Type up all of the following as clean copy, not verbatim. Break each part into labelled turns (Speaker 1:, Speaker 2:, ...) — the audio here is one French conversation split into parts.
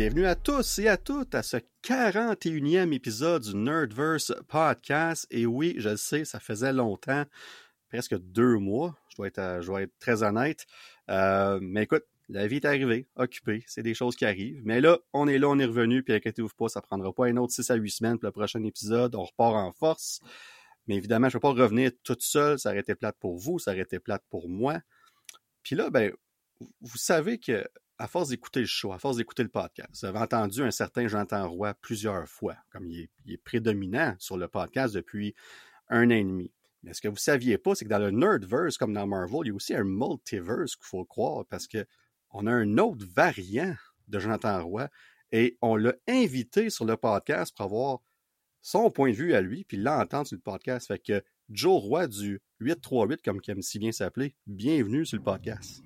Speaker 1: Bienvenue à tous et à toutes à ce 41e épisode du Nerdverse Podcast. Et oui, je le sais, ça faisait longtemps, presque 2 mois, je dois être très honnête. Mais écoute, la vie est arrivée, occupée, c'est des choses qui arrivent. Mais là, on est revenu, puis inquiétez-vous pas, ça prendra pas un autre 6 à 8 semaines pour le prochain épisode. On repart en force. Mais évidemment, je ne peux pas revenir toute seule, ça aurait été plate pour vous, ça aurait été plate pour moi. Puis là, ben, vous savez que à force d'écouter le show, à force d'écouter le podcast, vous avez entendu un certain Jonathan Roy plusieurs fois, comme il est prédominant sur le podcast depuis 1 an et demi. Mais ce que vous ne saviez pas, c'est que dans le Nerdverse, comme dans Marvel, il y a aussi un multiverse qu'il faut croire, parce qu'on a un autre variant de Jonathan Roy, et on l'a invité sur le podcast pour avoir son point de vue à lui, puis l'entendre sur le podcast. Fait que Joe Roy du 838, comme il aime si bien s'appeler, bienvenue sur le podcast.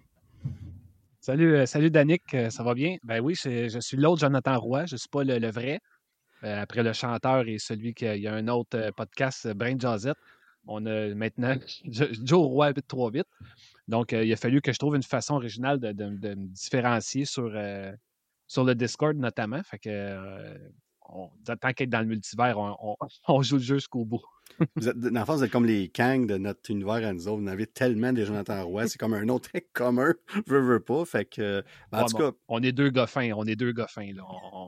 Speaker 2: Salut Danick, ça va bien? Ben oui, je suis l'autre Jonathan Roy, je ne suis pas le vrai. Après le chanteur et celui qui a un autre podcast, Brain Jazette, on a maintenant Joe Roy 838. Donc, il a fallu que je trouve une façon originale de me différencier sur le Discord notamment. Fait que tant qu'être dans le multivers, on joue le jeu jusqu'au bout.
Speaker 1: Dans le fond, vous êtes comme les Kang de notre univers à nous autres. Vous en avez tellement des Jonathan Roy. C'est comme un autre très commun. Veux pas. Fait que, en tout cas.
Speaker 2: On est deux gars fins. Là.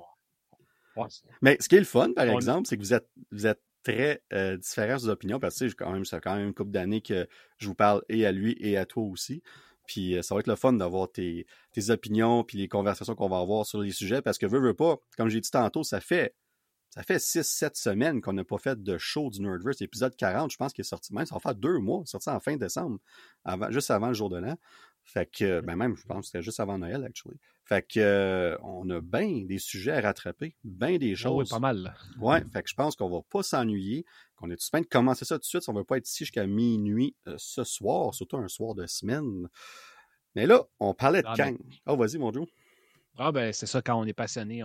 Speaker 1: Mais ce qui est le fun, par exemple, c'est que vous êtes très différents sur vos opinions. Parce que ça fait quand même une couple d'années que je vous parle et à lui et à toi aussi. Puis ça va être le fun d'avoir tes opinions puis les conversations qu'on va avoir sur les sujets. Parce que veux pas, comme j'ai dit tantôt, ça fait 6-7 semaines qu'on n'a pas fait de show du Nerdverse. L'épisode 40, je pense qu'il est sorti, même ça va faire 2 mois, il est sorti en fin décembre, juste avant le jour de l'an. Fait que, même, je pense que c'était juste avant Noël, actually. Fait que, on a bien des sujets à rattraper, bien des choses.
Speaker 2: Oui, pas mal.
Speaker 1: Ouais, fait que je pense qu'on va pas s'ennuyer, qu'on est tout de suite de commencer ça tout de suite, on va pas être ici jusqu'à minuit ce soir, surtout un soir de semaine. Mais là, on parlait de Kang. Vas-y, mon Joe.
Speaker 2: Ben, c'est ça, quand on est passionné,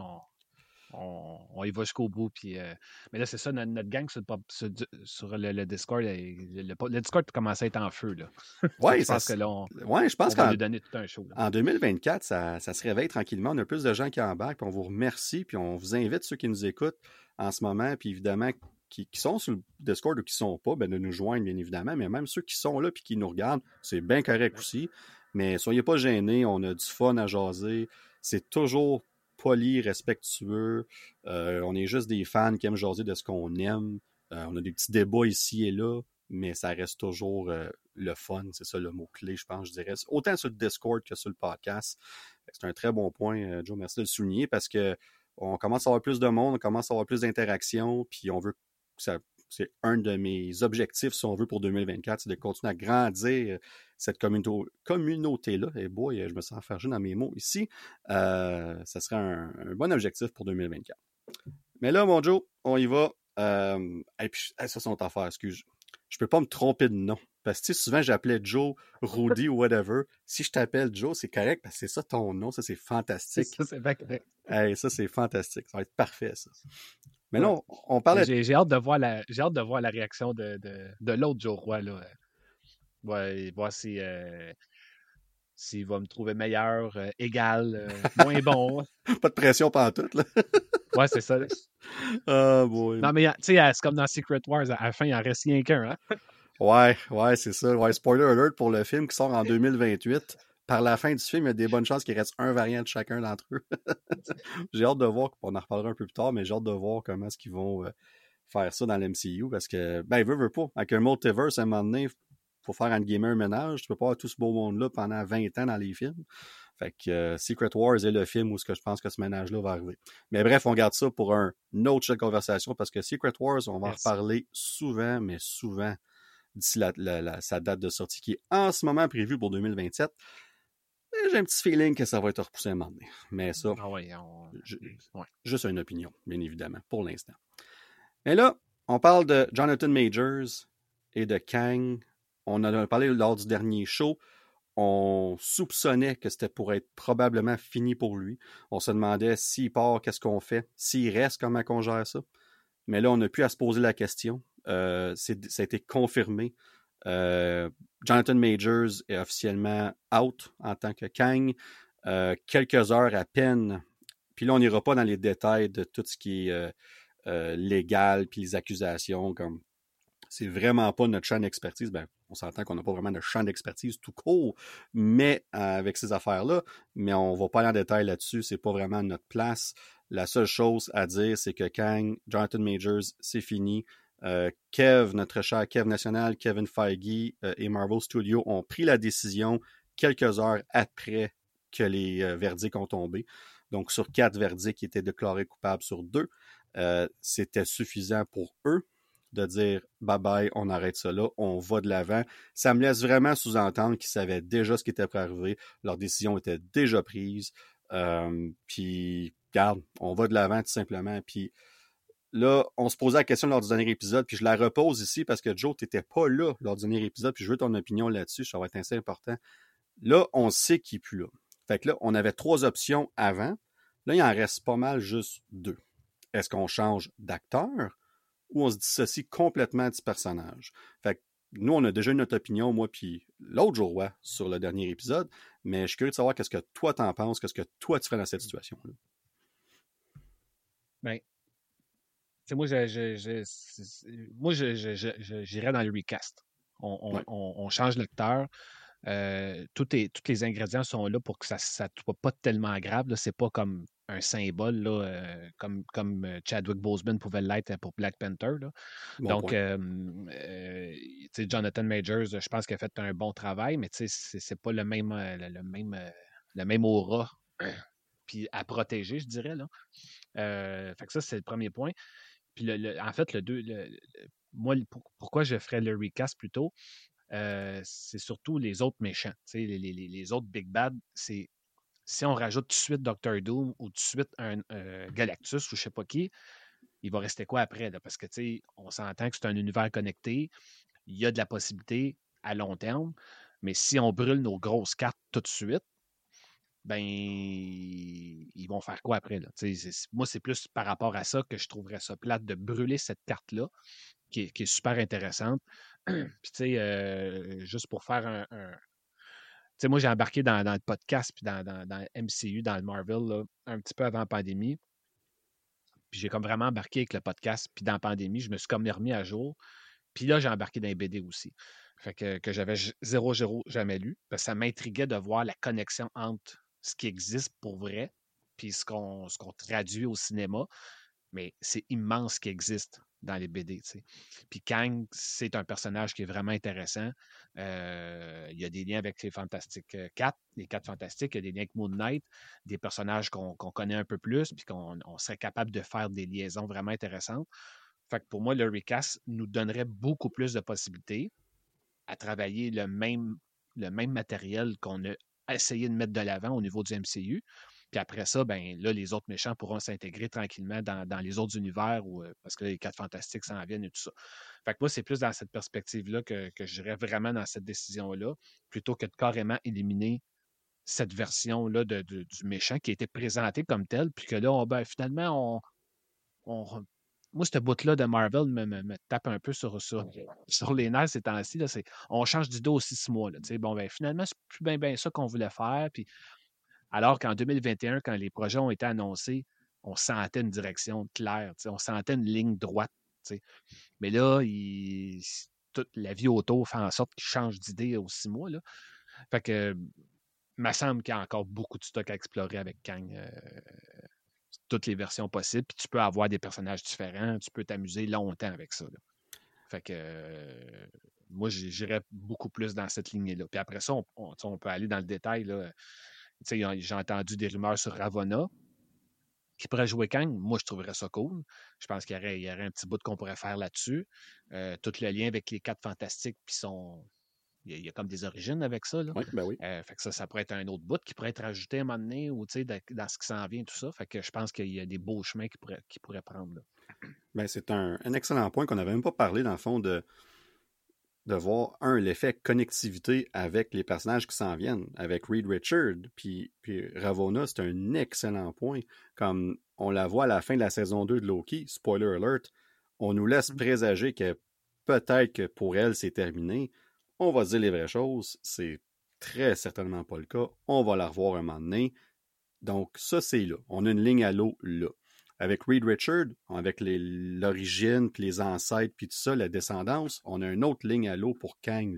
Speaker 2: on y va jusqu'au bout. Puis, mais là, c'est ça, notre gang sur le Discord, le Discord commence à être en feu. Là.
Speaker 1: Ouais,
Speaker 2: je pense que là, on va lui donner tout un show.
Speaker 1: En 2024, ça se réveille tranquillement. On a plus de gens qui embarquent, puis on vous remercie, puis on vous invite, ceux qui nous écoutent en ce moment, puis évidemment, qui sont sur le Discord ou qui ne sont pas, ben, de nous joindre, bien évidemment, mais même ceux qui sont là puis qui nous regardent, c'est bien correct aussi. Mais soyez pas gênés, on a du fun à jaser. C'est toujours poli, respectueux. On est juste des fans qui aiment jaser de ce qu'on aime. On a des petits débats ici et là, mais ça reste toujours le fun. C'est ça le mot-clé, je pense, je dirais. Autant sur le Discord que sur le podcast. C'est un très bon point, Joe, merci de le souligner, parce que on commence à avoir plus de monde, on commence à avoir plus d'interactions, puis on veut que ça... C'est un de mes objectifs, si on veut, pour 2024, c'est de continuer à grandir cette communauté-là. Et boy, je me sens enfargé dans mes mots ici. Ça serait un bon objectif pour 2024. Mais là, mon Joe, on y va. Et puis, ça, c'est notre affaire, excuse. Je peux pas me tromper de nom. Parce que souvent, j'appelais Joe, Rudy ou whatever. Si je t'appelle Joe, c'est correct parce que c'est ça ton nom. Ça, c'est fantastique.
Speaker 2: Ça, c'est correct.
Speaker 1: Hey, ça, c'est fantastique. Ça va être parfait, ça. Mais non, on parlait...
Speaker 2: J'ai hâte de voir la réaction de l'autre Joe Roy, là. Ouais, voir s'il va me trouver meilleur, égal, moins bon.
Speaker 1: Pas de pression pantoute, là.
Speaker 2: Ouais, c'est ça.
Speaker 1: Oh boy.
Speaker 2: Non, mais tu sais, c'est comme dans Secret Wars, à la fin, il en reste rien qu'un, hein?
Speaker 1: Ouais, c'est ça. Ouais, spoiler alert pour le film qui sort en 2028. Par la fin du film, il y a des bonnes chances qu'il reste un variant de chacun d'entre eux. J'ai hâte de voir, on en reparlera un peu plus tard, mais j'ai hâte de voir comment est-ce qu'ils vont faire ça dans l'MCU, parce que, ben, veut pas. Avec un multiverse, à un moment donné, il faut faire un gamer un ménage. Tu peux pas avoir tout ce beau monde-là pendant 20 ans dans les films. Fait que Secret Wars est le film où je pense que ce ménage-là va arriver. Mais bref, on garde ça pour un autre jeu de conversation, parce que Secret Wars, on va en reparler souvent, mais souvent, d'ici sa date de sortie, qui est en ce moment prévue pour 2027. Et j'ai un petit feeling que ça va être repoussé un moment donné. Mais ça, juste une opinion, bien évidemment, pour l'instant. Mais là, on parle de Jonathan Majors et de Kang. On en a parlé lors du dernier show. On soupçonnait que c'était pour être probablement fini pour lui. On se demandait s'il part, qu'est-ce qu'on fait? S'il reste, comment on gère ça? Mais là, on n'a plus à se poser la question. Ça a été confirmé. Jonathan Majors est officiellement out en tant que Kang. Quelques heures à peine Puis là, on n'ira pas dans les détails de tout ce qui est légal, puis les accusations, comme c'est vraiment pas notre champ d'expertise. Ben, on s'entend qu'on n'a pas vraiment de champ d'expertise tout court, mais avec ces affaires-là, mais on va pas aller en détail là-dessus, c'est pas vraiment notre place. La seule chose à dire, c'est que Kang, Jonathan Majors, c'est fini. Kev, notre cher Kev national, Kevin Feige et Marvel Studios ont pris la décision quelques heures après que les verdicts ont tombé. Donc, sur 4 verdicts qui étaient déclarés coupables sur 2, c'était suffisant pour eux de dire bye-bye, on arrête ça là, on va de l'avant. Ça me laisse vraiment sous-entendre qu'ils savaient déjà ce qui était prêt à arriver. Leur décision était déjà prise. Puis, regarde, on va de l'avant tout simplement. Puis là, on se posait la question lors du dernier épisode, puis je la repose ici parce que Joe, t'étais pas là lors du dernier épisode, puis je veux ton opinion là-dessus, ça va être assez important. Là, on sait qu'il n'est plus là. Fait que là, on avait 3 options avant. Là, il en reste pas mal juste 2. Est-ce qu'on change d'acteur ou on se dissocie complètement du personnage? Fait que nous, on a déjà eu notre opinion, moi puis l'autre Joe Roy, sur le dernier épisode, mais je suis curieux de savoir qu'est-ce que toi t'en penses, qu'est-ce que toi tu ferais dans cette situation-là.
Speaker 2: Ben, moi, j'irais dans le recast.
Speaker 1: Ouais.
Speaker 2: On change l'acteur. Tous les ingrédients sont là pour que ça ne soit pas tellement grave. C'est pas comme un symbole, là, comme Chadwick Boseman pouvait l'être pour Black Panther. Là.
Speaker 1: Bon
Speaker 2: Donc,
Speaker 1: point.
Speaker 2: Jonathan Majors, je pense qu'il a fait un bon travail, mais c'est pas le même, le même aura puis à protéger, je dirais. Là. Fait que ça, c'est le premier point. Puis en fait, moi, pourquoi je ferais le recast plutôt, c'est surtout les autres méchants. Les autres Big Bad, c'est si on rajoute tout de suite Doctor Doom ou tout de suite un Galactus ou je sais pas qui, il va rester quoi après? Là? Parce que on s'entend que c'est un univers connecté, il y a de la possibilité à long terme, mais si on brûle nos grosses cartes tout de suite, ben ils vont faire quoi après? Là? Moi, c'est plus par rapport à ça que je trouverais ça plate de brûler cette carte-là, qui est super intéressante. Puis, juste pour faire moi, j'ai embarqué dans le podcast, puis dans le MCU, dans le Marvel, là, un petit peu avant la pandémie. Puis j'ai comme vraiment embarqué avec le podcast, puis dans la pandémie, je me suis comme remis à jour. Puis là, j'ai embarqué dans les BD aussi. Fait que j'avais zéro jamais lu. Parce que ça m'intriguait de voir la connexion entre ce qui existe pour vrai, puis ce qu'on traduit au cinéma. Mais c'est immense ce qui existe dans les BD. T'sais. Puis Kang, c'est un personnage qui est vraiment intéressant. Il y a des liens avec les Fantastiques 4, les 4 Fantastiques, il y a des liens avec Moon Knight, des personnages qu'on connaît un peu plus, puis qu'on serait capable de faire des liaisons vraiment intéressantes. Fait que pour moi, le recast nous donnerait beaucoup plus de possibilités à travailler le même matériel qu'on a essayé de mettre de l'avant au niveau du MCU. Puis après ça, ben là, les autres méchants pourront s'intégrer tranquillement dans les autres univers parce que là, les 4 Fantastiques s'en viennent et tout ça. Fait que moi, c'est plus dans cette perspective-là que j'irais vraiment dans cette décision-là, plutôt que de carrément éliminer cette version-là du méchant qui a été présentée comme telle, puis que là, finalement, moi, ce bout-là de Marvel me tape un peu sur les nerfs ces temps-ci. Là, on change d'idée aux 6 mois. Là, bon, ben, finalement, c'est plus bien ça qu'on voulait faire. Puis, alors qu'en 2021, quand les projets ont été annoncés, on sentait une direction claire. On sentait une ligne droite. T'sais. Mais là, toute la vie autour fait en sorte qu'ils changent d'idée aux 6 mois. Là. Fait que, il me semble qu'il y a encore beaucoup de stock à explorer avec Kang. Toutes les versions possibles, puis tu peux avoir des personnages différents, tu peux t'amuser longtemps avec ça. Là. Fait que moi, j'irais beaucoup plus dans cette lignée-là. Puis après ça, on peut aller dans le détail. Là. J'ai entendu des rumeurs sur Ravonna qui pourrait jouer Kang. Moi, je trouverais ça cool. Je pense qu'il y aurait un petit bout qu'on pourrait faire là-dessus. Tout le lien avec les 4 Fantastiques, puis il y a comme des origines avec ça. Là.
Speaker 1: Oui, ben oui.
Speaker 2: Fait que ça pourrait être un autre bout qui pourrait être ajouté à un moment donné ou dans ce qui s'en vient, tout ça. Fait que je pense qu'il y a des beaux chemins qui pourraient prendre. Là.
Speaker 1: Ben, c'est un excellent point qu'on n'avait même pas parlé, dans le fond, de voir, l'effet connectivité avec les personnages qui s'en viennent, avec Reed Richard, puis Ravonna, c'est un excellent point. Comme on la voit à la fin de la saison 2 de Loki, spoiler alert, on nous laisse présager que peut-être que pour elle, c'est terminé. On va dire les vraies choses, c'est très certainement pas le cas. On va la revoir un moment donné. Donc, ça, c'est là. On a une ligne à l'eau là. Avec Reed Richards, avec l'origine, puis les ancêtres, puis tout ça, la descendance, on a une autre ligne à l'eau pour Kang,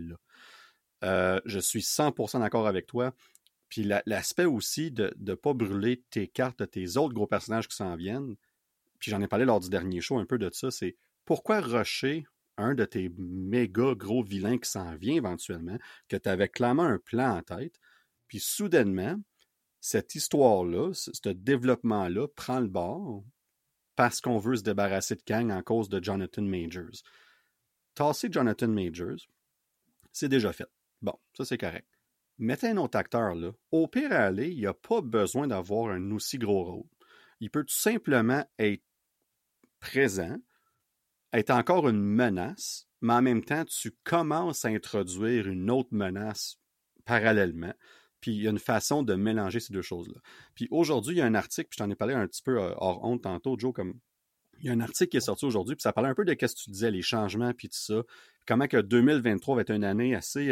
Speaker 1: là. Je suis 100% d'accord avec toi. Puis l'aspect aussi de ne pas brûler tes cartes de tes autres gros personnages qui s'en viennent, puis j'en ai parlé lors du dernier show un peu de ça, c'est pourquoi rusher un de tes méga gros vilains qui s'en vient éventuellement, que tu avais clairement un plan en tête, puis soudainement, cette histoire-là, ce développement-là prend le bord parce qu'on veut se débarrasser de Kang en cause de Jonathan Majors. Tasser Jonathan Majors, c'est déjà fait. Bon, ça c'est correct. Mettez un autre acteur là. Au pire à aller, il n'y a pas besoin d'avoir un aussi gros rôle. Il peut tout simplement être présent, être encore une menace, mais en même temps, tu commences à introduire une autre menace parallèlement. Puis il y a une façon de mélanger ces deux choses-là. Puis aujourd'hui, il y a un article, puis je t'en ai parlé un petit peu hors honte tantôt, Joe, comme il y a un article qui est sorti aujourd'hui, puis ça parlait un peu de ce que tu disais, les changements, puis tout ça. Comment que 2023 va être une année assez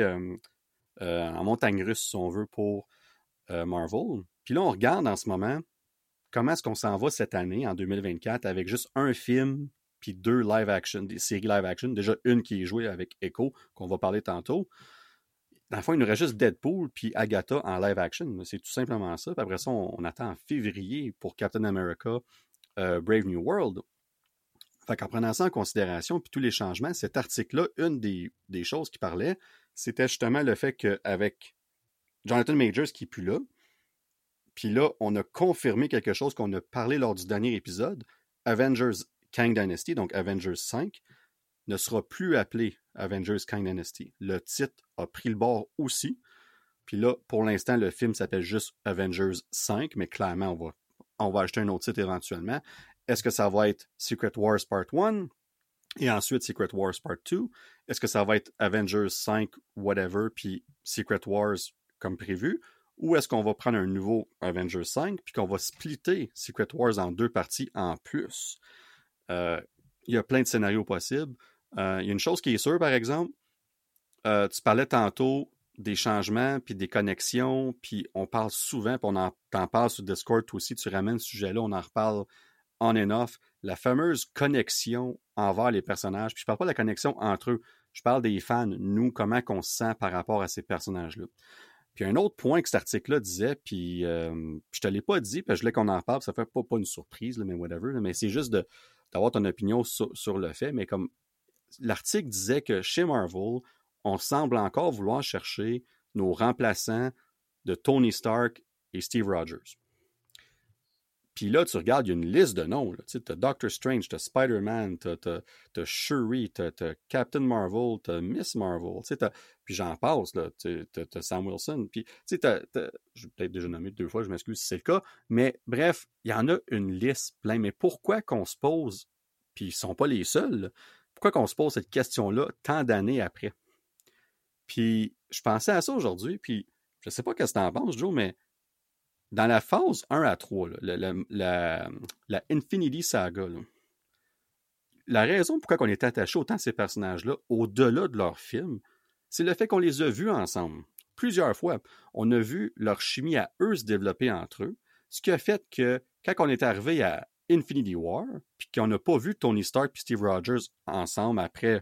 Speaker 1: en montagne russe, si on veut, pour Marvel. Puis là, on regarde en ce moment comment est-ce qu'on s'en va cette année, en 2024, avec juste un film, puis 2 live-action, des séries live-action. Déjà une qui est jouée avec Echo, qu'on va parler tantôt. Dans le fond, il nous reste juste Deadpool puis Agatha en live-action. C'est tout simplement ça. Puis après ça, on attend en février pour Captain America Brave New World. Fait qu'en prenant ça en considération, puis tous les changements, cet article-là, une des choses qui parlait, c'était justement le fait qu'avec Jonathan Majors qui n'est plus là, puis là, on a confirmé quelque chose qu'on a parlé lors du dernier épisode, Avengers Kang Dynasty, donc Avengers 5, ne sera plus appelé Avengers Kang Dynasty. Le titre a pris le bord aussi. Puis là, pour l'instant, le film s'appelle juste Avengers 5, mais clairement, on va acheter un autre titre éventuellement. Est-ce que ça va être Secret Wars Part 1 et ensuite Secret Wars Part 2? Est-ce que ça va être Avengers 5, whatever, puis Secret Wars comme prévu? Ou est-ce qu'on va prendre un nouveau Avengers 5 puis qu'on va splitter Secret Wars en 2 parties en plus? Il y a plein de scénarios possibles. Il y a une chose qui est sûre, par exemple, tu parlais tantôt des changements, puis des connexions, puis on parle souvent, puis t'en parle sur Discord aussi, tu ramènes ce sujet-là, on en reparle on and off, la fameuse connexion envers les personnages, puis je parle pas de la connexion entre eux, je parle des fans, nous, comment qu'on se sent par rapport à ces personnages-là. Puis un autre point que cet article-là disait, puis je te l'ai pas dit, puis je voulais qu'on en parle, ça fait pas une surprise, là, mais whatever, là, mais c'est juste d'avoir ton opinion sur le fait, mais comme l'article disait que chez Marvel, on semble encore vouloir chercher nos remplaçants de Tony Stark et Steve Rogers. Puis là, tu regardes, il y a une liste de noms. Tu as Doctor Strange, tu as Spider-Man, tu as Shuri, tu as Captain Marvel, tu as Miss Marvel. Puis j'en passe, tu as Sam Wilson. Puis j'ai peut-être déjà nommé 2 fois, je m'excuse si c'est le cas. Mais bref, il y en a une liste pleine. Mais pourquoi qu'on se pose, puis ils ne sont pas les seuls, là, pourquoi qu'on se pose cette question-là tant d'années après? Puis je pensais à ça aujourd'hui, puis je sais pas ce que tu en penses, Joe, mais dans la phase 1 à 3, là, la Infinity Saga, là, la raison pourquoi on est attaché autant à ces personnages-là, au-delà de leur film, c'est le fait qu'on les a vus ensemble. Plusieurs fois, on a vu leur chimie à eux se développer entre eux, ce qui a fait que quand on est arrivé à Infinity War, puis qu'on n'a pas vu Tony Stark et Steve Rogers ensemble après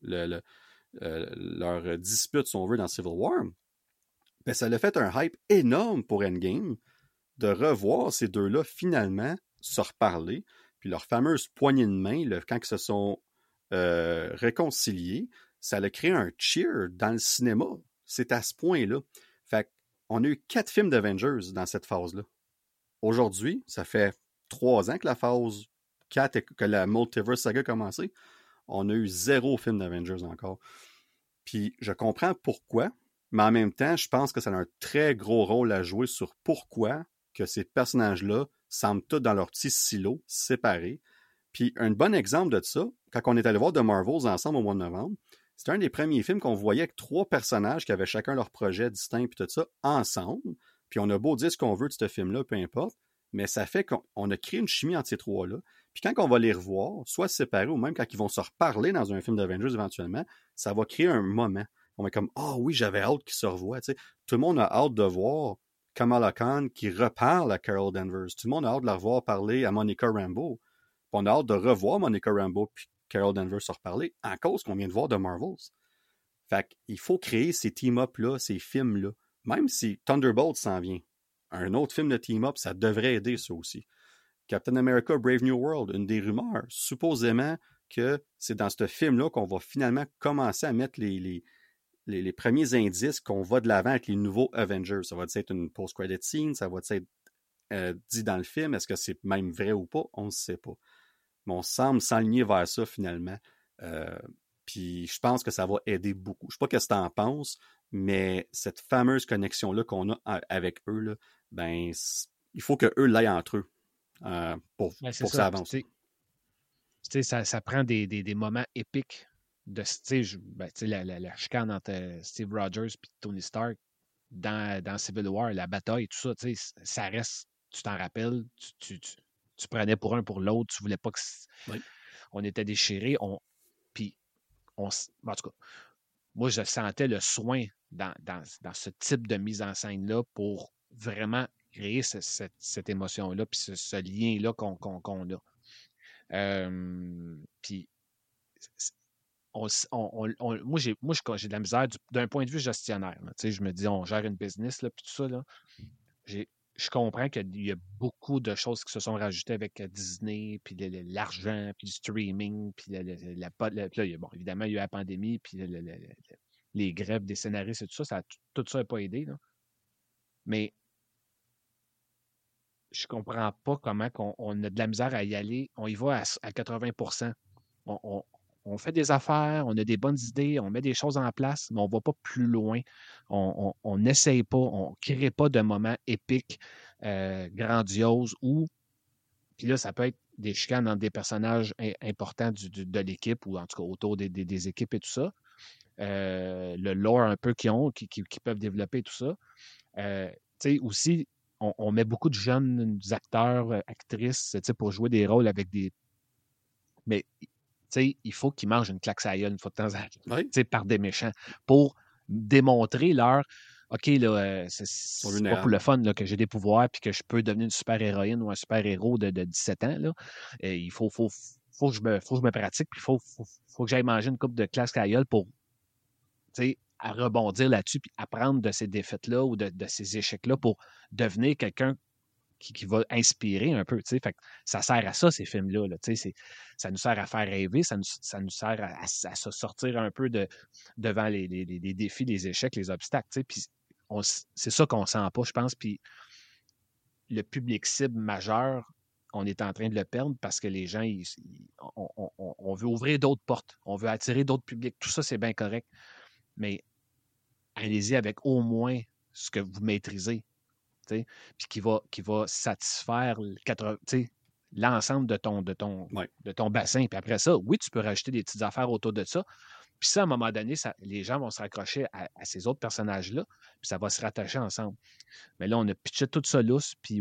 Speaker 1: leur dispute, si on veut, dans Civil War, ben ça a fait un hype énorme pour Endgame de revoir ces deux-là finalement se reparler, puis leur fameuse poignée de main, quand ils se sont réconciliés, ça a créé un cheer dans le cinéma. C'est à ce point-là. Fait qu'on a eu 4 films d'Avengers dans cette phase-là. Aujourd'hui, ça fait 3 ans que la phase 4, que la Multiverse Saga a commencé. On a eu 0 film d'Avengers encore. Puis je comprends pourquoi, mais en même temps, je pense que ça a un très gros rôle à jouer sur pourquoi que ces personnages-là semblent tous dans leur petit silo, séparés. Puis un bon exemple de ça, quand on est allé voir The Marvels ensemble au mois de novembre, c'était un des premiers films qu'on voyait avec 3 personnages qui avaient chacun leur projet distinct puis tout ça, ensemble. Puis on a beau dire ce qu'on veut de ce film-là, peu importe, mais ça fait qu'on a créé une chimie entre ces 3-là. Puis quand on va les revoir, soit séparés ou même quand ils vont se reparler dans un film d'Avengers éventuellement, ça va créer un moment. On est comme « Ah oui, j'avais hâte qu'ils se revoient. » Tout le monde a hâte de voir Kamala Khan qui reparle à Carol Danvers. Tout le monde a hâte de la revoir parler à Monica Rambeau. Puis on a hâte de revoir Monica Rambeau puis Carol Danvers se reparler à cause qu'on vient de voir de Marvels. Fait qu'il faut créer ces team-up-là, ces films-là. Même si Thunderbolt s'en vient. Un autre film de team-up, ça devrait aider ça aussi. Captain America Brave New World, une des rumeurs, supposément que c'est dans ce film-là qu'on va finalement commencer à mettre les premiers indices qu'on va de l'avant avec les nouveaux Avengers. Ça va être une post-credit scene, ça va être dit dans le film. Est-ce que c'est même vrai ou pas? On ne sait pas. Mais on semble s'aligner vers ça finalement. Puis je pense que ça va aider beaucoup. Je ne sais pas ce que tu en penses, mais cette fameuse connexion-là qu'on a avec eux, là, ben, il faut qu'eux l'aillent entre eux pour que ça avance.
Speaker 2: Ça prend des moments épiques de la chicane entre Steve Rogers et Tony Stark dans Civil War, la bataille, tout ça, ça reste, tu t'en rappelles, tu prenais pour un pour l'autre, tu voulais pas que on était déchirés, en tout cas, moi je sentais le soin dans ce type de mise en scène-là pour vraiment créer cette émotion-là, puis ce lien-là qu'on a. Puis moi, j'ai de la misère d'un point de vue gestionnaire. Je me dis, on gère une business, puis tout ça. Là, je comprends qu'il y a beaucoup de choses qui se sont rajoutées avec Disney, puis l'argent, puis le streaming, puis là, évidemment, il y a eu la pandémie, puis les grèves des scénaristes et tout ça, tout ça n'a pas aidé. Là. Mais je comprends pas comment on a de la misère à y aller. On y va à 80%. On fait des affaires, on a des bonnes idées, on met des choses en place, mais on ne va pas plus loin. On n'essaye pas, on ne crée pas de moments épiques, grandioses, puis là, ça peut être des chicanes entre des personnages importants de l'équipe, ou en tout cas autour des équipes et tout ça. Le lore un peu qu'ils ont, qui peuvent développer tout ça. Aussi, on met beaucoup de jeunes acteurs, actrices, pour jouer des rôles avec des... Mais il faut qu'ils mangent une claque à gueule une fois de temps en temps, par des méchants, pour démontrer leur OK, là, c'est pas pour le fun là, que j'ai des pouvoirs puis que je peux devenir une super-héroïne ou un super-héros de 17 ans. Là. Il faut que je me pratique, puis il faut que j'aille manger une coupe de claque à la gueule pour à rebondir là-dessus, puis apprendre de ces défaites-là ou de ces échecs-là pour devenir quelqu'un qui va inspirer un peu. Fait que ça sert à ça, ces films-là. Là, ça nous sert à faire rêver, ça nous sert à se sortir un peu devant les défis, les échecs, les obstacles. Puis c'est ça qu'on sent pas, je pense. Puis le public cible majeur, on est en train de le perdre parce que les gens, on veut ouvrir d'autres portes, on veut attirer d'autres publics. Tout ça, c'est bien correct. Mais allez-y avec au moins ce que vous maîtrisez. Puis qui va satisfaire l'ensemble de ton bassin. Puis après ça, oui, tu peux rajouter des petites affaires autour de ça. Puis ça, à un moment donné, les gens vont se raccrocher à ces autres personnages-là, puis ça va se rattacher ensemble. Mais là, on a pitché tout ça lousse, puis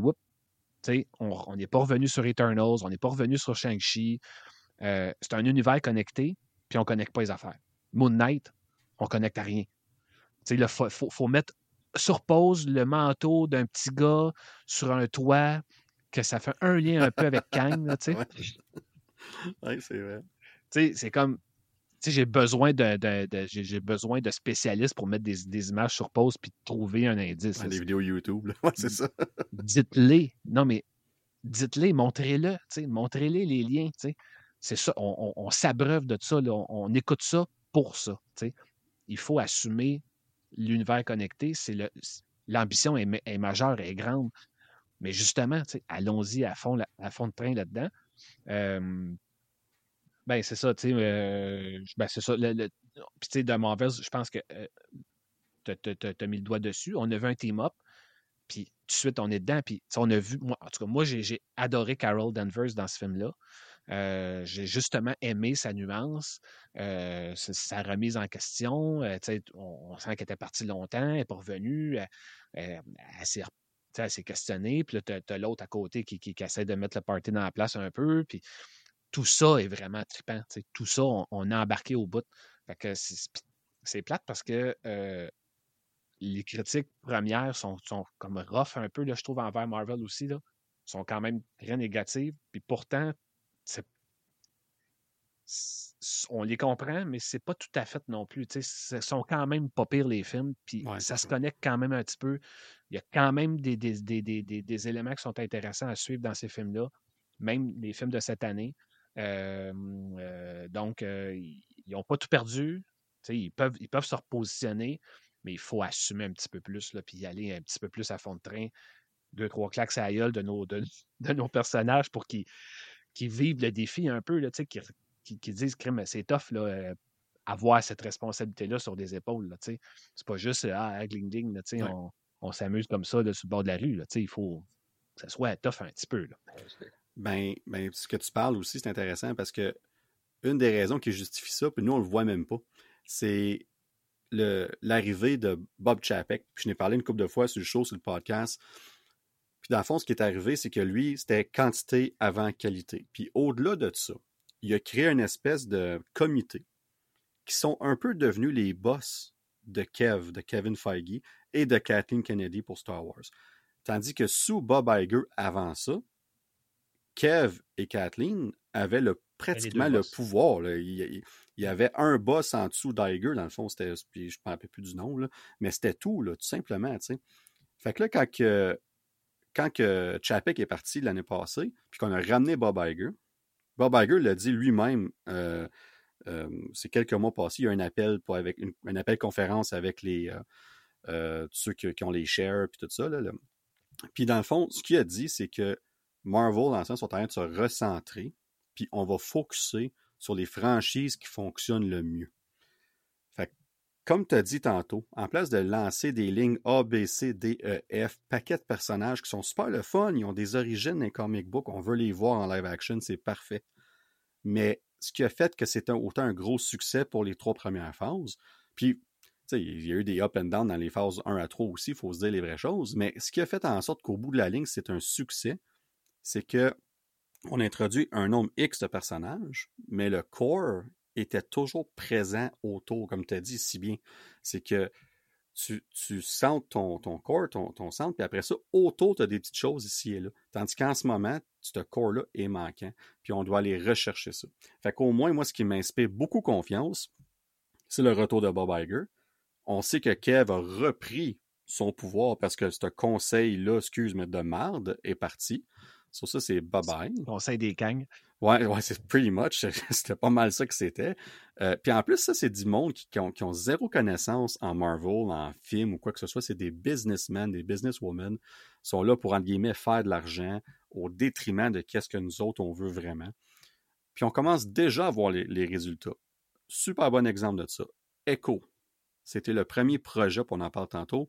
Speaker 2: on n'est pas revenu sur Eternals, on n'est pas revenu sur Shang-Chi. C'est un univers connecté, puis on ne connecte pas les affaires. Moon Knight, on ne connecte à rien. Il faut mettre sur pause le manteau d'un petit gars sur un toit, que ça fait un lien un peu avec Kang. Là,
Speaker 1: oui, c'est vrai.
Speaker 2: C'est comme, j'ai besoin j'ai besoin de spécialistes pour mettre des images sur pause puis trouver un indice.
Speaker 1: Des vidéos YouTube, là. Ouais, c'est ça.
Speaker 2: Dites-les. Non, mais dites-les, montrez-le. Montrez-les les liens. C'est ça. On s'abreuve de ça. Là, on écoute ça pour ça. Il faut assumer l'univers connecté. L'ambition est majeure, est grande. Mais justement, allons-y à fond de train là-dedans. C'est ça, c'est ça. Puis, de Marvel, je pense que tu as mis le doigt dessus. On a vu un team-up, puis tout de suite, on est dedans. Puis, on a vu, en tout cas, moi, j'ai adoré Carol Danvers dans ce film-là. J'ai justement aimé sa nuance, sa remise en question. On sent qu'elle était partie longtemps, elle n'est pas revenue, elle s'est questionnée. Puis là, tu as l'autre à côté qui essaie de mettre le party dans la place un peu. Puis tout ça est vraiment trippant. Tout ça, on a embarqué au bout. Fait que c'est plate parce que les critiques premières sont comme rough un peu, là, je trouve, envers Marvel aussi, là. Sont quand même très négatives. Puis pourtant, on les comprend, mais c'est pas tout à fait non plus. Ce sont quand même pas pires les films, puis
Speaker 1: Ouais,
Speaker 2: ça
Speaker 1: c'est
Speaker 2: se
Speaker 1: ça.
Speaker 2: connecte quand même un petit peu. Il y a quand même des éléments qui sont intéressants à suivre dans ces films-là, même les films de cette année. Donc, ils n'ont pas tout perdu. Ils peuvent se repositionner, mais il faut assumer un petit peu plus, là, puis y aller un petit peu plus à fond de train. 2, 3 claques à la gueule de nos personnages pour qu'ils vivent le défi un peu, là, qui disent crime, c'est tough là, avoir cette responsabilité-là sur des épaules. Là, c'est pas juste gling ding, là,
Speaker 1: Ouais.
Speaker 2: on s'amuse comme ça là, sur le bord de la rue. Là, il faut que ça soit tough un petit peu. Là.
Speaker 1: Ben, ce que tu parles aussi, c'est intéressant parce que une des raisons qui justifie ça, puis nous, on le voit même pas, c'est l'arrivée de Bob Chapek. Puis je n'ai parlé une couple de fois sur le show, sur le podcast. Puis dans le fond, ce qui est arrivé, c'est que lui, c'était quantité avant qualité. Puis au-delà de ça, il a créé une espèce de comité qui sont un peu devenus les boss de Kevin Feige et de Kathleen Kennedy pour Star Wars. Tandis que sous Bob Iger, avant ça, Kev et Kathleen avaient
Speaker 2: Les deux
Speaker 1: pratiquement le
Speaker 2: boss.
Speaker 1: pouvoir. Là. Il y avait un boss en dessous d'Iger, dans le fond, puis je ne me rappelle plus du nom, là, mais c'était tout, là, tout simplement. T'sais. Fait que là, quand Chapek est parti l'année passée, puis qu'on a ramené Bob Iger l'a dit lui-même, c'est quelques mois passés, il y a un appel avec un appel conférence avec ceux qui ont les shares puis tout ça. Là. Puis dans le fond, ce qu'il a dit, c'est que Marvel, en ce sens, sont en train de se recentrer, puis on va focuser sur les franchises qui fonctionnent le mieux. Fait que, comme tu as dit tantôt, en place de lancer des lignes A, B, C, D, E, F, paquet de personnages qui sont super le fun, ils ont des origines dans les comic books, on veut les voir en live action, c'est parfait. Mais ce qui a fait que c'est autant un gros succès pour les 3 premières phases, puis il y a eu des up and down dans les phases 1 à 3 aussi, il faut se dire les vraies choses, mais ce qui a fait en sorte qu'au bout de la ligne, c'est un succès, c'est que on introduit un nombre X de personnages, mais le core était toujours présent autour, comme tu as dit si bien. C'est que tu sens ton core, ton centre, puis après ça, autour, tu as des petites choses ici et là. Tandis qu'en ce moment, ce core-là est manquant, puis on doit aller rechercher ça. Fait qu'au moins, moi, ce qui m'inspire beaucoup confiance, c'est le retour de Bob Iger. On sait que Kev a repris son pouvoir parce que ce conseil-là, excuse-moi, de marde est parti. Sur ça, c'est bye-bye.
Speaker 2: Conseil des gangs.
Speaker 1: Ouais, c'est pretty much. C'était pas mal ça que c'était. Puis en plus, ça, c'est du monde qui ont zéro connaissance en Marvel, en film ou quoi que ce soit. C'est des businessmen, des businesswomen. Sont là pour, entre guillemets, faire de l'argent au détriment de qu'est-ce que nous autres, on veut vraiment. Puis on commence déjà à voir les résultats. Super bon exemple de ça. Echo. C'était le premier projet, puis on en parle tantôt,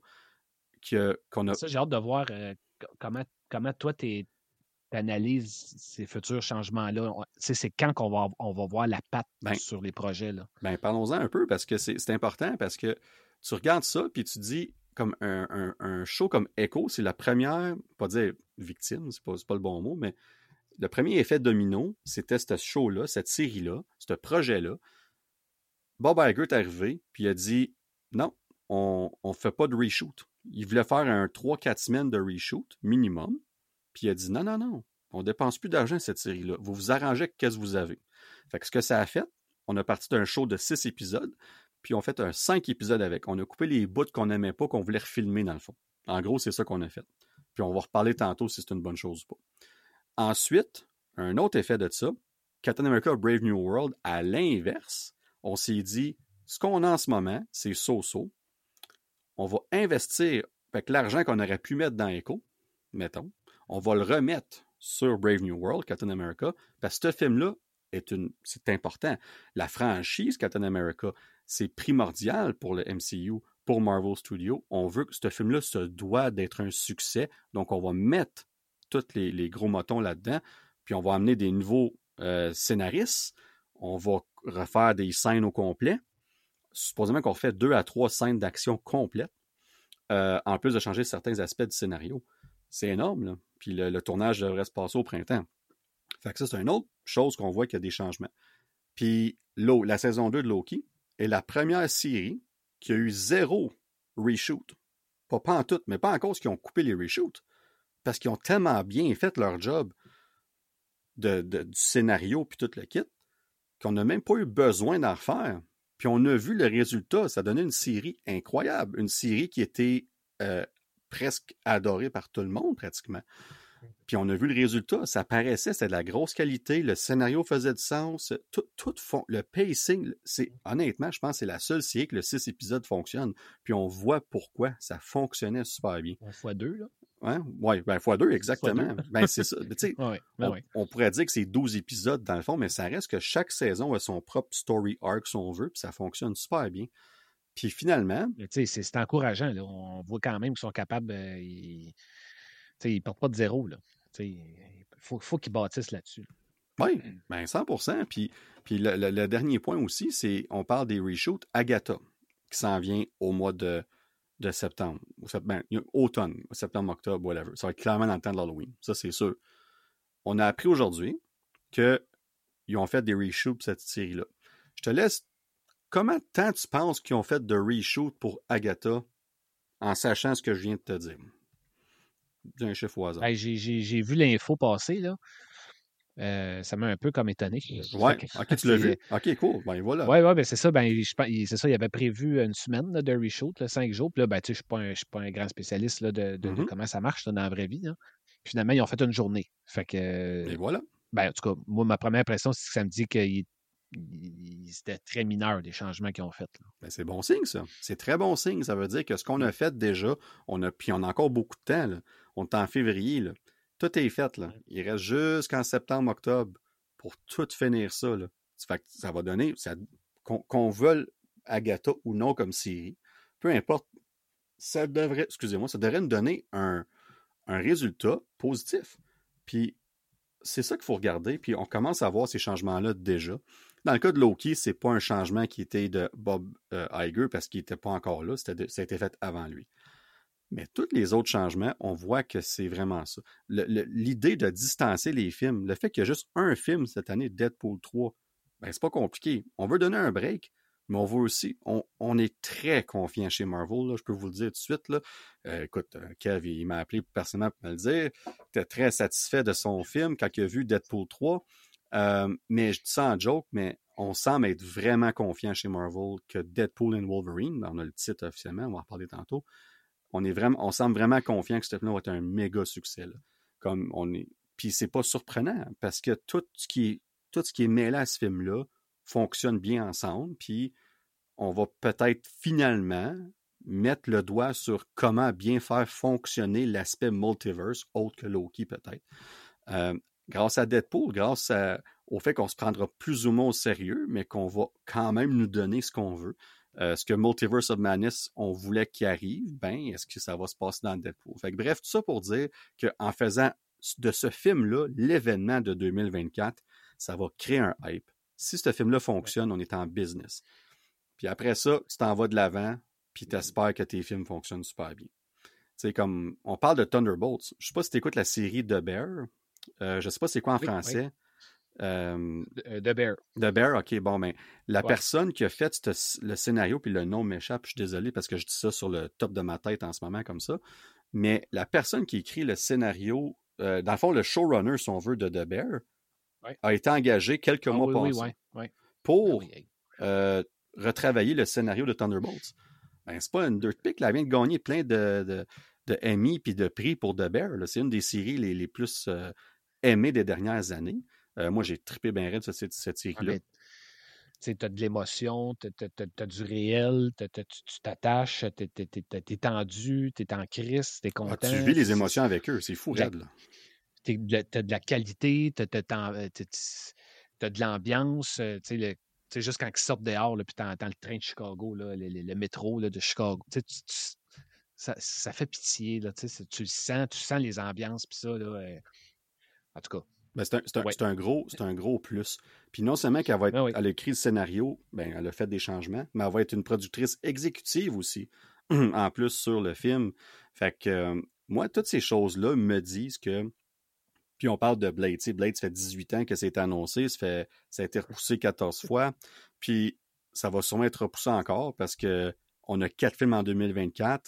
Speaker 1: qu'on a...
Speaker 2: Ça, j'ai hâte de voir comment toi, t'analyses ces futurs changements-là. C'est quand on va voir la patte
Speaker 1: Ben,
Speaker 2: sur les projets. Là.
Speaker 1: parlons-en un peu, parce que c'est important, parce que tu regardes ça, puis tu dis, comme un show comme Echo, c'est la première, pas dire victime, c'est pas le bon mot, mais le premier effet domino, c'était ce show-là, cette série-là, ce projet-là. Bob Iger est arrivé, puis il a dit, non, on ne fait pas de reshoot. Il voulait faire un 3-4 semaines de reshoot, minimum, puis il a dit, non, non, non, on ne dépense plus d'argent cette série-là. Vous vous arrangez avec ce que vous avez. Fait que ce que ça a fait, on a parti d'un show de 6 épisodes, puis on a fait un 5 épisodes avec. On a coupé les bouts qu'on n'aimait pas, qu'on voulait refilmer dans le fond. En gros, c'est ça qu'on a fait. Puis on va reparler tantôt si c'est une bonne chose ou pas. Ensuite, un autre effet de ça, Captain America Brave New World, à l'inverse, on s'est dit, ce qu'on a en ce moment, c'est so-so. On va investir avec l'argent qu'on aurait pu mettre dans Echo, mettons, on va le remettre sur Brave New World, Captain America, parce que ce film-là, c'est important. La franchise Captain America, c'est primordial pour le MCU, pour Marvel Studios. On veut que ce film-là se doit d'être un succès, donc on va mettre tous les gros motons là-dedans, puis on va amener des nouveaux scénaristes, on va refaire des scènes au complet. Supposément qu'on refait 2 à 3 scènes d'action complètes, en plus de changer certains aspects du scénario. C'est énorme, là. Puis le tournage devrait se passer au printemps. Fait que ça, c'est une autre chose qu'on voit qu'il y a des changements. Puis la saison 2 de Loki est la première série qui a eu 0 reshoot. Pas en tout, mais pas en cause qu'ils ont coupé les reshoots. Parce qu'ils ont tellement bien fait leur job du scénario puis tout le kit qu'on n'a même pas eu besoin d'en refaire. Puis on a vu le résultat. Ça donnait une série incroyable. Une série qui était presque adorée par tout le monde, pratiquement. Puis on a vu le résultat. Ça paraissait, c'était de la grosse qualité. Le scénario faisait du sens. Le pacing, honnêtement, je pense que c'est la seule série que le 6 épisodes fonctionne. Puis on voit pourquoi ça fonctionnait super bien.
Speaker 2: x2, là.
Speaker 1: Hein? Oui, ben x2, exactement.
Speaker 2: x2.
Speaker 1: Ben, c'est ça.
Speaker 2: Ouais,
Speaker 1: on pourrait dire que c'est 12 épisodes dans le fond, mais ça reste que chaque saison a son propre story arc, si on veut, puis ça fonctionne super bien. Puis finalement...
Speaker 2: C'est encourageant. Là. On voit quand même qu'ils sont capables... ils ne partent pas de zéro. Il faut qu'ils bâtissent là-dessus.
Speaker 1: Oui, ben 100%. Puis le dernier point aussi, c'est on parle des reshoots Agatha, qui s'en vient au mois de septembre. Automne, septembre, octobre, whatever. Ça va être clairement dans le temps de l'Halloween. Ça, c'est sûr. On a appris aujourd'hui qu'ils ont fait des reshoots pour cette série-là. Je te laisse. Comment de temps tu penses qu'ils ont fait de reshoots pour Agatha en sachant ce que je viens de te dire? J'ai un chiffre au hasard.
Speaker 2: Ben, j'ai vu l'info passer, là. Ça m'a un peu comme étonné.
Speaker 1: Ouais, ok, tu l'as vu? Ok, cool. Ben voilà.
Speaker 2: Oui, ben c'est ça. Ben, c'est ça, il avait prévu une semaine là, de reshoot, là, 5 jours. Puis là, ben, je ne suis pas un grand spécialiste là, de comment ça marche là, dans la vraie vie. Là. Puis finalement, ils ont fait une journée. Fait que.
Speaker 1: Et voilà.
Speaker 2: Ben, en tout cas, moi, ma première impression, c'est que ça me dit que c'était très mineur, les changements qu'ils ont faits.
Speaker 1: Ben, c'est bon signe, ça. C'est très bon signe. Ça veut dire que ce qu'on a fait déjà, puis on a encore beaucoup de temps. Là. On est en février. Là. Tout est fait. Là. Il reste jusqu'en septembre, octobre pour tout finir ça. Là. Ça fait que ça va donner, qu'on veuille Agatha ou non comme série, peu importe, ça devrait nous donner un résultat positif. Puis c'est ça qu'il faut regarder, puis on commence à voir ces changements-là déjà. Dans le cas de Loki, c'est pas un changement qui était de Bob Iger parce qu'il n'était pas encore là, ça a été fait avant lui. Mais tous les autres changements, on voit que c'est vraiment ça. L'idée de distancer les films, le fait qu'il y a juste un film cette année, Deadpool 3, ben c'est pas compliqué. On veut donner un break, mais on veut aussi, on est très confiant chez Marvel, là, je peux vous le dire tout de suite. Là. Écoute, Kev, il m'a appelé personnellement pour me le dire. Il était très satisfait de son film quand il a vu Deadpool 3. Mais je dis ça en joke, mais on semble être vraiment confiant chez Marvel que Deadpool and Wolverine, on a le titre officiellement, on va en reparler tantôt, on semble vraiment confiant que ce film-là va être un méga succès. Là. Puis c'est pas surprenant, parce que tout ce qui est mêlé à ce film-là fonctionne bien ensemble, puis on va peut-être finalement mettre le doigt sur comment bien faire fonctionner l'aspect multiverse, autre que Loki peut-être. Grâce à Deadpool, au fait qu'on se prendra plus ou moins au sérieux, mais qu'on va quand même nous donner ce qu'on veut. Ce que Multiverse of Madness, on voulait qu'il arrive, ben, est-ce que ça va se passer dans Deadpool? Fait que, bref, tout ça pour dire qu'en faisant de ce film-là l'événement de 2024, ça va créer un hype. Si ce film-là fonctionne, on est en business. Puis après ça, tu t'en vas de l'avant, puis tu espères que tes films fonctionnent super bien. C'est comme, on parle de Thunderbolts. Je sais pas si tu écoutes la série The Bear. Je sais pas c'est quoi en français.
Speaker 2: Oui. The Bear.
Speaker 1: The Bear, ok, bon, ben, la personne qui a fait le scénario, puis le nom m'échappe, je suis désolé parce que je dis ça sur le top de ma tête en ce moment comme ça, mais la personne qui écrit le scénario, dans le fond, le showrunner, si on veut, de The Bear, a été engagé quelques mois passés pour retravailler le scénario de Thunderbolts. Ben, c'est pas une dirt pick, là, elle vient de gagner plein de Emmy puis de prix pour The Bear. Là. C'est une des séries les plus aimées des dernières années. Moi, j'ai trippé bien raide cette série-là.
Speaker 2: Tu as de l'émotion, tu as du réel, tu t'attaches, t'es tendu, t'es en crise, t'es content.
Speaker 1: Tu vis les émotions avec eux, c'est fou, raide.
Speaker 2: T'as de la qualité, t'as de l'ambiance. Juste quand ils sortent dehors, puis t'entends le train de Chicago, là, le métro là, de Chicago. Ça fait pitié. Là, tu sens les ambiances, puis ça, là, en tout cas.
Speaker 1: Ben, c'est un gros plus. Puis non seulement elle a écrit le scénario, ben, elle a fait des changements, mais elle va être une productrice exécutive aussi, en plus sur le film. Fait que moi, toutes ces choses-là me disent que. Puis on parle de Blade. T'sais, Blade, ça fait 18 ans que c'est annoncé, ça a été repoussé 14 fois. Puis ça va sûrement être repoussé encore parce que on a 4 films en 2024.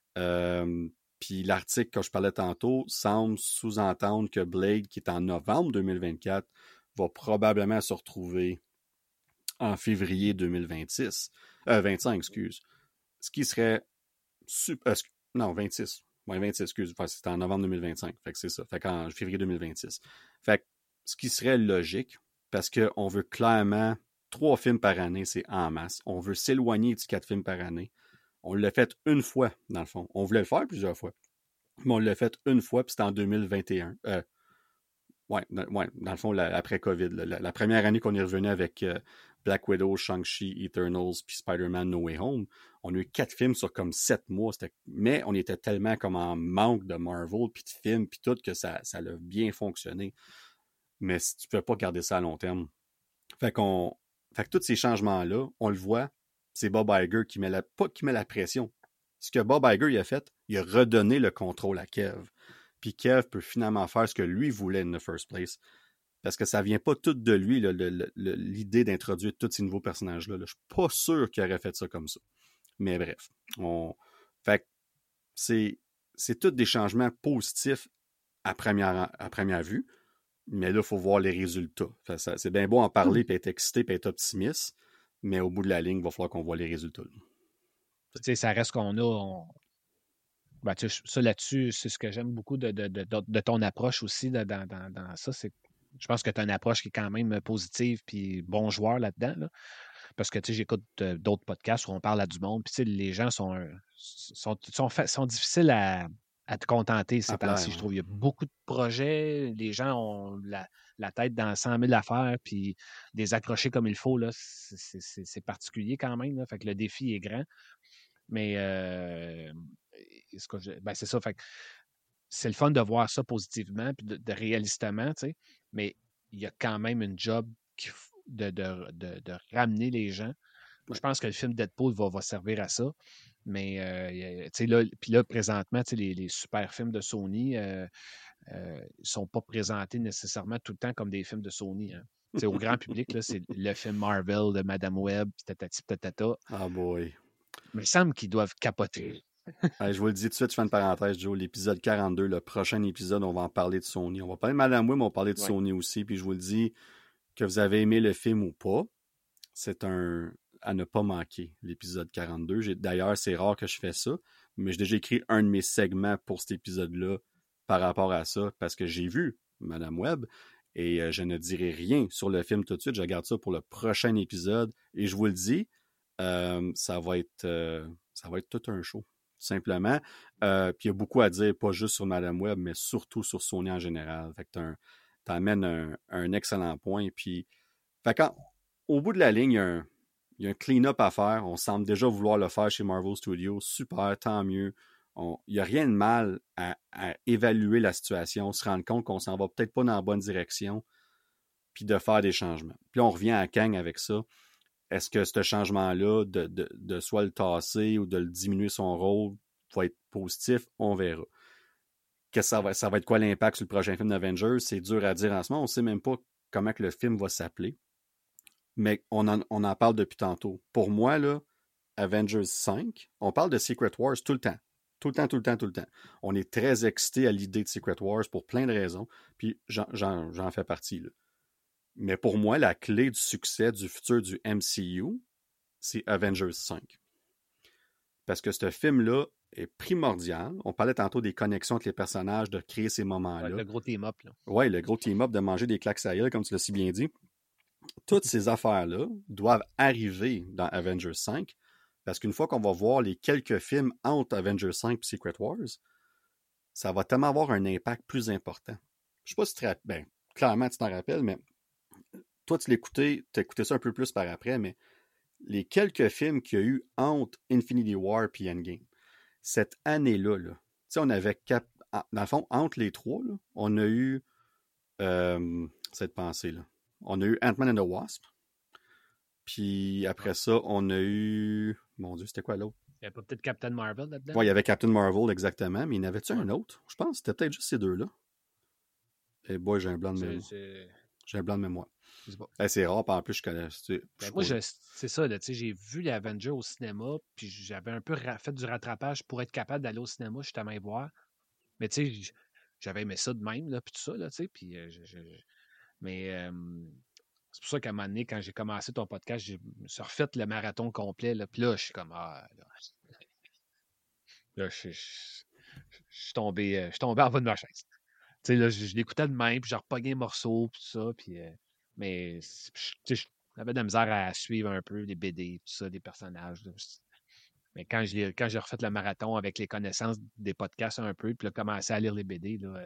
Speaker 1: Puis l'article que je parlais tantôt semble sous-entendre que Blade, qui est en novembre 2024, va probablement se retrouver en février 2026. 25, excuse. Ce qui serait... non, 26. Ouais, 26, excuse. Enfin, c'était en novembre 2025. Fait que c'est ça. Fait qu'en février 2026. Fait que ce qui serait logique, parce qu'on veut clairement 3 films par année, c'est en masse. On veut s'éloigner du 4 films par année. On l'a fait une fois, dans le fond. On voulait le faire plusieurs fois. Mais on l'a fait une fois, puis c'était en 2021. Ouais, dans le fond, après COVID. La première année qu'on est revenu avec Black Widow, Shang-Chi, Eternals, puis Spider-Man No Way Home, on a eu 4 films sur comme 7 mois. Mais on était tellement comme en manque de Marvel, puis de films, puis tout, que ça a bien fonctionné. Mais tu ne peux pas garder ça à long terme. Fait que tous ces changements-là, on le voit, c'est Bob Iger qui met la pression. Ce que Bob Iger il a fait, il a redonné le contrôle à Kev. Puis Kev peut finalement faire ce que lui voulait in the first place. Parce que ça vient pas tout de lui, l'idée d'introduire tous ces nouveaux personnages-là. Je suis pas sûr qu'il aurait fait ça comme ça. Mais bref. Fait que c'est tous des changements positifs à première vue. Mais là, il faut voir les résultats. C'est bien beau en parler, puis être excité, puis être optimiste. Mais au bout de la ligne, il va falloir qu'on voit les résultats.
Speaker 2: Ça reste qu'on a. Ben, ça là-dessus, c'est ce que j'aime beaucoup de ton approche aussi dans ça. Je pense que tu as une approche qui est quand même positive puis bon joueur là-dedans. Là. Parce que j'écoute d'autres podcasts où on parle à du monde. Puis les gens sont difficiles à te contenter ces temps-ci. Je trouve qu'il y a beaucoup de projets. Les gens ont la tête dans 100 000 affaires. Puis les accrocher comme il faut, là, c'est particulier quand même. Là. Fait que le défi est grand. Mais c'est ça. Fait que c'est le fun de voir ça positivement puis de réalistement, tu sais. Mais il y a quand même une job de ramener les gens. Ouais. Je pense que le film Deadpool va servir à ça. Mais tu sais, là, présentement, les super films de Sony ne sont pas présentés nécessairement tout le temps comme des films de Sony. Hein. Au grand public, là, c'est le film Marvel de Madame Web, tatati tatata.
Speaker 1: Ah boy.
Speaker 2: Mais il semble qu'ils doivent capoter.
Speaker 1: Je vous le dis tout de suite, je fais une parenthèse, Joe. L'épisode 42, le prochain épisode, on va en parler de Sony. On va parler de Madame Web, mais on va parler de Sony aussi. Puis je vous le dis, que vous avez aimé le film ou pas, c'est à ne pas manquer, l'épisode 42. D'ailleurs, c'est rare que je fais ça, mais j'ai déjà écrit un de mes segments pour cet épisode-là par rapport à ça, parce que j'ai vu Madame Web, et je ne dirai rien sur le film tout de suite. Je garde ça pour le prochain épisode, et je vous le dis, ça va être tout un show, tout simplement. Puis il y a beaucoup à dire, pas juste sur Madame Web, mais surtout sur Sony en général. Fait que t'amènes un excellent point. Puis, au bout de la ligne, il y a un clean-up à faire. On semble déjà vouloir le faire chez Marvel Studios. Super, tant mieux. Il n'y a rien de mal à évaluer la situation, se rendre compte qu'on s'en va peut-être pas dans la bonne direction, puis de faire des changements. Puis on revient à Kang avec ça. Est-ce que ce changement-là, de soit le tasser ou de le diminuer son rôle, va être positif? On verra. Ça va être quoi l'impact sur le prochain film d'Avengers? C'est dur à dire en ce moment. On ne sait même pas comment que le film va s'appeler. Mais on en parle depuis tantôt. Pour moi, là, Avengers 5, on parle de Secret Wars tout le temps. Tout le temps. On est très excité à l'idée de Secret Wars pour plein de raisons. Puis j'en fais partie. Là. Mais pour moi, la clé du succès du futur du MCU, c'est Avengers 5. Parce que ce film-là est primordial. On parlait tantôt des connexions entre les personnages, de créer ces moments-là.
Speaker 2: Ouais, le gros team-up.
Speaker 1: Oui, le gros team-up, de manger des claques à gueule, comme tu l'as si bien dit. Toutes ces affaires-là doivent arriver dans Avengers 5, parce qu'une fois qu'on va voir les quelques films entre Avengers 5 et Secret Wars, ça va tellement avoir un impact plus important. Je sais pas si tu te rappelles, ben, clairement tu t'en rappelles, mais toi tu l'écoutais, tu as écouté ça un peu plus par après, mais les quelques films qu'il y a eu entre Infinity War et Endgame, cette année-là, on avait dans le fond, entre les trois, là, on a eu cette pensée-là. On a eu Ant-Man and the Wasp. Puis après ça, on a eu... Mon Dieu, c'était quoi l'autre?
Speaker 2: Il y avait peut-être Captain Marvel là-dedans?
Speaker 1: Oui, il y avait Captain Marvel, exactement. Mais il y en avait-tu un autre? Je pense que c'était peut-être juste ces deux-là. Et boy, j'ai un blanc de mémoire. J'ai un blanc de mémoire.
Speaker 2: Je sais pas.
Speaker 1: C'est rare, puis en plus, je connais.
Speaker 2: Ben, moi, c'est ça, là, j'ai vu les Avengers au cinéma, puis j'avais un peu fait du rattrapage pour être capable d'aller au cinéma, justement, y voir. Mais tu sais, j'avais aimé ça de même, là, puis tout ça, là, tu sais, puis mais c'est pour ça qu'à un moment donné, quand j'ai commencé ton podcast, je me suis refait le marathon complet, là, puis là, je suis comme, là, je suis tombé en bas de ma chaise. Tu sais, là, je l'écoutais de même, puis j'ai repogné un morceau, puis tout ça, puis mais tu sais, j'avais de la misère à suivre un peu les BD, tout ça, les personnages, là. Mais quand j'ai refait le marathon avec les connaissances des podcasts un peu, puis là, commencé à lire les BD, là,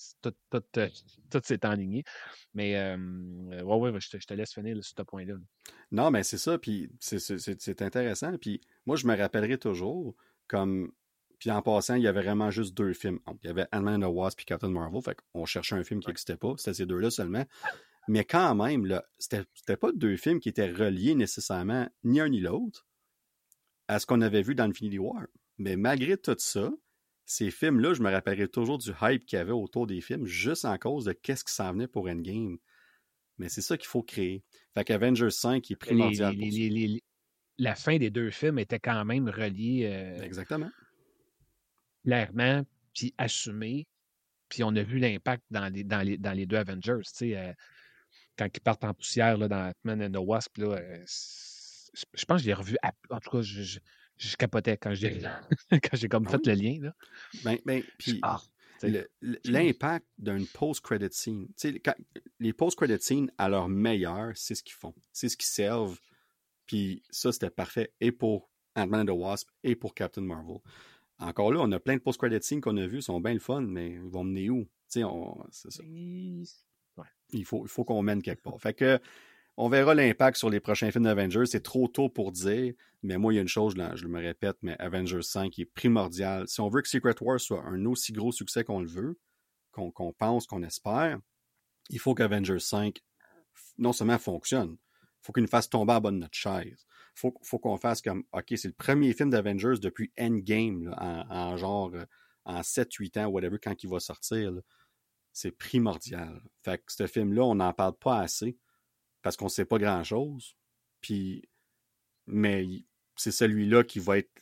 Speaker 2: tout s'est enligné. Mais ouais, je te laisse finir là, sur ce point-là.
Speaker 1: Non, mais c'est ça, puis c'est intéressant. Puis moi, je me rappellerai toujours comme. Puis en passant, il y avait vraiment juste 2 films. Donc, il y avait Ant-Man and the Wasp puis Captain Marvel. Fait qu'on cherchait un film qui
Speaker 2: Ouais.
Speaker 1: n'existait pas. C'était ces 2-là seulement. Mais quand même, là, c'était pas 2 films qui étaient reliés nécessairement, ni un ni l'autre, à ce qu'on avait vu dans Infinity War. Mais malgré tout ça, ces films-là, je me rappellerai toujours du hype qu'il y avait autour des films, juste en cause de qu'est-ce qui s'en venait pour Endgame. Mais c'est ça qu'il faut créer. Fait qu'Avengers 5 est primordial pour ça.
Speaker 2: La fin des 2 films était quand même reliée
Speaker 1: Exactement.
Speaker 2: clairement, puis assumée. Puis on a vu l'impact dans les 2 Avengers. Tu sais, quand ils partent en poussière là, dans Ant-Man and the Wasp, là, je pense que je l'ai revu. En tout cas, je capotais quand quand j'ai comme
Speaker 1: Ah
Speaker 2: fait
Speaker 1: oui.
Speaker 2: le lien. Là.
Speaker 1: Puis
Speaker 2: Tu sais.
Speaker 1: l'impact d'une post-credit scene. Les post-credit scenes, à leur meilleur, c'est ce qu'ils font. C'est ce qu'ils servent. Puis ça, c'était parfait. Et pour Ant-Man and the Wasp et pour Captain Marvel. Encore là, on a plein de post-credit scenes qu'on a vus, sont bien le fun, mais ils vont mener où? C'est ça.
Speaker 2: Ouais.
Speaker 1: Il faut qu'on mène quelque part. Fait que on verra l'impact sur les prochains films d'Avengers. C'est trop tôt pour dire, mais moi, il y a une chose, là, je me répète, mais Avengers 5 est primordial. Si on veut que Secret Wars soit un aussi gros succès qu'on le veut, qu'on pense, qu'on espère, il faut qu'Avengers 5 non seulement fonctionne, il faut qu'il nous fasse tomber en bas de notre chaise. Il faut qu'on fasse comme, OK, c'est le premier film d'Avengers depuis Endgame, là, en genre, en 7-8 ans, whatever, quand il va sortir. Là. C'est primordial. Fait que ce film-là, on n'en parle pas assez parce qu'on ne sait pas grand-chose. Puis, mais c'est celui-là qui va être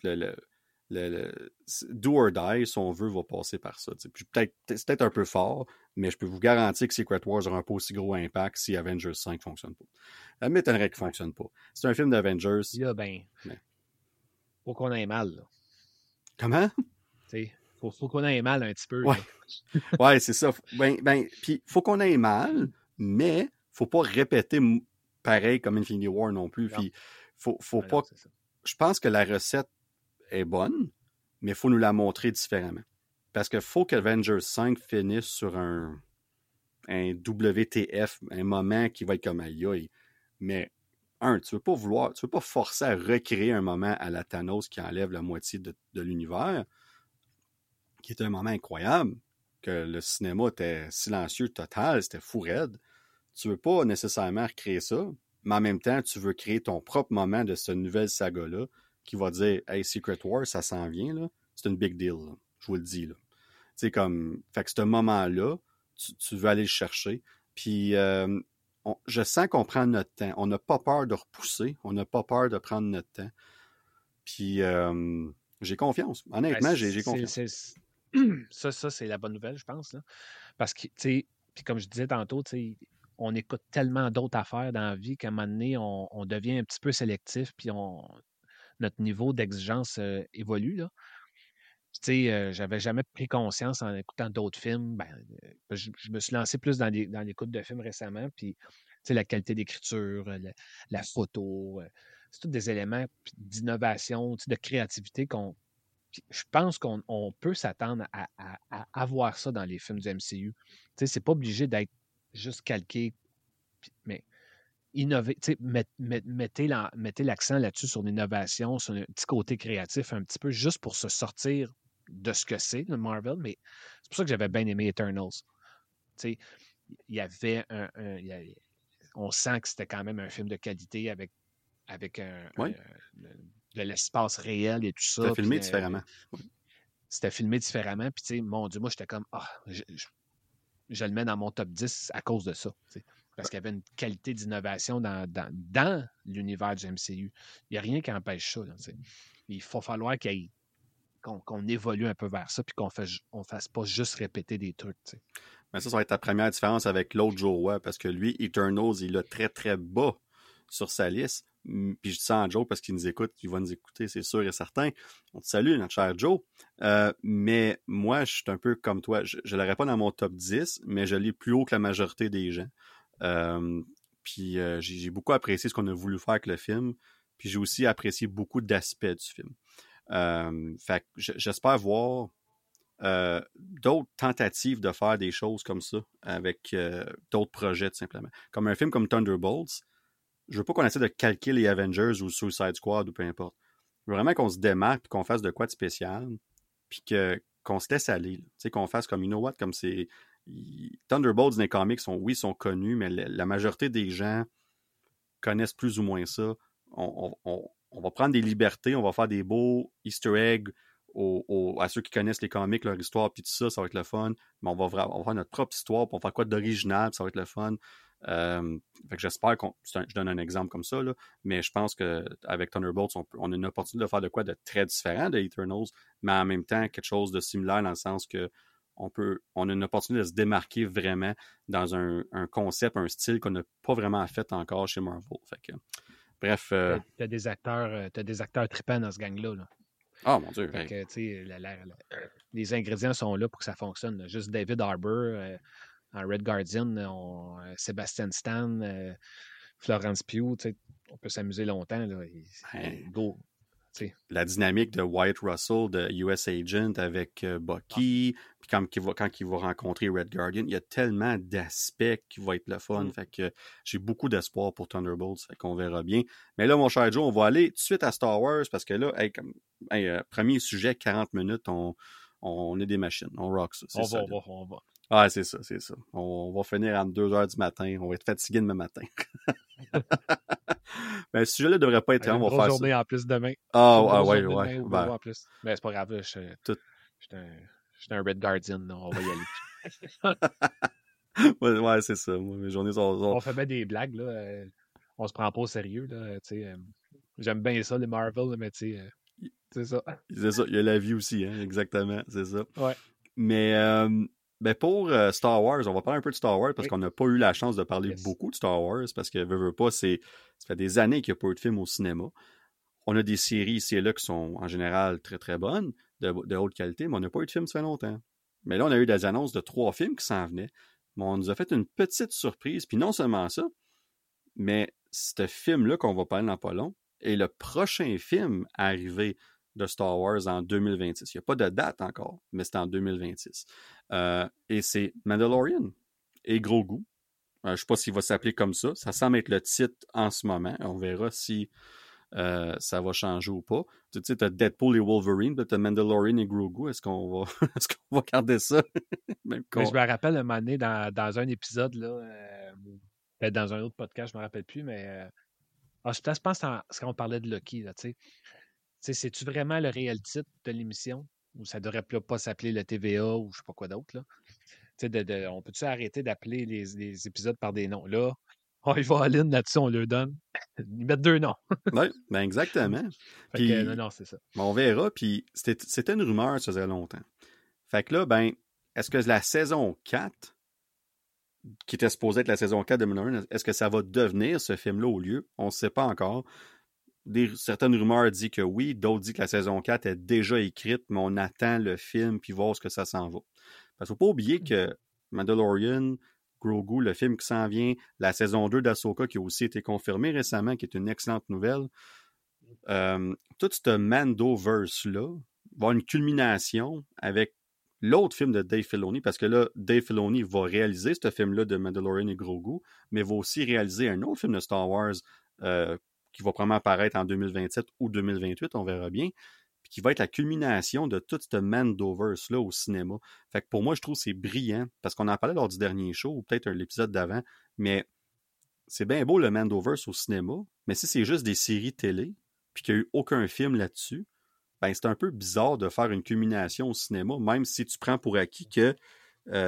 Speaker 1: le do or die, si on veut, va passer par ça. C'est peut-être un peu fort, mais je peux vous garantir que Secret Wars aura un pas aussi gros impact si Avengers 5 ne fonctionne pas. Ça m'étonnerait qu'il ne fonctionne pas. C'est un film d'Avengers.
Speaker 2: Là, ben, faut qu'on ait mal. Là.
Speaker 1: Comment?
Speaker 2: Faut qu'on ait mal un petit peu.
Speaker 1: Ouais, ouais, c'est ça. Puis faut qu'on ait mal, mais faut pas répéter pareil comme Infinity War non plus. Puis faut pas. Je pense que la recette est bonne, mais il faut nous la montrer différemment. Parce qu'il faut qu'Avengers 5 finisse sur un WTF, un moment qui va être comme aïe. Mais tu veux pas forcer à recréer un moment à la Thanos qui enlève la moitié de l'univers, qui est un moment incroyable, que le cinéma était silencieux total, c'était fou raide. Tu veux pas nécessairement recréer ça, mais en même temps, tu veux créer ton propre moment de cette nouvelle saga-là qui va dire « Hey, Secret Wars, ça s'en vient, là. C'est une big deal, là. Je vous le dis, là. » Tu sais, comme... Fait que ce moment-là, tu veux aller le chercher. Puis, je sens qu'on prend notre temps. On n'a pas peur de repousser. On n'a pas peur de prendre notre temps. Puis, j'ai confiance. Honnêtement, j'ai confiance.
Speaker 2: Ça, c'est la bonne nouvelle, je pense. Là. Parce que, tu sais, puis comme je disais tantôt, tu sais, on écoute tellement d'autres affaires dans la vie qu'à un moment donné, on devient un petit peu sélectif, puis notre niveau d'exigence évolue. Là. Tu sais, j'avais jamais pris conscience en écoutant d'autres films. Ben, je me suis lancé plus dans l'écoute de films récemment, puis tu sais, la qualité d'écriture, la photo, c'est tous des éléments d'innovation, tu sais, de créativité je pense qu'on peut s'attendre à avoir ça dans les films du MCU. Tu sais, c'est pas obligé d'être juste calqué, mais innover, tu sais, mettez l'accent là-dessus sur l'innovation, sur un petit côté créatif un petit peu, juste pour se sortir de ce que c'est, le Marvel, mais c'est pour ça que j'avais bien aimé Eternals. Tu sais, il y avait on sent que c'était quand même un film de qualité avec de l'espace réel et tout ça.
Speaker 1: C'était filmé différemment.
Speaker 2: C'était filmé différemment. Puis, tu sais, mon Dieu, moi, j'étais comme, je le mets dans mon top 10 à cause de ça. Parce qu'il y avait une qualité d'innovation dans l'univers du MCU. Il n'y a rien qui empêche ça. Là, il faut falloir qu'on évolue un peu vers ça puis qu'on fasse pas juste répéter des trucs. T'sais.
Speaker 1: Mais ça va être ta première différence avec l'autre Joe Watt, parce que lui, Eternals, il l'a très, très bas sur sa liste. Puis je dis ça à Joe parce qu'il nous écoute, il va nous écouter, c'est sûr et certain. On te salue, notre cher Joe. Mais moi, je suis un peu comme toi. Je ne l'aurais pas dans mon top 10, mais je l'ai plus haut que la majorité des gens. Puis j'ai beaucoup apprécié ce qu'on a voulu faire avec le film. Puis j'ai aussi apprécié beaucoup d'aspects du film. Fait que j'espère voir d'autres tentatives de faire des choses comme ça avec d'autres projets, tout simplement. Comme un film comme Thunderbolts, je veux pas qu'on essaie de calquer les Avengers ou Suicide Squad ou peu importe. Je veux vraiment qu'on se démarque et qu'on fasse de quoi de spécial, puis qu'on se laisse aller. Tu sais, qu'on fasse comme, you know what, comme c'est... Thunderbolts dans les comics sont connus, mais la majorité des gens connaissent plus ou moins ça. On va prendre des libertés, on va faire des beaux Easter eggs à ceux qui connaissent les comics, leur histoire, puis tout ça, ça va être le fun. Mais on va faire notre propre histoire, puis on va faire quoi d'original, puis ça va être le fun. Fait que j'espère je donne un exemple comme ça, là, mais je pense qu'avec Thunderbolts, on a une opportunité de faire de quoi de très différent de Eternals, mais en même temps, quelque chose de similaire dans le sens que on a une opportunité de se démarquer vraiment dans un concept, un style qu'on n'a pas vraiment fait encore chez Marvel. Fait que, bref.
Speaker 2: T'as des acteurs trippants dans ce gang-là. Là.
Speaker 1: Oh mon Dieu.
Speaker 2: Fait que, les ingrédients sont là pour que ça fonctionne. Là. Juste David Harbour en Red Guardian, Sebastian Stan, Florence Pugh, on peut s'amuser longtemps. Là. Go.
Speaker 1: La dynamique de Wyatt Russell, de US Agent avec Bucky, puis quand il va rencontrer Red Guardian, il y a tellement d'aspects qui vont être le fun. Fait que j'ai beaucoup d'espoir pour Thunderbolts, fait qu'on verra bien. Mais là, mon cher Joe, on va aller tout de suite à Star Wars, parce que là, premier sujet, 40 minutes, on est des machines, on rock ça.
Speaker 2: On va.
Speaker 1: Ah, c'est ça. On va finir à 2h du matin, on va être fatigué demain matin. Ben, ce sujet-là devrait pas être
Speaker 2: une grosse journée en plus demain.
Speaker 1: Ouais.
Speaker 2: En plus. Mais c'est pas grave, je suis un Red Guardian, là, on va y
Speaker 1: aller. ouais, c'est ça. Moi, mes journées sont...
Speaker 2: On fait bien des blagues, là. On se prend pas au sérieux, là. J'aime bien ça, les Marvel, mais c'est ça.
Speaker 1: C'est ça, il y a la vie aussi, hein, exactement, c'est ça.
Speaker 2: Ouais.
Speaker 1: Mais pour Star Wars, on va parler un peu de Star Wars parce qu'on n'a pas eu la chance de parler beaucoup de Star Wars parce que veux pas, ça fait des années qu'il n'y a pas eu de film au cinéma. On a des séries ici et là qui sont en général très très bonnes, de haute qualité, mais on n'a pas eu de film ça fait longtemps. Mais là, on a eu des annonces de 3 films qui s'en venaient. Mais on nous a fait une petite surprise, puis non seulement ça, mais ce film-là qu'on va parler dans pas long est le prochain film à arriver de Star Wars en 2026. Il n'y a pas de date encore, mais c'est en 2026. Et c'est Mandalorian et Grogu. Je ne sais pas s'il va s'appeler comme ça. Ça semble être le titre en ce moment. On verra si ça va changer ou pas. Tu sais, tu as Deadpool et Wolverine, tu as Mandalorian et Grogu. Est-ce qu'on va garder ça?
Speaker 2: Mais je me rappelle un moment donné dans un épisode, là, peut-être dans un autre podcast, je ne me rappelle plus, mais je pense qu'on parlait de Loki, là, tu sais. C'est-tu vraiment le réel titre de l'émission? Ou ça devrait pas s'appeler le TVA ou je sais pas quoi d'autre, là? On peut-tu arrêter d'appeler les épisodes par des noms? Là, on y va à ligne là-dessus, on leur donne. Ils mettent 2 noms.
Speaker 1: Oui, ben exactement.
Speaker 2: Puis, non, c'est ça.
Speaker 1: On verra, puis c'était une rumeur, ça faisait longtemps. Fait que là, est-ce que la saison 4, qui était supposée être la saison 4 de Mandalorian, est-ce que ça va devenir ce film-là au lieu? On ne sait pas encore. Certaines rumeurs disent que oui, d'autres disent que la saison 4 est déjà écrite, mais on attend le film puis voir ce que ça s'en va. Parce qu'il ne faut pas oublier que Mandalorian, Grogu, le film qui s'en vient, la saison 2 d'Ahsoka qui a aussi été confirmée récemment, qui est une excellente nouvelle, tout ce Mandoverse-là va avoir une culmination avec l'autre film de Dave Filoni, parce que là, Dave Filoni va réaliser ce film-là de Mandalorian et Grogu, mais va aussi réaliser un autre film de Star Wars qui va probablement apparaître en 2027 ou 2028, on verra bien, puis qui va être la culmination de tout ce Mandoverse-là au cinéma. Fait que pour moi, je trouve que c'est brillant, parce qu'on en parlait lors du dernier show, ou peut-être l'épisode d'avant, mais c'est bien beau le Mandoverse au cinéma, mais si c'est juste des séries télé, puis qu'il n'y a eu aucun film là-dessus, ben c'est un peu bizarre de faire une culmination au cinéma, même si tu prends pour acquis que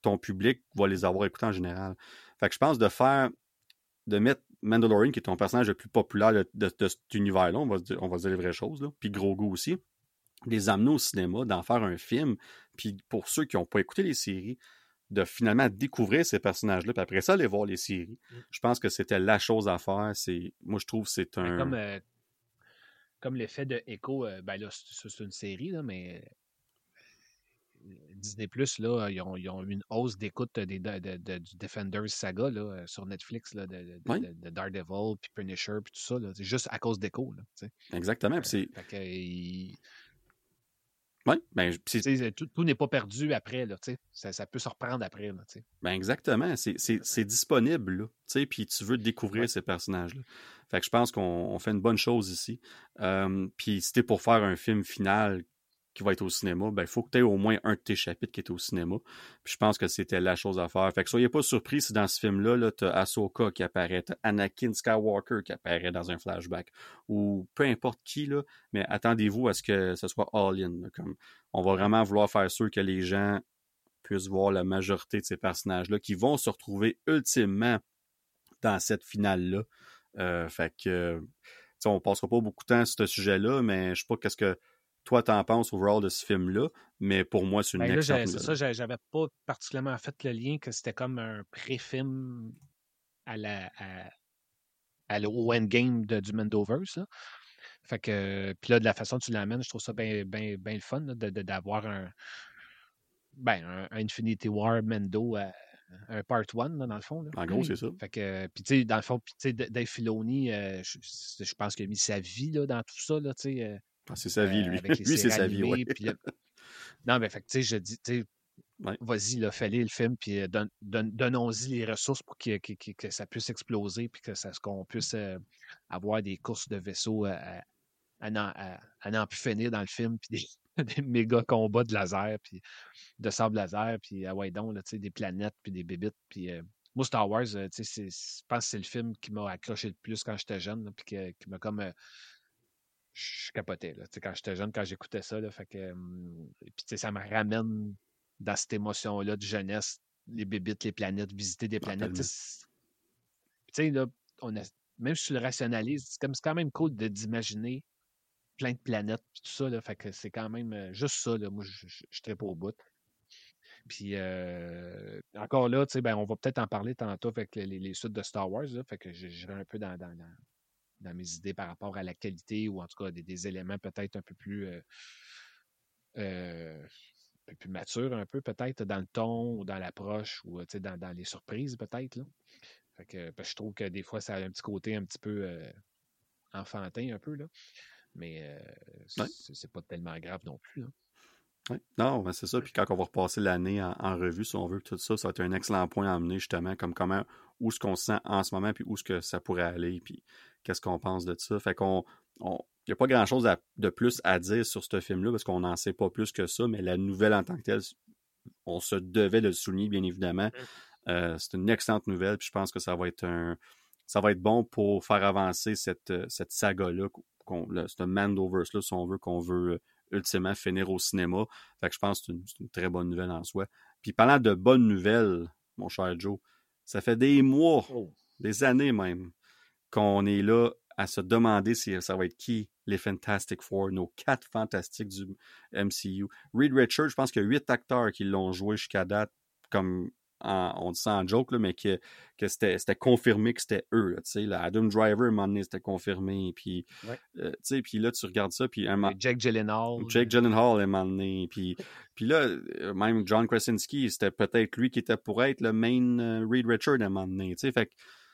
Speaker 1: ton public va les avoir écoutés en général. Fait que je pense de mettre Mandalorian, qui est ton personnage le plus populaire de cet univers-là, on va se dire les vraies choses, là, puis Grogu aussi, les amener au cinéma, d'en faire un film, puis pour ceux qui n'ont pas écouté les séries, de finalement découvrir ces personnages-là, puis après ça, aller voir les séries. Je pense que c'était la chose à faire. Moi, je trouve que c'est un...
Speaker 2: Comme l'effet de Echo, ben là, c'est une série, là, mais Disney+, là, ils ont eu une hausse d'écoute du Defenders saga là, sur Netflix, là, de Daredevil, puis Punisher, puis tout ça. Là. C'est juste à cause d'Echo.
Speaker 1: Exactement.
Speaker 2: Fait que,
Speaker 1: oui, ben,
Speaker 2: tout n'est pas perdu après. Là, ça peut se reprendre après. Là,
Speaker 1: ben exactement. C'est disponible. Puis tu veux découvrir ces personnages-là. Fait que je pense qu'on fait une bonne chose ici. Puis si t'es pour faire un film final qui va être au cinéma, ben il faut que tu aies au moins un de tes chapitres qui est au cinéma. Puis je pense que c'était la chose à faire. Fait que soyez pas surpris si dans ce film-là, là, t'as Ahsoka qui apparaît, t'as Anakin Skywalker qui apparaît dans un flashback, ou peu importe qui, là, mais attendez-vous à ce que ce soit all-in. Comme on va vraiment vouloir faire sûr que les gens puissent voir la majorité de ces personnages-là qui vont se retrouver ultimement dans cette finale-là. Fait que on passera pas beaucoup de temps sur ce sujet-là, mais je sais pas qu'est-ce que toi t'en penses overall de ce film-là, mais pour moi, c'est une excellente nouvelle.
Speaker 2: C'est ça, j'avais pas particulièrement fait le lien que c'était comme un pré-film au endgame du Mandoverse. Là. Fait que, puis là, de la façon que tu l'amènes, je trouve ça bien le fun là, d'avoir un Infinity War Mando, un Part 1, dans le fond. Là.
Speaker 1: En gros, c'est ça.
Speaker 2: Fait que, puis tu sais, dans le fond, Dave Filoni, je pense qu'il a mis sa vie là, dans tout ça, là, tu sais.
Speaker 1: C'est sa vie, lui.
Speaker 2: Avec les
Speaker 1: lui, c'est
Speaker 2: séries
Speaker 1: sa vie,
Speaker 2: animées,
Speaker 1: oui.
Speaker 2: puis non, mais fait que, tu sais, je dis, tu sais, vas-y, là, fais-le le film, puis donnons-y les ressources pour que ça puisse exploser, puis qu'on puisse avoir des courses de vaisseaux à n'en plus finir dans le film, puis des méga combats de laser, puis de sable laser, puis ouais donc, là, des planètes, puis des bébites, puis moi, Star Wars, je pense que c'est le film qui m'a accroché le plus quand j'étais jeune, là, puis qui m'a comme... je capotais, là, quand j'étais jeune, quand j'écoutais ça, là, fait que... puis ça me ramène dans cette émotion-là de jeunesse, les bébites, les planètes, visiter des planètes, tu sais, là, même si tu le rationalises, c'est quand même cool d'imaginer plein de planètes puis tout ça, là, fait que c'est quand même juste ça, là, moi, je trippe au bout. Puis encore là, tu sais, ben, on va peut-être en parler tantôt avec les suites de Star Wars, là, fait que je vais un peu dans mes idées par rapport à la qualité ou en tout cas des éléments peut-être un peu plus matures, un peu peut-être dans le ton ou dans l'approche ou dans les surprises peut-être. Là. Fait que, parce que je trouve que des fois, ça a un petit côté un petit peu enfantin un peu, là. Mais c'est pas tellement grave non plus. Là.
Speaker 1: Oui. Non, ben c'est ça. Puis quand on va repasser l'année en revue, si on veut, tout ça, ça va être un excellent point à amener justement, comme où est-ce qu'on se sent en ce moment, puis où est-ce que ça pourrait aller, puis qu'est-ce qu'on pense de ça. Fait qu'on il n'y a pas grand-chose de plus à dire sur ce film-là, parce qu'on n'en sait pas plus que ça, mais la nouvelle en tant que telle, on se devait de le souligner, bien évidemment. C'est une excellente nouvelle, puis je pense que ça va être bon pour faire avancer cette saga-là, ce Mandoverse-là, si on veut, qu'on veut ultimement finir au cinéma. Fait que je pense que c'est une très bonne nouvelle en soi. Puis parlant de bonnes nouvelles, mon cher Joe, ça fait des mois, des années même, qu'on est là à se demander si ça va être qui les Fantastic Four, nos 4 fantastiques du MCU. Reed Richards, je pense qu'il y a 8 acteurs qui l'ont joué jusqu'à date, comme on dit ça en joke, là, mais que c'était confirmé que c'était eux. Là, Adam Driver, à un moment donné, c'était confirmé. Puis, puis là, tu regardes ça. Puis
Speaker 2: Jake Gyllenhaal.
Speaker 1: Jake Gyllenhaal, à un moment donné. Puis là, même John Krasinski, c'était peut-être lui qui était pour être le main Reed Richards, à un moment donné. Fait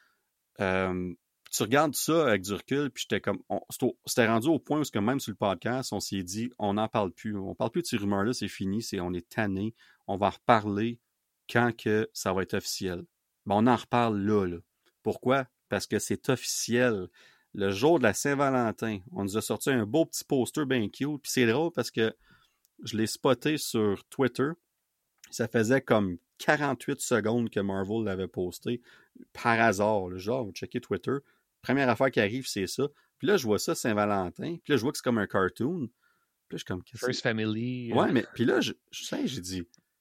Speaker 1: que tu regardes ça avec du recul, puis j'étais comme... C'était rendu au point où même sur le podcast, on s'est dit, on n'en parle plus. On parle plus de ces rumeurs-là, c'est fini, on est tanné. On va en reparler quand que ça va être officiel. Ben, on en reparle là. Pourquoi? Parce que c'est officiel. Le jour de la Saint-Valentin, on nous a sorti un beau petit poster bien cute, puis c'est drôle parce que je l'ai spoté sur Twitter. Ça faisait comme 48 secondes que Marvel l'avait posté par hasard. Genre, vous checkez Twitter. Première affaire qui arrive, c'est ça. Puis là, je vois ça Saint-Valentin. Puis là, je vois que c'est comme un cartoon. Puis là, je suis comme...
Speaker 2: First Family.
Speaker 1: Ouais, mais puis là, j'ai dit...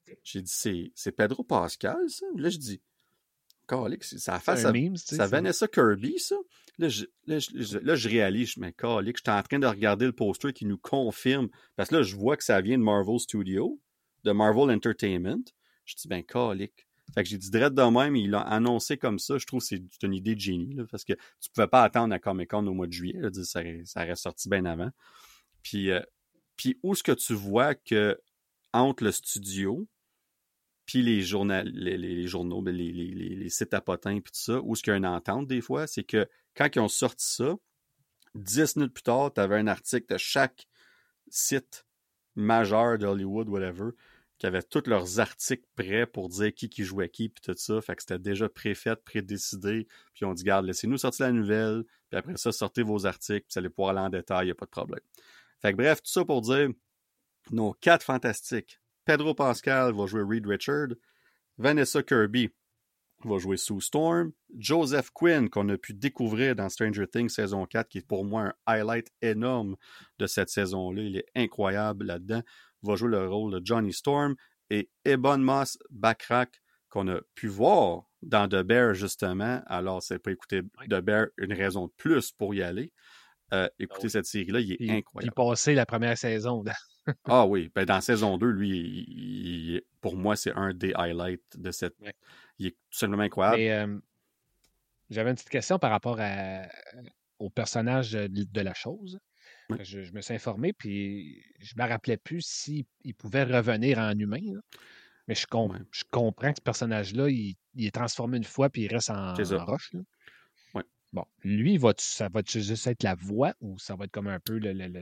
Speaker 1: J'ai dit, c'est Pedro Pascal, ça? Là, je dis, calique, ça
Speaker 2: C'est
Speaker 1: face
Speaker 2: un
Speaker 1: à,
Speaker 2: meme, tu sais.
Speaker 1: ça Vanessa Kirby, ça? Là, je réalise, mais calique, j'étais en train de regarder le poster qui nous confirme, parce que là, je vois que ça vient de Marvel Studios, de Marvel Entertainment. Je dis, ben, calique. Fait que j'ai dit, direct de même, il l'a annoncé comme ça. Je trouve que c'est une idée de génie, là, parce que tu pouvais pas attendre à Comic-Con au mois de juillet. Là, ça aurait sorti bien avant. Puis où est-ce que tu vois que entre le studio puis les journaux, les sites à potins puis tout ça, où est-ce qu'il y a une entente des fois, c'est que quand ils ont sorti ça, 10 minutes plus tard, tu avais un article de chaque site majeur d'Hollywood, whatever, qui avait tous leurs articles prêts pour dire qui jouait qui, puis tout ça. Fait que c'était déjà préfait, prédécidé. Puis on dit, garde, laissez-nous sortir la nouvelle, puis après ça, sortez vos articles, puis vous allez pouvoir aller en détail, il n'y a pas de problème. Fait que bref, tout ça pour dire, nos 4 fantastiques. Pedro Pascal va jouer Reed Richard. Vanessa Kirby va jouer Sue Storm. Joseph Quinn, qu'on a pu découvrir dans Stranger Things saison 4, qui est pour moi un highlight énorme de cette saison-là. Il est incroyable là-dedans. Va jouer le rôle de Johnny Storm. Et Ebon Moss-Backrack, qu'on a pu voir dans The Bear, justement. Alors, c'est pas écouter The Bear, une raison de plus pour y aller. Écoutez, cette série-là, il est incroyable.
Speaker 2: Puis passer la première saison.
Speaker 1: Ah oui, ben dans saison 2, lui, pour moi, c'est un des highlights de cette...
Speaker 2: Ouais.
Speaker 1: Il est tout simplement incroyable.
Speaker 2: Mais j'avais une petite question par rapport au personnage de la chose.
Speaker 1: Ouais.
Speaker 2: Je me suis informé, puis je me rappelais plus s'il pouvait revenir en humain. Là. Mais je comprends que ce personnage-là, il est transformé une fois, puis il reste en roche. Là.
Speaker 1: Ouais.
Speaker 2: Bon, lui, ça va juste être la voix ou ça va être comme un peu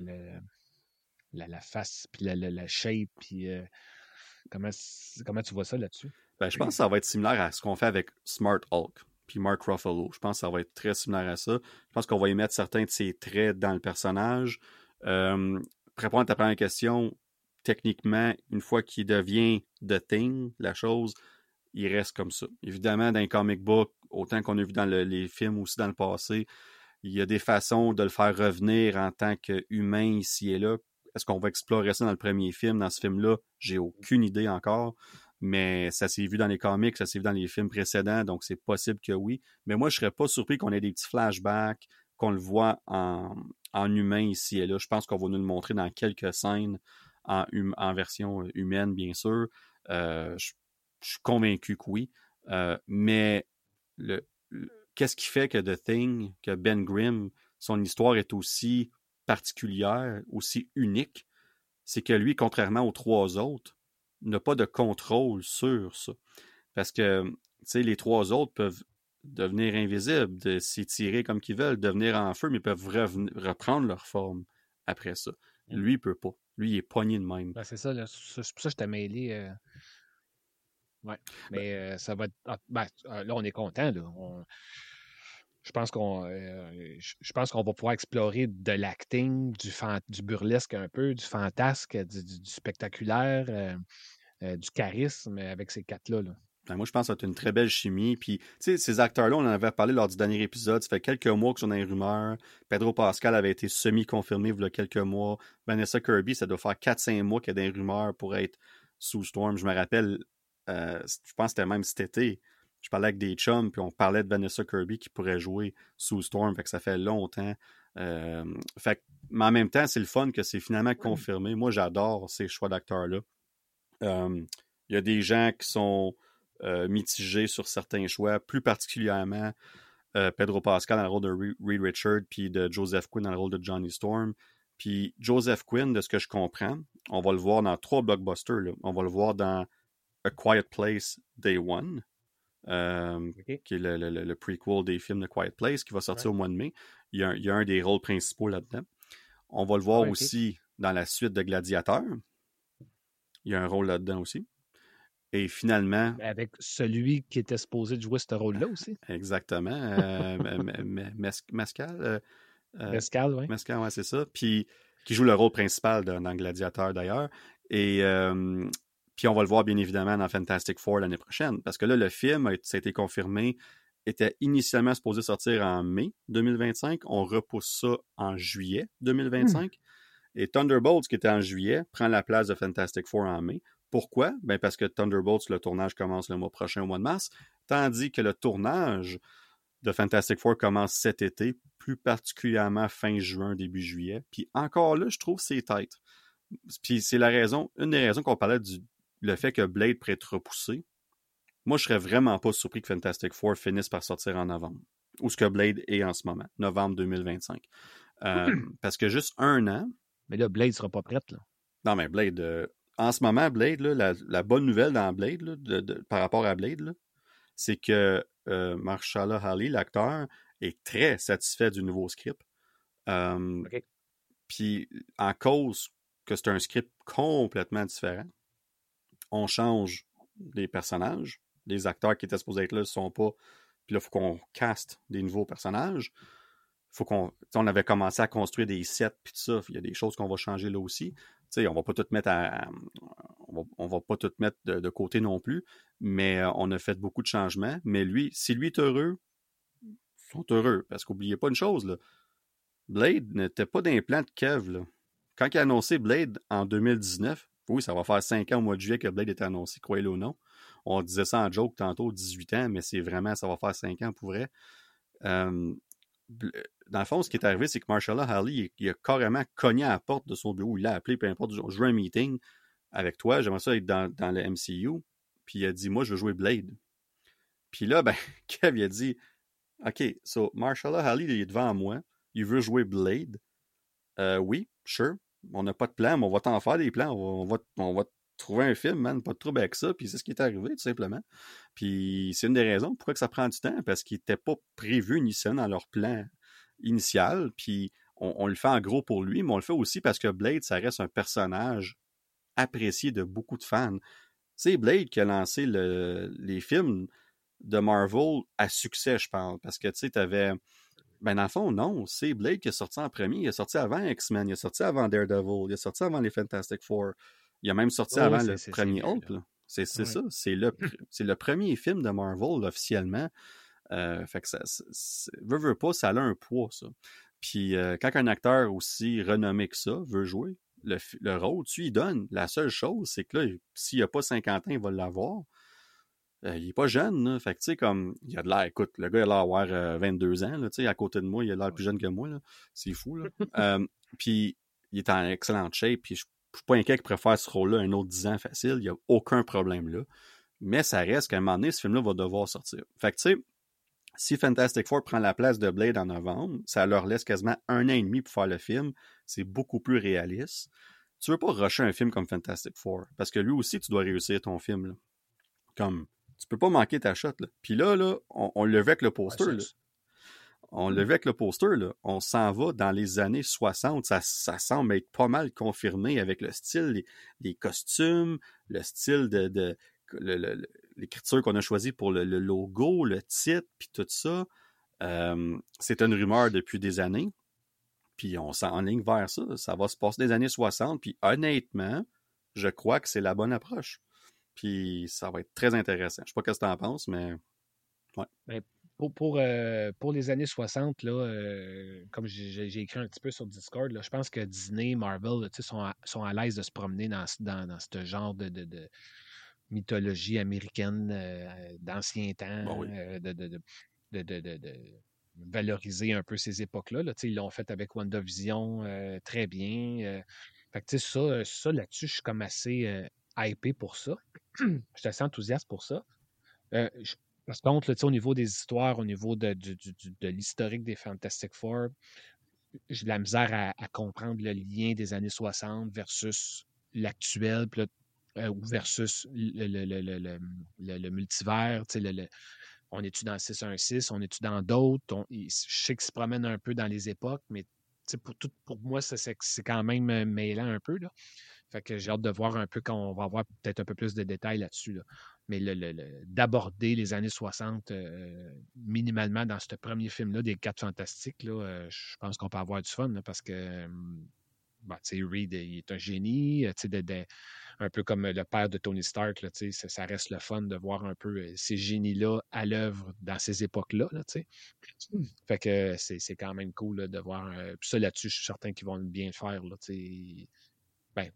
Speaker 2: la face, puis la shape, puis comment tu vois ça là-dessus?
Speaker 1: Ben, je pense que ça va être similaire à ce qu'on fait avec Smart Hulk puis Mark Ruffalo. Je pense que ça va être très similaire à ça. Je pense qu'on va y mettre certains de ses traits dans le personnage. Pour répondre à ta première question, techniquement, une fois qu'il devient The Thing, la chose, il reste comme ça. Évidemment, dans les comic books, autant qu'on a vu dans les films aussi dans le passé, il y a des façons de le faire revenir en tant qu'humain ici et là. Est-ce qu'on va explorer ça dans le premier film? Dans ce film-là, j'ai aucune idée encore. Mais ça s'est vu dans les comics, ça s'est vu dans les films précédents, donc c'est possible que oui. Mais moi, je serais pas surpris qu'on ait des petits flashbacks, qu'on le voit en humain ici et là. Je pense qu'on va nous le montrer dans quelques scènes en version humaine, bien sûr. Je suis convaincu que oui. Mais qu'est-ce qui fait que The Thing, que Ben Grimm, son histoire est aussi particulière, aussi unique, c'est que lui, contrairement aux 3 autres, n'a pas de contrôle sur ça. Parce que, tu sais, les 3 autres peuvent devenir invisibles, s'étirer comme qu'ils veulent, devenir en feu, mais peuvent reprendre leur forme après ça. Lui, il peut pas. Lui, il est pogné de même.
Speaker 2: Ben, c'est ça, là. C'est pour ça que je t'ai mêlé. Ouais. Mais ça va être. Là, on est content, là. Je pense qu'on va pouvoir explorer de l'acting, du burlesque un peu, du fantasque, du spectaculaire, du charisme avec ces 4-là. Là.
Speaker 1: Ben, moi, je pense que c'est une très belle chimie. Puis, tu sais, ces acteurs-là, on en avait parlé lors du dernier épisode. Ça fait quelques mois qu'ils sont dans les rumeurs. Pedro Pascal avait été semi-confirmé il y a quelques mois. Vanessa Kirby, ça doit faire 4-5 mois qu'il y a des rumeurs pour être sous Storm. Je me rappelle, je pense que c'était même cet été. Je parlais avec des chums, puis on parlait de Vanessa Kirby qui pourrait jouer sous Storm. Fait que ça fait longtemps. Mais en même temps, c'est le fun que c'est finalement confirmé. Moi, j'adore ces choix d'acteurs-là. Il y a des gens qui sont mitigés sur certains choix, plus particulièrement Pedro Pascal dans le rôle de Reed Richard, puis de Joseph Quinn dans le rôle de Johnny Storm. Puis Joseph Quinn, de ce que je comprends, on va le voir dans 3 blockbusters. Là. On va le voir dans A Quiet Place Day One, qui est le prequel des films de Quiet Place, qui va sortir au mois de mai. Il y a un des rôles principaux là-dedans. On va le voir aussi dans la suite de Gladiateur. Il y a un rôle là-dedans aussi. Et finalement...
Speaker 2: Avec celui qui était supposé de jouer ce rôle-là aussi.
Speaker 1: Exactement. Mescal.
Speaker 2: Mescal, oui.
Speaker 1: Mescal, ouais, c'est ça. Puis, qui joue le rôle principal dans Gladiateur, d'ailleurs. Et puis, on va le voir, bien évidemment, dans Fantastic Four l'année prochaine. Parce que là, le film, ça a été confirmé, était initialement supposé sortir en mai 2025. On repousse ça en juillet 2025. Et Thunderbolts, qui était en juillet, prend la place de Fantastic Four en mai. Pourquoi? Ben parce que Thunderbolts, le tournage commence le mois prochain, au mois de mars, tandis que le tournage de Fantastic Four commence cet été, plus particulièrement fin juin, début juillet. Puis encore là, je trouve c'est tête. Puis c'est une des raisons qu'on parlait le fait que Blade pourrait être repoussé. Moi, je serais vraiment pas surpris que Fantastic Four finisse par sortir en novembre. Ou ce que Blade est en ce moment, novembre 2025. Parce que juste un an.
Speaker 2: Mais là, Blade sera pas prête, là.
Speaker 1: Non, mais Blade, en ce moment, Blade, là, la bonne nouvelle dans Blade, là, par rapport à Blade, là, c'est que Mahershala Ali, l'acteur, est très satisfait du nouveau script.
Speaker 2: OK.
Speaker 1: Puis, en cause que c'est un script complètement différent, on change des personnages. Les acteurs qui étaient supposés être là ne sont pas. Puis là, il faut qu'on caste des nouveaux personnages. On avait commencé à construire des sets puis tout ça. Il y a des choses qu'on va changer là aussi. On va pas tout mettre on va pas tout mettre de côté non plus, mais on a fait beaucoup de changements. Mais lui, si lui est heureux, ils sont heureux. Parce qu'oubliez pas une chose, là, Blade n'était pas d'implant de Kev. Là. Quand il a annoncé Blade en 2019, oui, ça va faire 5 ans au mois de juillet que Blade est annoncé, croyez-le ou non. On disait ça en joke tantôt, 18 ans, mais c'est vraiment, ça va faire 5 ans pour vrai. Dans le fond, ce qui est arrivé, c'est que Mahershala Ali, il a carrément cogné à la porte de son bureau. Il l'a appelé, peu importe, je veux un meeting avec toi, j'aimerais ça être dans le MCU. Puis il a dit, moi, je veux jouer Blade. Puis là, ben, Kev, il a dit, OK, so Mahershala Ali, il est devant moi, il veut jouer Blade. Oui, sure, on n'a pas de plan, mais on va t'en faire des plans, on va trouver un film, man, pas de trouble avec ça, puis c'est ce qui est arrivé, tout simplement. Puis c'est une des raisons pourquoi que ça prend du temps, parce qu'il n'était pas prévu ni ça dans leur plan initial, puis on le fait en gros pour lui, mais on le fait aussi parce que Blade, ça reste un personnage apprécié de beaucoup de fans. C'est Blade qui a lancé les films de Marvel à succès, je pense, parce que tu sais, t'avais... Ben, dans le fond, non. C'est Blade qui est sorti en premier. Il est sorti avant X-Men, il est sorti avant Daredevil, il est sorti avant les Fantastic Four. Il a même sorti avant le premier Hulk. C'est ça. C'est le premier film de Marvel, là, officiellement. Fait que ça, veut pas, ça a un poids, ça. Puis quand un acteur aussi renommé que ça veut jouer le rôle, tu lui donnes. La seule chose, c'est que là, s'il n'a pas 50 ans, il va l'avoir. Il est pas jeune, là. Fait que, tu sais, comme, il a de l'air, écoute, le gars, il a l'air d'avoir 22 ans, là, tu sais, à côté de moi, il a l'air plus jeune que moi, là. C'est fou, là. Puis, il est en excellente shape, puis je suis pas inquiet qu'il préfère ce rôle-là un autre 10 ans facile, il y a aucun problème là. Mais ça reste qu'à un moment donné, ce film-là va devoir sortir. Fait que, tu sais, si Fantastic Four prend la place de Blade en novembre, ça leur laisse quasiment 1 an et demi pour faire le film. C'est beaucoup plus réaliste. Tu veux pas rusher un film comme Fantastic Four, parce que lui aussi, tu dois réussir ton film, là. Comme, tu peux pas manquer ta shot, là. Puis là, on le voit avec le poster, là. On le voit avec le poster, là. On s'en va dans les années 60. Ça semble être pas mal confirmé avec le style, les costumes, le style l'écriture qu'on a choisie pour le logo, le titre, puis tout ça. C'est une rumeur depuis des années. Puis on s'enligne vers ça. Ça va se passer des années 60. Puis honnêtement, je crois que c'est la bonne approche. Puis ça va être très intéressant. Je sais pas ce que tu en penses, mais ouais.
Speaker 2: Ben, pour les années 60, là, comme j'ai écrit un petit peu sur Discord, là, je pense que Disney, Marvel, là, sont à l'aise de se promener dans ce genre de mythologie américaine d'ancien temps,
Speaker 1: Bon, oui.
Speaker 2: de valoriser un peu ces époques-là. Là. Ils l'ont fait avec WandaVision très bien. Fait que, ça là-dessus, je suis comme assez hypé pour ça. Je suis assez enthousiaste pour ça. Par contre, là, au niveau des histoires, au niveau de l'historique des Fantastic Four, j'ai de la misère à comprendre le lien des années 60 versus l'actuel, ou versus le multivers. On est-tu dans 616, on est-tu dans d'autres? Je sais qu'ils se promènent un peu dans les époques, mais pour moi, c'est quand même mêlant un peu. Là. Fait que j'ai hâte de voir un peu quand on va avoir peut-être un peu plus de détails là-dessus. Là. Mais d'aborder les années 60 minimalement dans ce premier film-là, des 4 Fantastiques, là, je pense qu'on peut avoir du fun là, parce que Reed, il est un génie, un peu comme le père de Tony Stark, là, ça reste le fun de voir un peu ces génies-là à l'œuvre dans ces époques-là. Là, fait que c'est quand même cool là, de voir. Puis ça, là-dessus, je suis certain qu'ils vont bien le faire. Là, ben,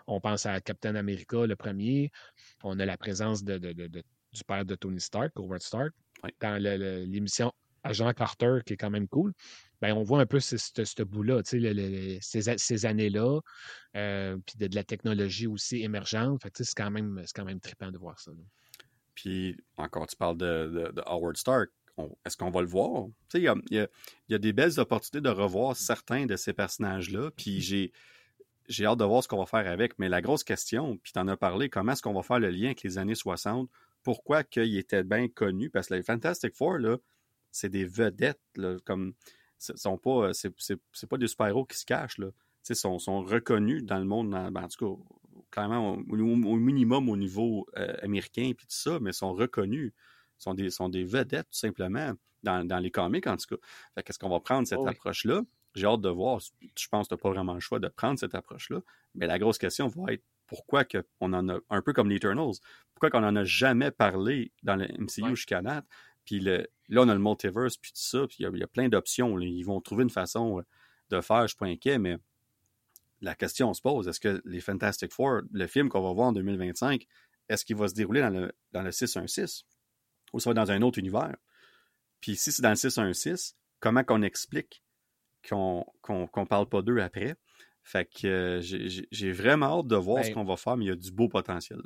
Speaker 2: On pense à Captain America, le premier. On a la présence du père de Tony Stark, Howard Stark,
Speaker 1: Oui.
Speaker 2: dans l'émission Agent Carter, qui est quand même cool. Ben, on voit un peu ce bout-là, ces années-là, puis de la technologie aussi émergente. Fait que, c'est quand même trippant de voir ça. Là.
Speaker 1: Puis, encore, tu parles de Howard Stark. Est-ce qu'on va le voir? Tu sais, il y a des belles opportunités de revoir certains de ces personnages-là. Puis, j'ai hâte de voir ce qu'on va faire avec. Mais la grosse question, puis tu en as parlé, comment est-ce qu'on va faire le lien avec les années 60? Pourquoi qu'ils étaient bien connus? Parce que les Fantastic Four, là, c'est des vedettes, là, comme sont pas, c'est pas des super-héros qui se cachent, là. Sont reconnus dans le monde, en tout cas, clairement, au minimum au niveau américain, puis tout ça, mais sont reconnus. Sont des vedettes, tout simplement, dans les comics, en tout cas. Fait qu'est-ce qu'on va prendre cette approche-là? J'ai hâte de voir. Je pense que tu n'as pas vraiment le choix de prendre cette approche-là. Mais la grosse question va être pourquoi on en a, un peu comme les Eternals, pourquoi qu'on n'en a jamais parlé dans le MCU jusqu'à date. Puis là, on a le multiverse, puis tout ça, puis il y a plein d'options. Là. Ils vont trouver une façon de faire, je ne suis pas inquiet, mais la question se pose, est-ce que les Fantastic Four, le film qu'on va voir en 2025, est-ce qu'il va se dérouler dans le 616 ou ça va dans un autre univers? Puis si c'est dans le 616, comment qu'on explique qu'on parle pas d'eux après? Fait que j'ai vraiment hâte de voir ce qu'on va faire, mais il y a du beau potentiel.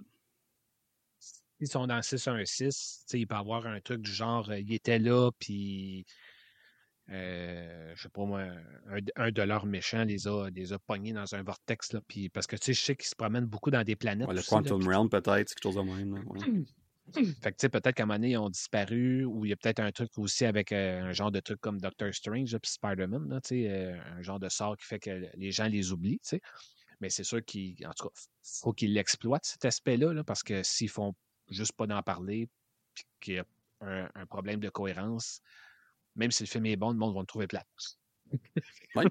Speaker 2: Ils sont dans 616, il peut y avoir un truc du genre, il était là, puis je sais pas moi, un de leurs méchants les a pognés dans un vortex, là, puis parce que je sais qu'ils se promènent beaucoup dans des planètes.
Speaker 1: Ouais, le
Speaker 2: aussi,
Speaker 1: Quantum
Speaker 2: là,
Speaker 1: Realm, peut-être, c'est quelque chose de même. Là, ouais.
Speaker 2: Fait que peut-être qu'à un moment donné, ils ont disparu, ou il y a peut-être un truc aussi avec un genre de truc comme Doctor Strange puis Spider-Man, là, un genre de sort qui fait que les gens les oublient. T'sais. Mais c'est sûr qu'en tout cas, faut qu'ils l'exploitent, cet aspect-là, là, parce que s'ils font juste pas d'en parler, puis qu'il y a un problème de cohérence, même si le film est bon, le monde va le trouver plate.
Speaker 1: Oui.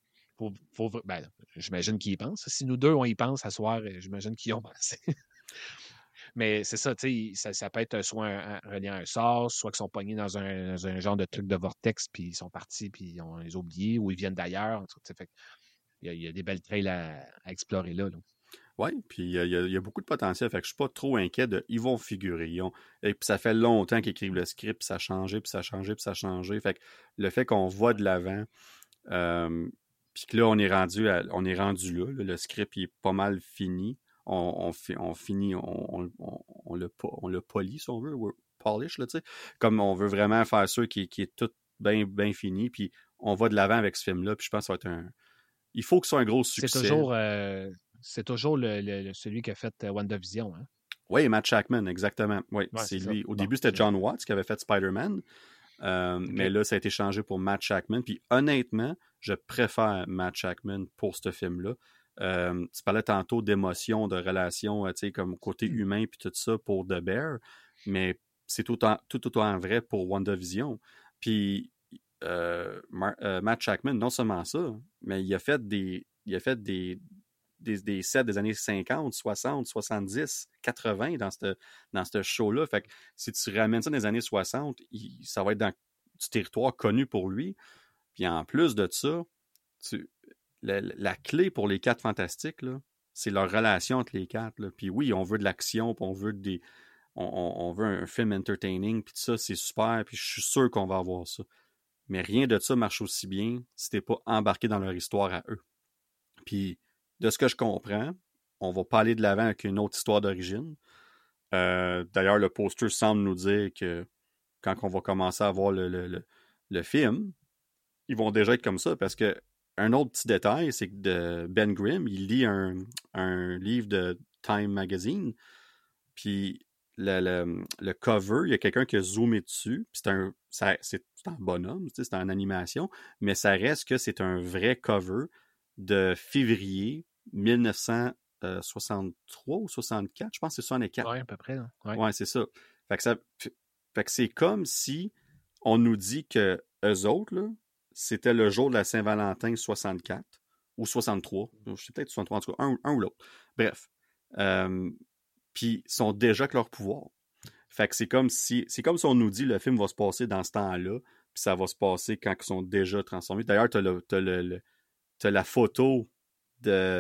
Speaker 2: J'imagine qu'ils y pensent. Si nous deux, on y pense à soir, j'imagine qu'ils y ont pensé. Mais c'est ça, tu sais, ça peut être soit un relié à un sort, soit qu'ils sont pognés dans un genre de truc de vortex, puis ils sont partis, puis on les a oubliés, ou ils viennent d'ailleurs. Fait il y a des belles trails à explorer là.
Speaker 1: Oui, puis il y a beaucoup de potentiel. Fait que je suis pas trop inquiet ils vont figurer. Et puis ça fait longtemps qu'ils écrivent le script, puis ça a changé, puis ça a changé, puis ça a changé. Fait que le fait qu'on va de l'avant, puis que là, on est rendu là. Le script il est pas mal fini. On finit, on le polit, si on veut, polish, là, tu sais. Comme on veut vraiment faire ça qui est tout bien ben fini, puis on va de l'avant avec ce film-là, puis je pense que ça va être il faut que ce soit un gros succès.
Speaker 2: C'est toujours celui qui a fait WandaVision, hein?
Speaker 1: Oui, Matt Shakman, exactement. Oui, c'est lui. Au début, c'était John Watts qui avait fait Spider-Man. Mais là, ça a été changé pour Matt Shakman. Puis honnêtement, je préfère Matt Shakman pour ce film-là. Tu parlais tantôt d'émotion, de relation, tu sais, comme côté humain, puis tout ça pour The Bear. Mais c'est tout autant vrai pour WandaVision. Puis Matt Shakman, non seulement ça, mais il a fait des sets des années 50, 60, 70, 80 dans ce show-là. Fait que si tu ramènes ça dans les années 60, ça va être dans du territoire connu pour lui. Puis en plus de ça, la clé pour les quatre fantastiques, là, c'est leur relation entre les quatre. Là. Puis oui, on veut de l'action, puis on veut un film entertaining, puis tout ça, c'est super, puis je suis sûr qu'on va avoir ça. Mais rien de ça marche aussi bien si t'es pas embarqué dans leur histoire à eux. Puis, de ce que je comprends, on va pas aller de l'avant avec une autre histoire d'origine. D'ailleurs, le poster semble nous dire que quand on va commencer à voir le film, ils vont déjà être comme ça parce que un autre petit détail, c'est que Ben Grimm, il lit un livre de Time Magazine, puis le cover, il y a quelqu'un qui a zoomé dessus, puis c'est un bonhomme, c'est en animation, mais ça reste que c'est un vrai cover de février 1963 ou 64, je pense que c'est 64.
Speaker 2: Oui, à peu près.
Speaker 1: Ouais, c'est ça. Fait que c'est comme si on nous dit que eux autres, là, c'était le jour de la Saint-Valentin 64 ou 63. Je sais peut-être 63, en tout cas, un ou l'autre. Bref. Puis ils sont déjà avec leur pouvoir. Fait que c'est comme si on nous dit le film va se passer dans ce temps-là, puis ça va se passer quand ils sont déjà transformés. D'ailleurs, t'as la photo de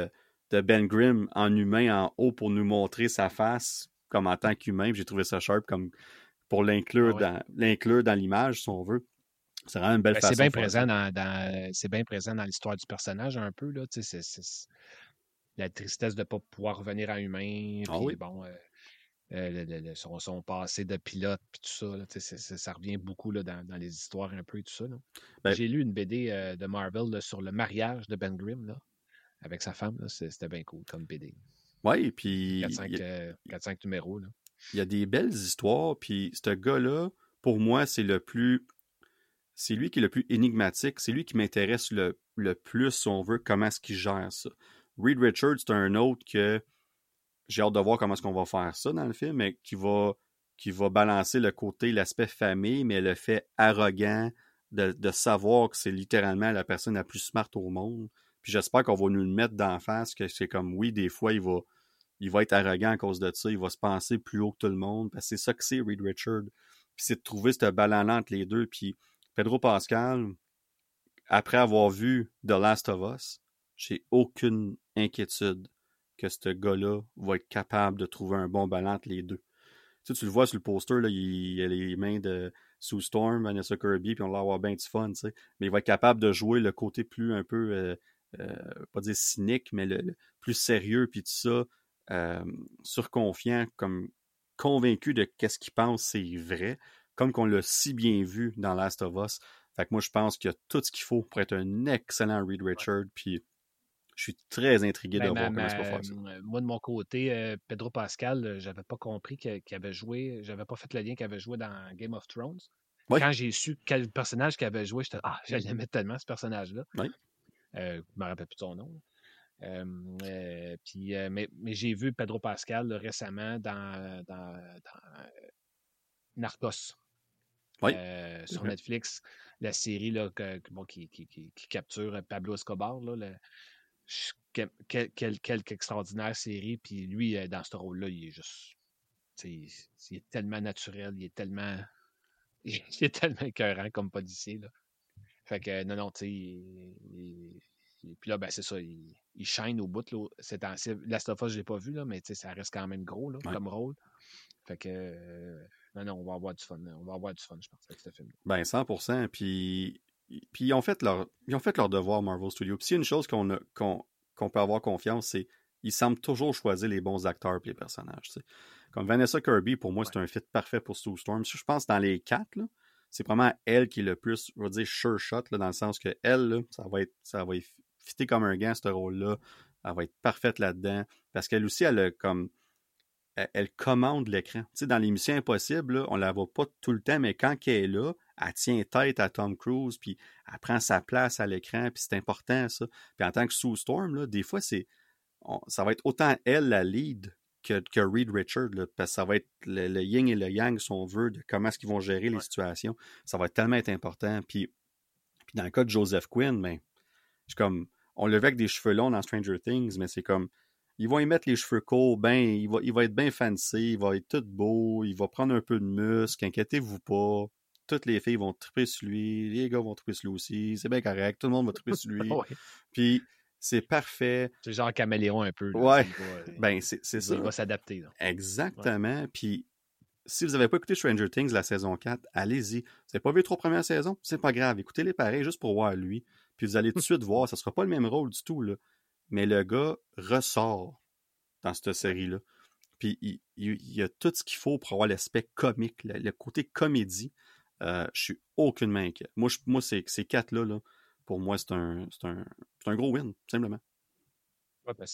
Speaker 1: de Ben Grimm en humain en haut pour nous montrer sa face comme en tant qu'humain. Puis j'ai trouvé ça sharp comme pour l'inclure dans l'image, si on veut. C'est vraiment une belle
Speaker 2: C'est
Speaker 1: façon
Speaker 2: bien
Speaker 1: de faire ça.
Speaker 2: présent c'est bien présent dans l'histoire du personnage un peu, là. La tristesse de ne pas pouvoir revenir à humain,
Speaker 1: Ah
Speaker 2: puis
Speaker 1: oui.
Speaker 2: bon, son passé de pilote, puis tout ça, là, ça revient beaucoup là, dans les histoires un peu et tout ça. Là.
Speaker 1: Ben,
Speaker 2: J'ai lu une BD de Marvel là, sur le mariage de Ben Grimm là, avec sa femme. Là, c'était bien cool comme BD.
Speaker 1: ouais, puis
Speaker 2: 4-5 numéros. Là.
Speaker 1: il y a des belles histoires, puis ce gars-là, pour moi, c'est lui qui est le plus énigmatique, c'est lui qui m'intéresse le plus, si on veut, comment est-ce qu'il gère ça. Reed Richards, c'est un autre que j'ai hâte de voir comment est-ce qu'on va faire ça dans le film, mais qui va balancer le côté, l'aspect famille, mais le fait arrogant de savoir que c'est littéralement la personne la plus smart au monde. Puis j'espère qu'on va nous le mettre d'en face, que c'est comme, oui, des fois, il va être arrogant à cause de ça, il va se penser plus haut que tout le monde, parce que c'est ça que c'est Reed Richards. Puis c'est de trouver ce ballon-là entre les deux. Puis Pedro Pascal, après avoir vu The Last of Us, j'ai aucune inquiétude que ce gars-là va être capable de trouver un bon ballon entre les deux. Tu le vois sur le poster, là, il a les mains de Sue Storm, Vanessa Kirby, puis on va avoir bien du fun, tu sais. Mais il va être capable de jouer le côté plus un peu, pas dire cynique, mais le plus sérieux, puis tout ça, surconfiant, comme convaincu de qu'est-ce qu'il pense c'est vrai, comme qu'on l'a si bien vu dans Last of Us. Fait que moi, je pense qu'il y a tout ce qu'il faut pour être un excellent Reed Richards, puis je suis très intrigué de
Speaker 2: Ben,
Speaker 1: voir comment est-ce qu'on va faire ça.
Speaker 2: moi, de mon côté, Pedro Pascal, j'avais pas compris qu'il avait joué, j'avais pas fait le lien qu'il avait joué dans Game of Thrones.
Speaker 1: Oui,
Speaker 2: Quand j'ai su quel personnage qu'il avait joué, j'étais je l'aimais tellement, ce personnage-là.
Speaker 1: oui,
Speaker 2: Je me rappelle plus de son nom. Mais j'ai vu Pedro Pascal là, récemment dans Narcos
Speaker 1: oui, c'est
Speaker 2: sur
Speaker 1: vrai.
Speaker 2: Netflix, la série là, qui capture Pablo Escobar. Là, quelle extraordinaire série. Puis lui, dans ce rôle-là, il est juste. Il est tellement naturel, il est tellement. Il est tellement écœurant comme policier. Là. Fait que non, tu sais, puis là, ben c'est ça, il shine au bout. Là, c'est Last of Us, je l'ai pas vu, là, mais ça reste quand même gros là,
Speaker 1: Ouais.
Speaker 2: comme rôle. Fait que non, on va avoir du fun. On va avoir du fun, je pense, avec ce film-là.
Speaker 1: Ben 100%. Puis ils ont fait leur devoir, Marvel Studios. Puis s'il y a une chose qu'on peut avoir confiance, c'est qu'ils semblent toujours choisir les bons acteurs et les personnages. T'sais. Comme Vanessa Kirby, pour moi,
Speaker 2: Ouais.
Speaker 1: c'est un fit parfait pour Sue Storm. Je pense que dans les quatre, là, c'est vraiment elle qui est le plus, je veux dire, sure shot, là, dans le sens que elle, là, ça va être fitter comme un gant, ce rôle-là. Elle va être parfaite là-dedans. Parce qu'elle aussi, elle a comme elle commande l'écran. Tu sais, dans l'émission Impossible, là, on la voit pas tout le temps, mais quand elle est là, elle tient tête à Tom Cruise, puis elle prend sa place à l'écran, puis c'est important, ça. Puis en tant que Sue Storm, là, des fois, ça va être autant elle, la lead, que Reed Richards, là, parce que ça va être le yin et le yang, si on veut, de comment est-ce qu'ils vont gérer les
Speaker 2: Ouais.
Speaker 1: situations. Ça va tellement être important. Puis dans le cas de Joseph Quinn, ben, c'est comme, on le voit avec des cheveux longs dans Stranger Things, mais c'est comme, ils vont y mettre les cheveux courts, ben, il va être bien fancy, il va être tout beau, il va prendre un peu de muscle, inquiétez-vous pas. Toutes les filles vont triper sur lui, les gars vont triper sur lui aussi, c'est bien correct, tout le monde va triper sur lui.
Speaker 2: Ouais.
Speaker 1: Puis, c'est parfait.
Speaker 2: C'est genre caméléon un peu. Là,
Speaker 1: Ouais,
Speaker 2: il
Speaker 1: ben, c'est ça.
Speaker 2: va s'adapter. Là. Ouais.
Speaker 1: Exactement. Puis, si vous n'avez pas écouté Stranger Things, la saison 4, allez-y. Vous n'avez pas vu les 3 premières saisons? C'est pas grave. Écoutez-les pareil, juste pour voir lui. Puis vous allez tout de suite voir, ça sera pas le même rôle du tout, là. Mais le gars ressort dans cette
Speaker 2: Ouais.
Speaker 1: série-là. Puis il y a tout ce qu'il faut pour avoir l'aspect comique, le côté comédie. Je suis aucunement inquiet. Moi ces quatre-là, là, pour moi, c'est un gros win, simplement.
Speaker 2: Ouais, ben,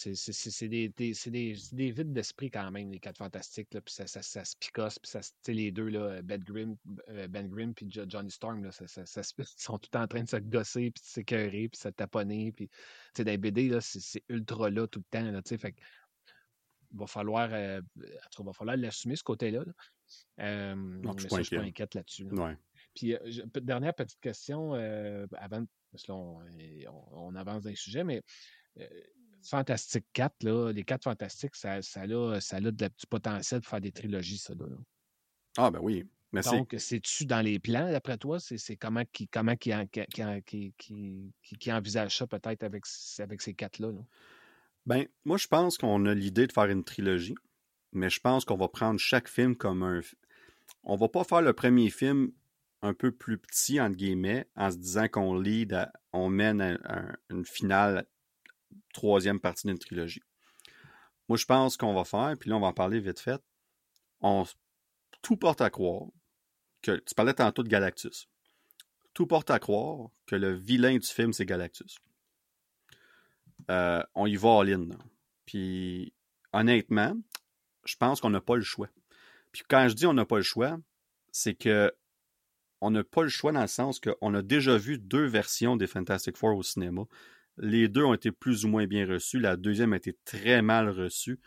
Speaker 2: c'est des vides d'esprit quand même, les quatre fantastiques. Là, puis ça se picosse. Puis les deux, là, Ben Grimm puis Johnny Storm, là, ils sont tout en train de se gosser, puis de s'écœurer, puis de se taponner. Puis, dans les BD, là, c'est ultra là tout le temps. Là, fait que il va falloir, en tout cas, va falloir l'assumer, ce côté-là. Là.
Speaker 1: Non, je suis
Speaker 2: Mais
Speaker 1: pas
Speaker 2: ça, je suis pas
Speaker 1: inquiet.
Speaker 2: inquiète là-dessus. Là.
Speaker 1: Ouais.
Speaker 2: Puis, dernière petite question avant, parce que là, on avance dans les sujets, mais euh, Fantastique 4, là, les 4 Fantastiques, ça a du potentiel pour faire des trilogies, ça. Là.
Speaker 1: Ah ben oui. Mais
Speaker 2: Donc, c'est-tu dans les plans, d'après toi? C'est comment qui envisage ça peut-être avec ces 4-là? Là?
Speaker 1: Ben, moi, je pense qu'on a l'idée de faire une trilogie, mais je pense qu'on va prendre chaque film comme un... On va pas faire le premier film un peu plus petit, entre guillemets, en se disant qu'on on mène une finale, troisième partie d'une trilogie. Moi, je pense qu'on va faire, puis là, on va en parler vite fait, on, tout porte à croire que... Tu parlais tantôt de Galactus. Tout porte à croire que le vilain du film, c'est Galactus. On y va all-in. Puis, honnêtement, je pense qu'on n'a pas le choix. Puis quand je dis on n'a pas le choix, c'est que on n'a pas le choix dans le sens qu'on a déjà vu 2 versions des Fantastic Four au cinéma. Les 2 ont été plus ou moins bien reçus. La deuxième a été très mal reçue.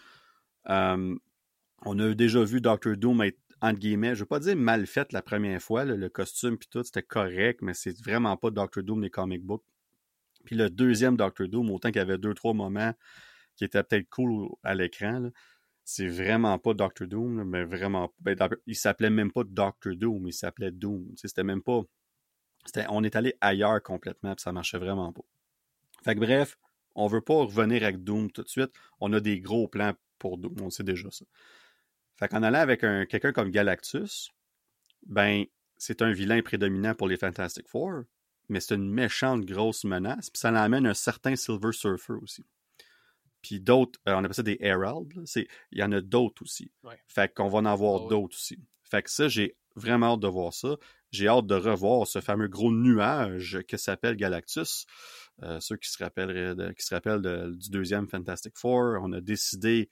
Speaker 1: On a déjà vu Doctor Doom être, entre guillemets, je ne veux pas dire mal fait la première fois, là, le costume puis tout, c'était correct, mais c'est vraiment pas Doctor Doom des comic books. Puis le deuxième Doctor Doom, autant qu'il y avait 2-3 moments qui étaient peut-être cool à l'écran, là, c'est vraiment pas Doctor Doom, là, mais vraiment. Ben, il s'appelait même pas Doctor Doom, il s'appelait Doom. C'était même pas. On est allé ailleurs complètement, puis ça marchait vraiment pas. Fait que bref, on veut pas revenir avec Doom tout de suite. On a des gros plans pour Doom, on sait déjà ça. Fait qu'en allant avec quelqu'un comme Galactus, ben, c'est un vilain prédominant pour les Fantastic Four, mais c'est une méchante grosse menace, puis ça l'amène un certain Silver Surfer aussi. Puis d'autres, on appelle ça des Heralds. Il y en a d'autres aussi.
Speaker 2: Ouais.
Speaker 1: Fait qu'on va en avoir d'autres aussi. Fait que ça, j'ai vraiment hâte de voir ça. J'ai hâte de revoir ce fameux gros nuage que s'appelle Galactus. Ceux qui se rappellent du deuxième Fantastic Four, on a décidé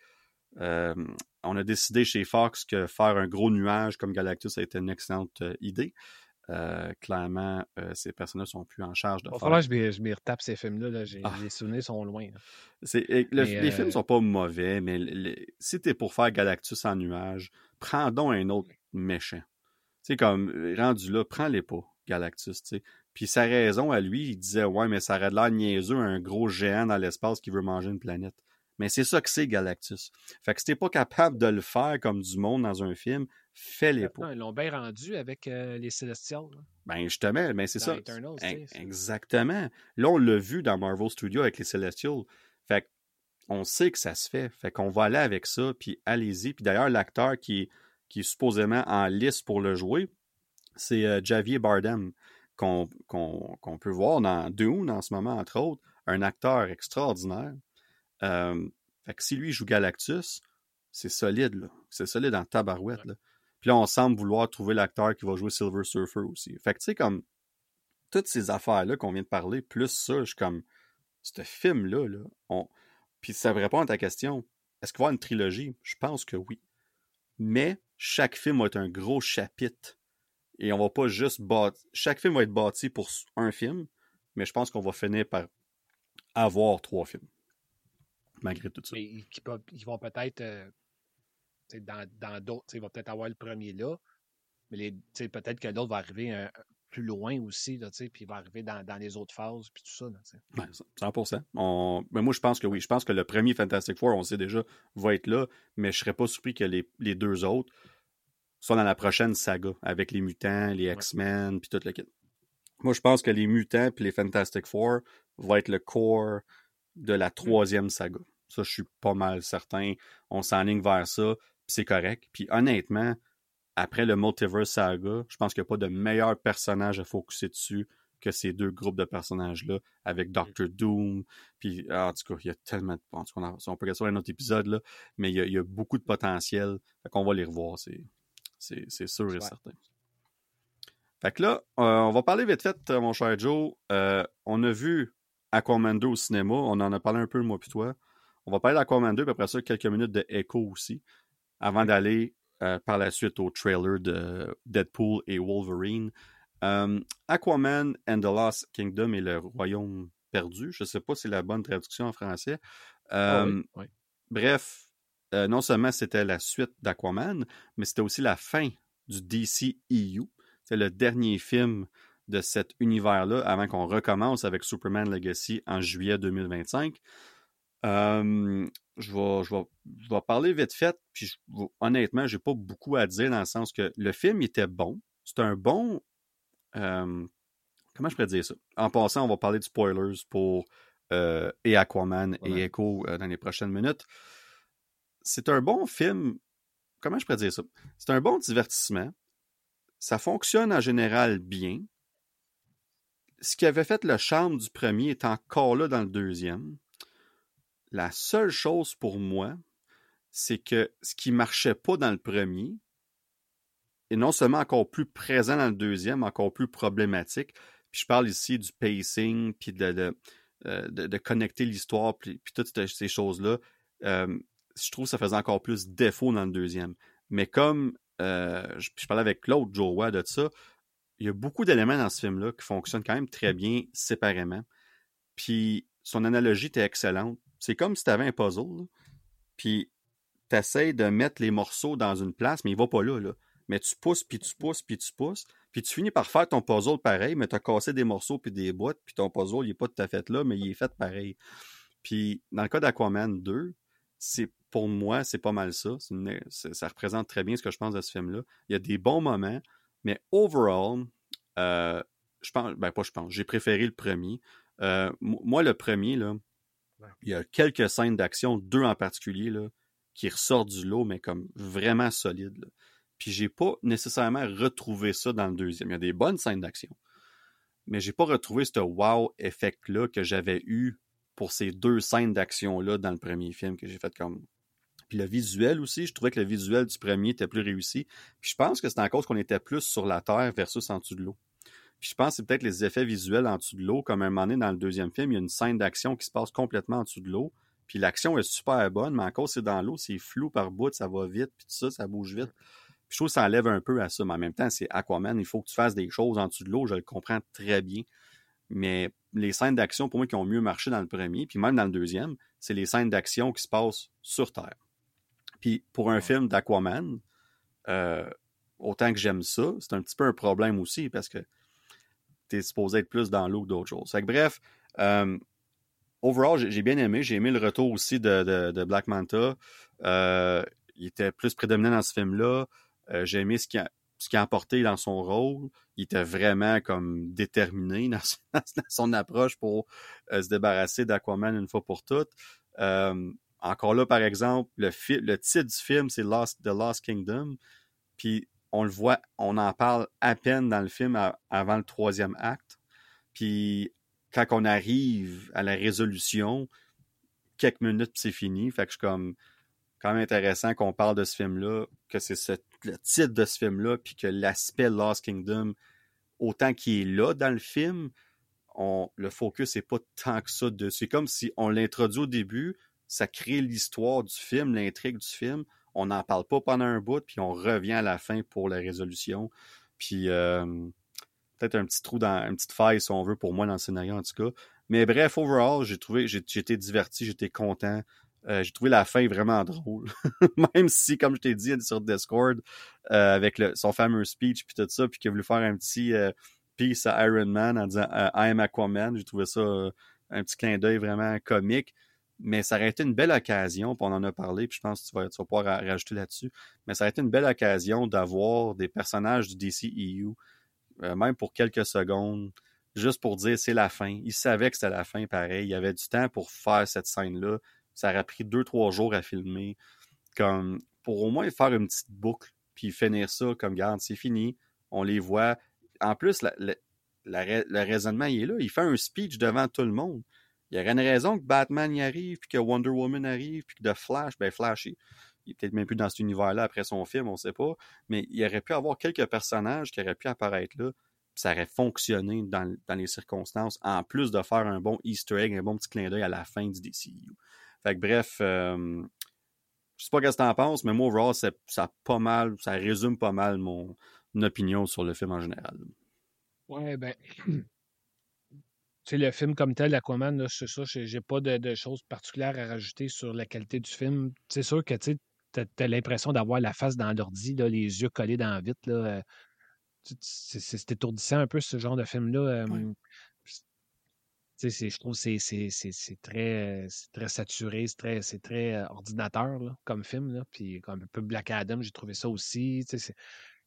Speaker 1: chez Fox que faire un gros nuage comme Galactus a été une excellente idée. Clairement, ces personnes-là sont plus en charge de
Speaker 2: Il va
Speaker 1: faire.
Speaker 2: falloir que je m'y retape ces films-là. Là. Les souvenirs sont loin.
Speaker 1: Les films sont pas mauvais, mais si t'es pour faire Galactus en nuage, prends donc un autre méchant. Tu sais, comme, rendu là, prends-les pas, Galactus, tu sais. Puis sa raison à lui, il disait, ouais, mais ça aurait l'air niaiseux, un gros géant dans l'espace qui veut manger une planète. Mais c'est ça que c'est, Galactus. Fait que si t'es pas capable de le faire comme du monde dans un film, fais-les pas.
Speaker 2: Ils l'ont bien rendu avec les Célestials. Là.
Speaker 1: Ben, justement, ben c'est
Speaker 2: dans
Speaker 1: ça.
Speaker 2: Eternals,
Speaker 1: Exactement. Là, on l'a vu dans Marvel Studios avec les Celestials. Fait qu'on sait que ça se fait. Fait qu'on va aller avec ça, puis allez-y. Puis d'ailleurs, l'acteur qui est supposément en lice pour le jouer, c'est Javier Bardem, qu'on peut voir dans Dune en ce moment, entre autres. Un acteur extraordinaire. Fait que si lui joue Galactus, c'est solide, là. C'est solide en tabarouette, là. Puis là, on semble vouloir trouver l'acteur qui va jouer Silver Surfer aussi. Fait que tu sais, comme toutes ces affaires-là qu'on vient de parler, plus ça, je suis comme, ce film-là, puis ça répond à ta question, est-ce qu'il va y avoir une trilogie? Je pense que oui. Mais chaque film va être un gros chapitre. Et on va pas juste chaque film va être bâti pour un film, mais je pense qu'on va finir par avoir 3 films. Malgré tout ça.
Speaker 2: Mais ils vont peut-être dans d'autres, ils vont peut-être avoir le premier là, mais peut-être que l'autre va arriver plus loin aussi, là, puis il va arriver dans les autres phases, puis tout ça. Là,
Speaker 1: ouais, 100%. Mais moi, je pense que oui. Je pense que le premier Fantastic Four, on sait déjà, va être là, mais je serais pas surpris que les 2 autres soient dans la prochaine saga, avec les mutants, les X-Men, puis tout le kit. Moi, je pense que les mutants puis les Fantastic Four vont être le core de la 3e saga. Ça, je suis pas mal certain. On s'enligne vers ça, puis c'est correct. Puis honnêtement, après le Multiverse Saga, je pense qu'il n'y a pas de meilleur personnage à focusser dessus que ces 2 groupes de personnages-là, avec Doctor Doom. Puis, en tout cas, il y a tellement de... En tout cas, on peut regarder sur un autre épisode, là, mais il y a beaucoup de potentiel. Fait qu'on va les revoir, c'est sûr et certain. Fait que là, on va parler vite fait, mon cher Joe. On a vu Aquaman 2 au cinéma. On en a parlé un peu, moi puis toi. On va parler d'Aquaman 2, puis après ça, quelques minutes de Echo aussi, avant d'aller par la suite au trailer de Deadpool et Wolverine. Aquaman and the Lost Kingdom et le Royaume perdu. Je ne sais pas si c'est la bonne traduction en français.
Speaker 2: Oui.
Speaker 1: Bref, non seulement c'était la suite d'Aquaman, mais c'était aussi la fin du DCEU. C'est le dernier film de cet univers-là avant qu'on recommence avec Superman Legacy en juillet 2025. Je vais parler vite fait, puis honnêtement, j'ai pas beaucoup à dire dans le sens que le film était bon. C'est un bon... comment je pourrais dire ça? En passant, on va parler de spoilers pour et Aquaman
Speaker 2: Voilà.
Speaker 1: et Echo dans les prochaines minutes. C'est un bon film. Comment je pourrais dire ça? C'est un bon divertissement. Ça fonctionne en général bien. Ce qui avait fait le charme du premier est encore là dans le deuxième. La seule chose pour moi, c'est que ce qui marchait pas dans le premier est non seulement encore plus présent dans le deuxième, encore plus problématique. Puis je parle ici du pacing, puis de connecter l'histoire, puis toutes ces choses-là. Je trouve que ça faisait encore plus défaut dans le deuxième. Mais comme je parlais avec Claude Joe de ça, il y a beaucoup d'éléments dans ce film-là qui fonctionnent quand même très bien séparément. Puis son analogie était excellente. C'est comme si tu avais un puzzle, là, puis tu essaies de mettre les morceaux dans une place, mais il va pas là, là. Mais tu pousses, puis tu pousses, puis tu pousses, puis tu finis par faire ton puzzle pareil, mais tu as cassé des morceaux puis des boîtes, puis ton puzzle, il est pas tout à fait là, mais il est fait pareil. Puis dans le cas d'Aquaman 2, pour moi, c'est pas mal ça. Ça représente très bien ce que je pense de ce film-là. Il y a des bons moments, mais overall, j'ai préféré le premier. Moi, le premier, là, il y a quelques scènes d'action, deux en particulier, là, qui ressortent du lot, mais comme vraiment solides, là. Puis j'ai pas nécessairement retrouvé ça dans le deuxième. Il y a des bonnes scènes d'action, mais j'ai pas retrouvé ce wow effect-là que j'avais eu pour ces deux scènes d'action-là dans le premier film que j'ai fait comme. Puis le visuel aussi, je trouvais que le visuel du premier était plus réussi. Puis je pense que c'est en cause qu'on était plus sur la terre versus en dessous de l'eau. Puis je pense que c'est peut-être les effets visuels en dessous de l'eau, comme un moment donné dans le deuxième film, il y a une scène d'action qui se passe complètement en dessous de l'eau. Puis l'action est super bonne, mais en cause c'est dans l'eau, c'est flou par bout, ça va vite, puis tout ça, ça bouge vite. Puis je trouve que ça enlève un peu à ça, mais en même temps, c'est Aquaman, il faut que tu fasses des choses en dessous de l'eau, je le comprends très bien. Mais les scènes d'action, pour moi, qui ont mieux marché dans le premier, puis même dans le deuxième, c'est les scènes d'action qui se passent sur Terre. Puis pour un film d'Aquaman, euh, autant que j'aime ça, c'est un petit peu un problème aussi, parce que t'es supposé être plus dans l'eau que d'autres choses. Fait que bref, overall, j'ai bien aimé. J'ai aimé le retour aussi de Black Manta. Il était plus prédominant dans ce film-là. J'ai aimé ce qu'il a apporté dans son rôle. Il était vraiment comme déterminé dans son approche pour se débarrasser d'Aquaman une fois pour toutes. Encore là, par exemple, le titre du film, c'est The Lost Kingdom. Puis on le voit, on en parle à peine dans le film avant le troisième acte. Puis quand on arrive à la résolution, quelques minutes puis c'est fini. Fait que je suis comme quand même intéressant qu'on parle de ce film-là, que c'est le titre de ce film-là, puis que l'aspect Lost Kingdom, autant qu'il est là dans le film, le focus n'est pas tant que ça dessus. C'est comme si on l'introduit au début, ça crée l'histoire du film, l'intrigue du film, on n'en parle pas pendant un bout, puis on revient à la fin pour la résolution. Puis peut-être un petit trou une petite faille, si on veut, pour moi dans le scénario en tout cas. Mais bref, overall, j'ai été diverti, j'étais content. J'ai trouvé la fin vraiment drôle. Même si, comme je t'ai dit sur Discord, avec son fameux speech puis tout ça, puis qu'il a voulu faire un petit piece à Iron Man en disant I am Aquaman, j'ai trouvé ça un petit clin d'œil vraiment comique. Mais ça aurait été une belle occasion, puis on en a parlé, puis je pense que tu vas pouvoir rajouter là-dessus, mais ça aurait été une belle occasion d'avoir des personnages du DCEU, même pour quelques secondes, juste pour dire c'est la fin. Il savait que c'était la fin, pareil. Il y avait du temps pour faire cette scène-là. Ça aurait pris 2-3 jours à filmer, comme pour au moins faire une petite boucle, puis finir ça comme, garde, c'est fini. On les voit. En plus, le raisonnement, il est là. Il fait un speech devant tout le monde. Il y aurait une raison que Batman y arrive, puis que Wonder Woman arrive, puis que de Flash, Flash, il est peut-être même plus dans cet univers-là après son film, on sait pas, mais il aurait pu avoir quelques personnages qui auraient pu apparaître là, puis ça aurait fonctionné dans les circonstances, en plus de faire un bon Easter egg, un bon petit clin d'œil à la fin du DCU. Fait que bref, je sais pas ce que t'en penses, mais moi, overall, ça résume pas mal mon opinion sur le film en général.
Speaker 2: Ouais, ben, tu sais, le film comme tel, Aquaman, là, c'est ça, j'ai pas de choses particulières à rajouter sur la qualité du film. C'est sûr que tu as l'impression d'avoir la face dans l'ordi, là, les yeux collés dans la vitre. Là, c'est étourdissant un peu ce genre de film-là.
Speaker 1: Ouais.
Speaker 2: Je trouve que c'est très saturé, c'est très ordinateur là, comme film. Là, puis comme un peu Black Adam, j'ai trouvé ça aussi.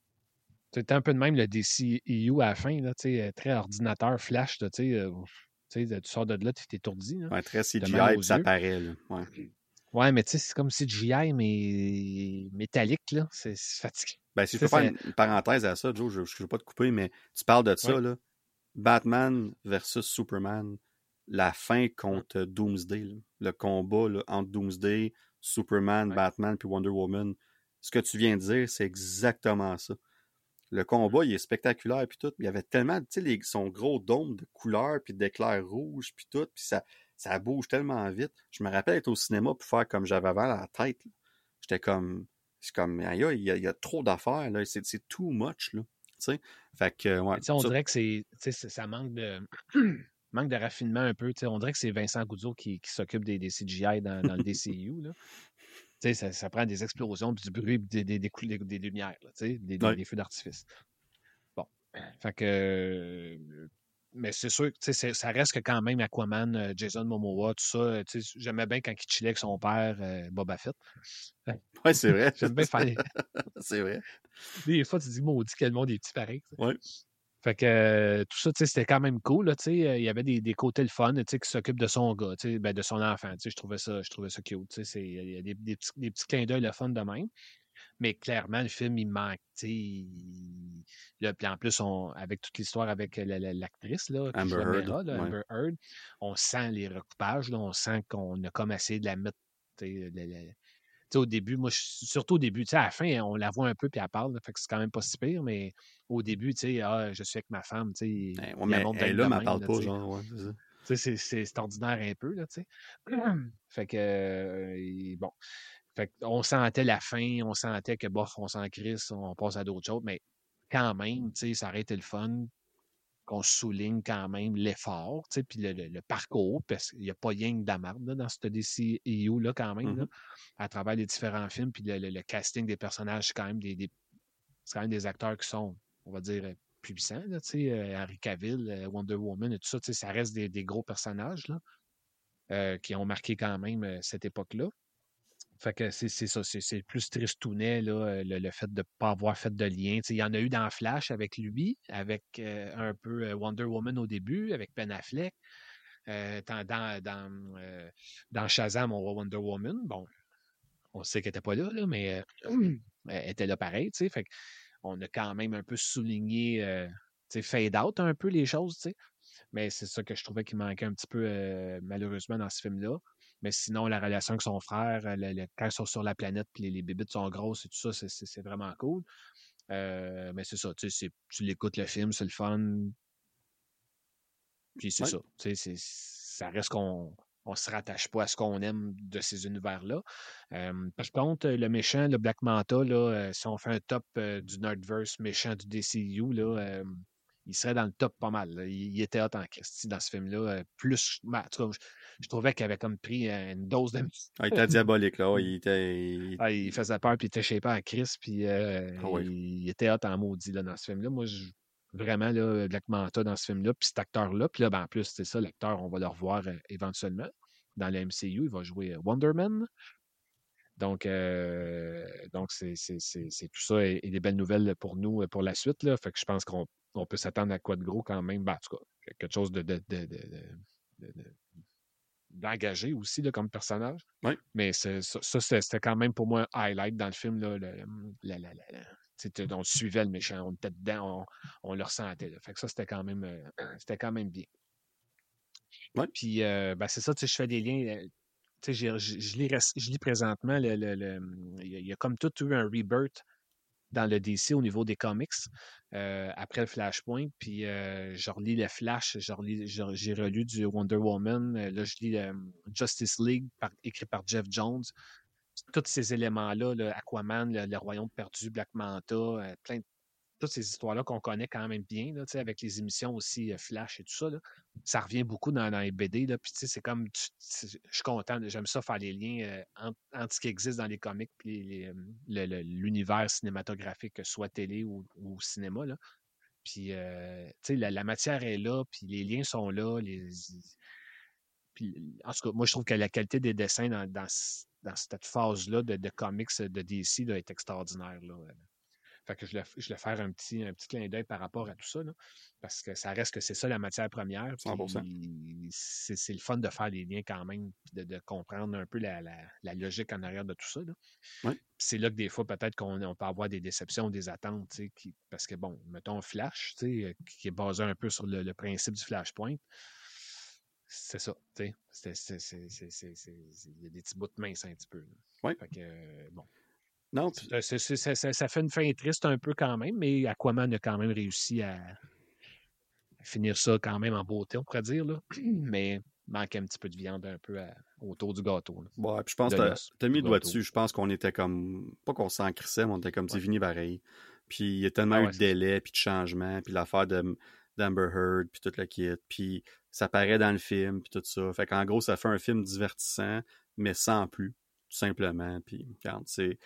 Speaker 2: C'était un peu de même le DCEU à la fin, là, très ordinateur, flash. Là, Tu sais, tu sors de là, tu es étourdi. Là.
Speaker 1: Ouais, très
Speaker 2: T'as mal
Speaker 1: CGI,
Speaker 2: aux
Speaker 1: puis ça
Speaker 2: yeux.
Speaker 1: paraît, là. Ouais.
Speaker 2: Ouais, mais tu sais, c'est comme si CGI, mais métallique, là. C'est fatigué.
Speaker 1: Ben, si
Speaker 2: Tu
Speaker 1: je peux
Speaker 2: sais,
Speaker 1: faire
Speaker 2: c'est.
Speaker 1: une parenthèse à ça, Joe, je ne veux pas te couper, mais tu parles de
Speaker 2: Ouais.
Speaker 1: ça, là. Batman versus Superman, la fin contre Doomsday, là. Le combat là, entre Doomsday, Superman,
Speaker 2: Ouais.
Speaker 1: Batman puis Wonder Woman. Ce que tu viens de dire, c'est exactement ça. Le combat, il est spectaculaire puis tout, mais il y avait tellement, tu sais, son gros dôme de couleurs puis d'éclairs rouges puis tout, puis ça bouge tellement vite. Je me rappelle être au cinéma pour faire comme j'avais avant la tête. Là. J'étais comme, c'est comme, aïe, il y a trop d'affaires là, c'est too much là. Tu sais, fait que ouais,
Speaker 2: Mais tu sais, on
Speaker 1: ça,
Speaker 2: dirait que ça manque de. manque de raffinement un peu. Tu sais, on dirait que c'est Vincent Goudzot qui s'occupe des CGI dans le DCU. Là. Tu sais, ça prend des explosions, puis du bruit, puis des lumières, là, tu sais,
Speaker 1: ouais,
Speaker 2: des feux d'artifice. Bon. Fait que. Mais c'est sûr que tu sais, ça reste que quand même Aquaman, Jason Momoa, tout ça. Tu sais, j'aimais bien quand il chillait avec son père, Boba Fett.
Speaker 1: ouais, c'est vrai,
Speaker 2: J'aime bien faire.
Speaker 1: c'est vrai,
Speaker 2: Des fois, tu te dis, maudit, quel monde est petit pareil.
Speaker 1: ouais.
Speaker 2: Fait que tout ça, tu sais, c'était quand même cool. Là, tu sais, il y avait des côtés le fun, tu sais, qui s'occupe de son gars, tu sais, ben, de son enfant. Tu sais, je trouvais ça cute. Tu sais, il y a des petits clins d'œil le fun de même. Mais clairement, le film, il manque. Tu sais, là, puis en plus, avec toute l'histoire avec l'actrice là, qui
Speaker 1: Amber
Speaker 2: jouait
Speaker 1: Heard,
Speaker 2: Mera, là,
Speaker 1: ouais.
Speaker 2: Amber Heard, on sent les recoupages, là, on sent qu'on a comme essayé de la mettre. Tu sais, tu sais, au début, moi, surtout au début, tu sais, à la fin, on la voit un peu puis elle parle, là, fait que c'est quand même pas si pire, mais au début, tu sais, ah, je suis avec ma femme, tu sais,
Speaker 1: Ouais,
Speaker 2: il la
Speaker 1: mais
Speaker 2: montre
Speaker 1: elle,
Speaker 2: d'être
Speaker 1: là,
Speaker 2: de
Speaker 1: m'en
Speaker 2: même,
Speaker 1: parle
Speaker 2: là,
Speaker 1: pas,
Speaker 2: tu sais.
Speaker 1: genre, ouais, c'est ça.
Speaker 2: Tu sais, c'est ordinaire un peu, là, tu sais. Fait que, bon. Fait qu'on sentait la fin, on sentait que, bof, on s'en crisse, on passe à d'autres choses, mais quand même, tu sais, ça aurait été le fun qu'on souligne quand même l'effort, tu sais, puis le parcours, parce qu'il n'y a pas rien que de la marde, là, dans ce DCEU-là, quand même, là,
Speaker 1: Mhm.
Speaker 2: à travers les différents films, puis le casting des personnages, c'est quand même c'est quand même des acteurs qui sont, on va dire, puissants, là, tu sais, Henry Cavill, Wonder Woman et tout ça, tu sais, ça reste des gros personnages, là, qui ont marqué quand même cette époque-là. Fait que c'est ça, c'est plus tristounet, là, le fait de ne pas avoir fait de lien. Tu sais, il y en a eu dans Flash avec lui, avec un peu Wonder Woman au début, avec Ben Affleck. Dans Shazam, on voit Wonder Woman. Bon, on sait qu'elle n'était pas là, mais elle était là pareil, tu sais. Fait qu'on a quand même un peu souligné, tu sais, fade out un peu les choses, tu sais. Mais c'est ça que je trouvais qui manquait un petit peu, malheureusement, dans ce film-là. Mais sinon, la relation avec son frère, quand ils sont sur la planète, puis les bébites sont grosses et tout ça, c'est vraiment cool. Mais c'est ça, tu sais, tu l'écoutes le film, c'est le fun, puis c'est
Speaker 1: Ouais.
Speaker 2: ça. Tu sais, ça reste qu'on on se rattache pas à ce qu'on aime de ces univers-là. Par contre, le méchant, le Black Manta, là, si on fait un top du Nerdverse méchant du DCU, là, il serait dans le top pas mal. Là. Il était hot en Christie dans ce film-là. Plus, ben, en tout cas, je trouvais qu'il avait comme pris une dose de.
Speaker 1: Ah, il était diabolique, là. Ouais,
Speaker 2: Ah, il faisait peur, puis il était shapé en Chris, puis
Speaker 1: Ah ouais.
Speaker 2: il était hot en maudit là, dans ce film-là. Moi, vraiment, là, Black Manta dans ce film-là, puis cet acteur-là, puis là, ben, en plus, c'est ça, l'acteur, on va le revoir éventuellement dans le MCU, il va jouer Wonder Man. Donc c'est tout ça et des belles nouvelles pour nous pour la suite. Là. Fait que je pense qu'on peut s'attendre à quoi de gros quand même. Ben, en tout cas, quelque chose de- d'engagé aussi là, comme personnage.
Speaker 1: Ouais.
Speaker 2: Mais c'était quand même pour moi un highlight dans le film. Là, on suivait le méchant, on était dedans, on le ressentait. Là. Fait que ça, c'était quand même bien.
Speaker 1: Ouais.
Speaker 2: Puis, ben, c'est ça, tu sais, je fais des liens. Tu sais, je lis présentement, il y a comme tout eu un rebirth dans le DC au niveau des comics après le Flashpoint. Puis je relis le Flash, j'ai relu du Wonder Woman. Là, je lis Justice League écrit par Jeff Jones. Tous ces éléments-là, là, Aquaman, le Royaume perdu, Black Manta, toutes ces histoires-là qu'on connaît quand même bien, là, avec les émissions aussi Flash et tout ça, là, ça revient beaucoup dans les BD. Là, puis c'est comme, je suis content, j'aime ça faire les liens entre ce qui existe dans les comics et l'univers cinématographique, que ce soit télé ou cinéma. Là. Puis, la matière est là, puis les liens sont là. Puis, en tout cas, moi, je trouve que la qualité des dessins dans cette phase-là de comics de DC là, est extraordinaire. Là. Fait que je voulais faire un petit clin d'œil par rapport à tout ça, là, parce que ça reste que c'est ça la matière première.
Speaker 1: 100%.
Speaker 2: Puis c'est le fun de faire les liens quand même, puis de comprendre un peu la logique en arrière de tout ça. Là.
Speaker 1: Oui.
Speaker 2: C'est là que des fois, peut-être qu'on peut avoir des déceptions, des attentes, parce que, bon, mettons Flash, qui est basé un peu sur le principe du Flashpoint. C'est ça, tu sais. Il y a des petits bouts de mince un petit peu. Là.
Speaker 1: Oui.
Speaker 2: Fait que, bon.
Speaker 1: Non,
Speaker 2: Ça fait une fin triste un peu quand même, mais Aquaman a quand même réussi à finir ça quand même en beauté, on pourrait dire. Là. Mais manquait un petit peu de viande un peu autour du gâteau. Là.
Speaker 1: ouais, puis je pense
Speaker 2: De
Speaker 1: que
Speaker 2: l'os.
Speaker 1: t'as mis
Speaker 2: Du
Speaker 1: le doigt
Speaker 2: gâteau.
Speaker 1: dessus. Je pense qu'on était comme. Pas qu'on s'en crissait, mais on était comme c'est
Speaker 2: Ouais.
Speaker 1: fini pareil. Puis il y a tellement
Speaker 2: Ah
Speaker 1: eu
Speaker 2: ouais,
Speaker 1: de
Speaker 2: c'est ça.
Speaker 1: délais, puis de changements, puis l'affaire d'Amber Heard, puis tout le kit. Puis ça paraît dans le film, puis tout ça. Fait qu'en gros, ça fait un film divertissant, mais sans plus, tout simplement. Puis, regarde,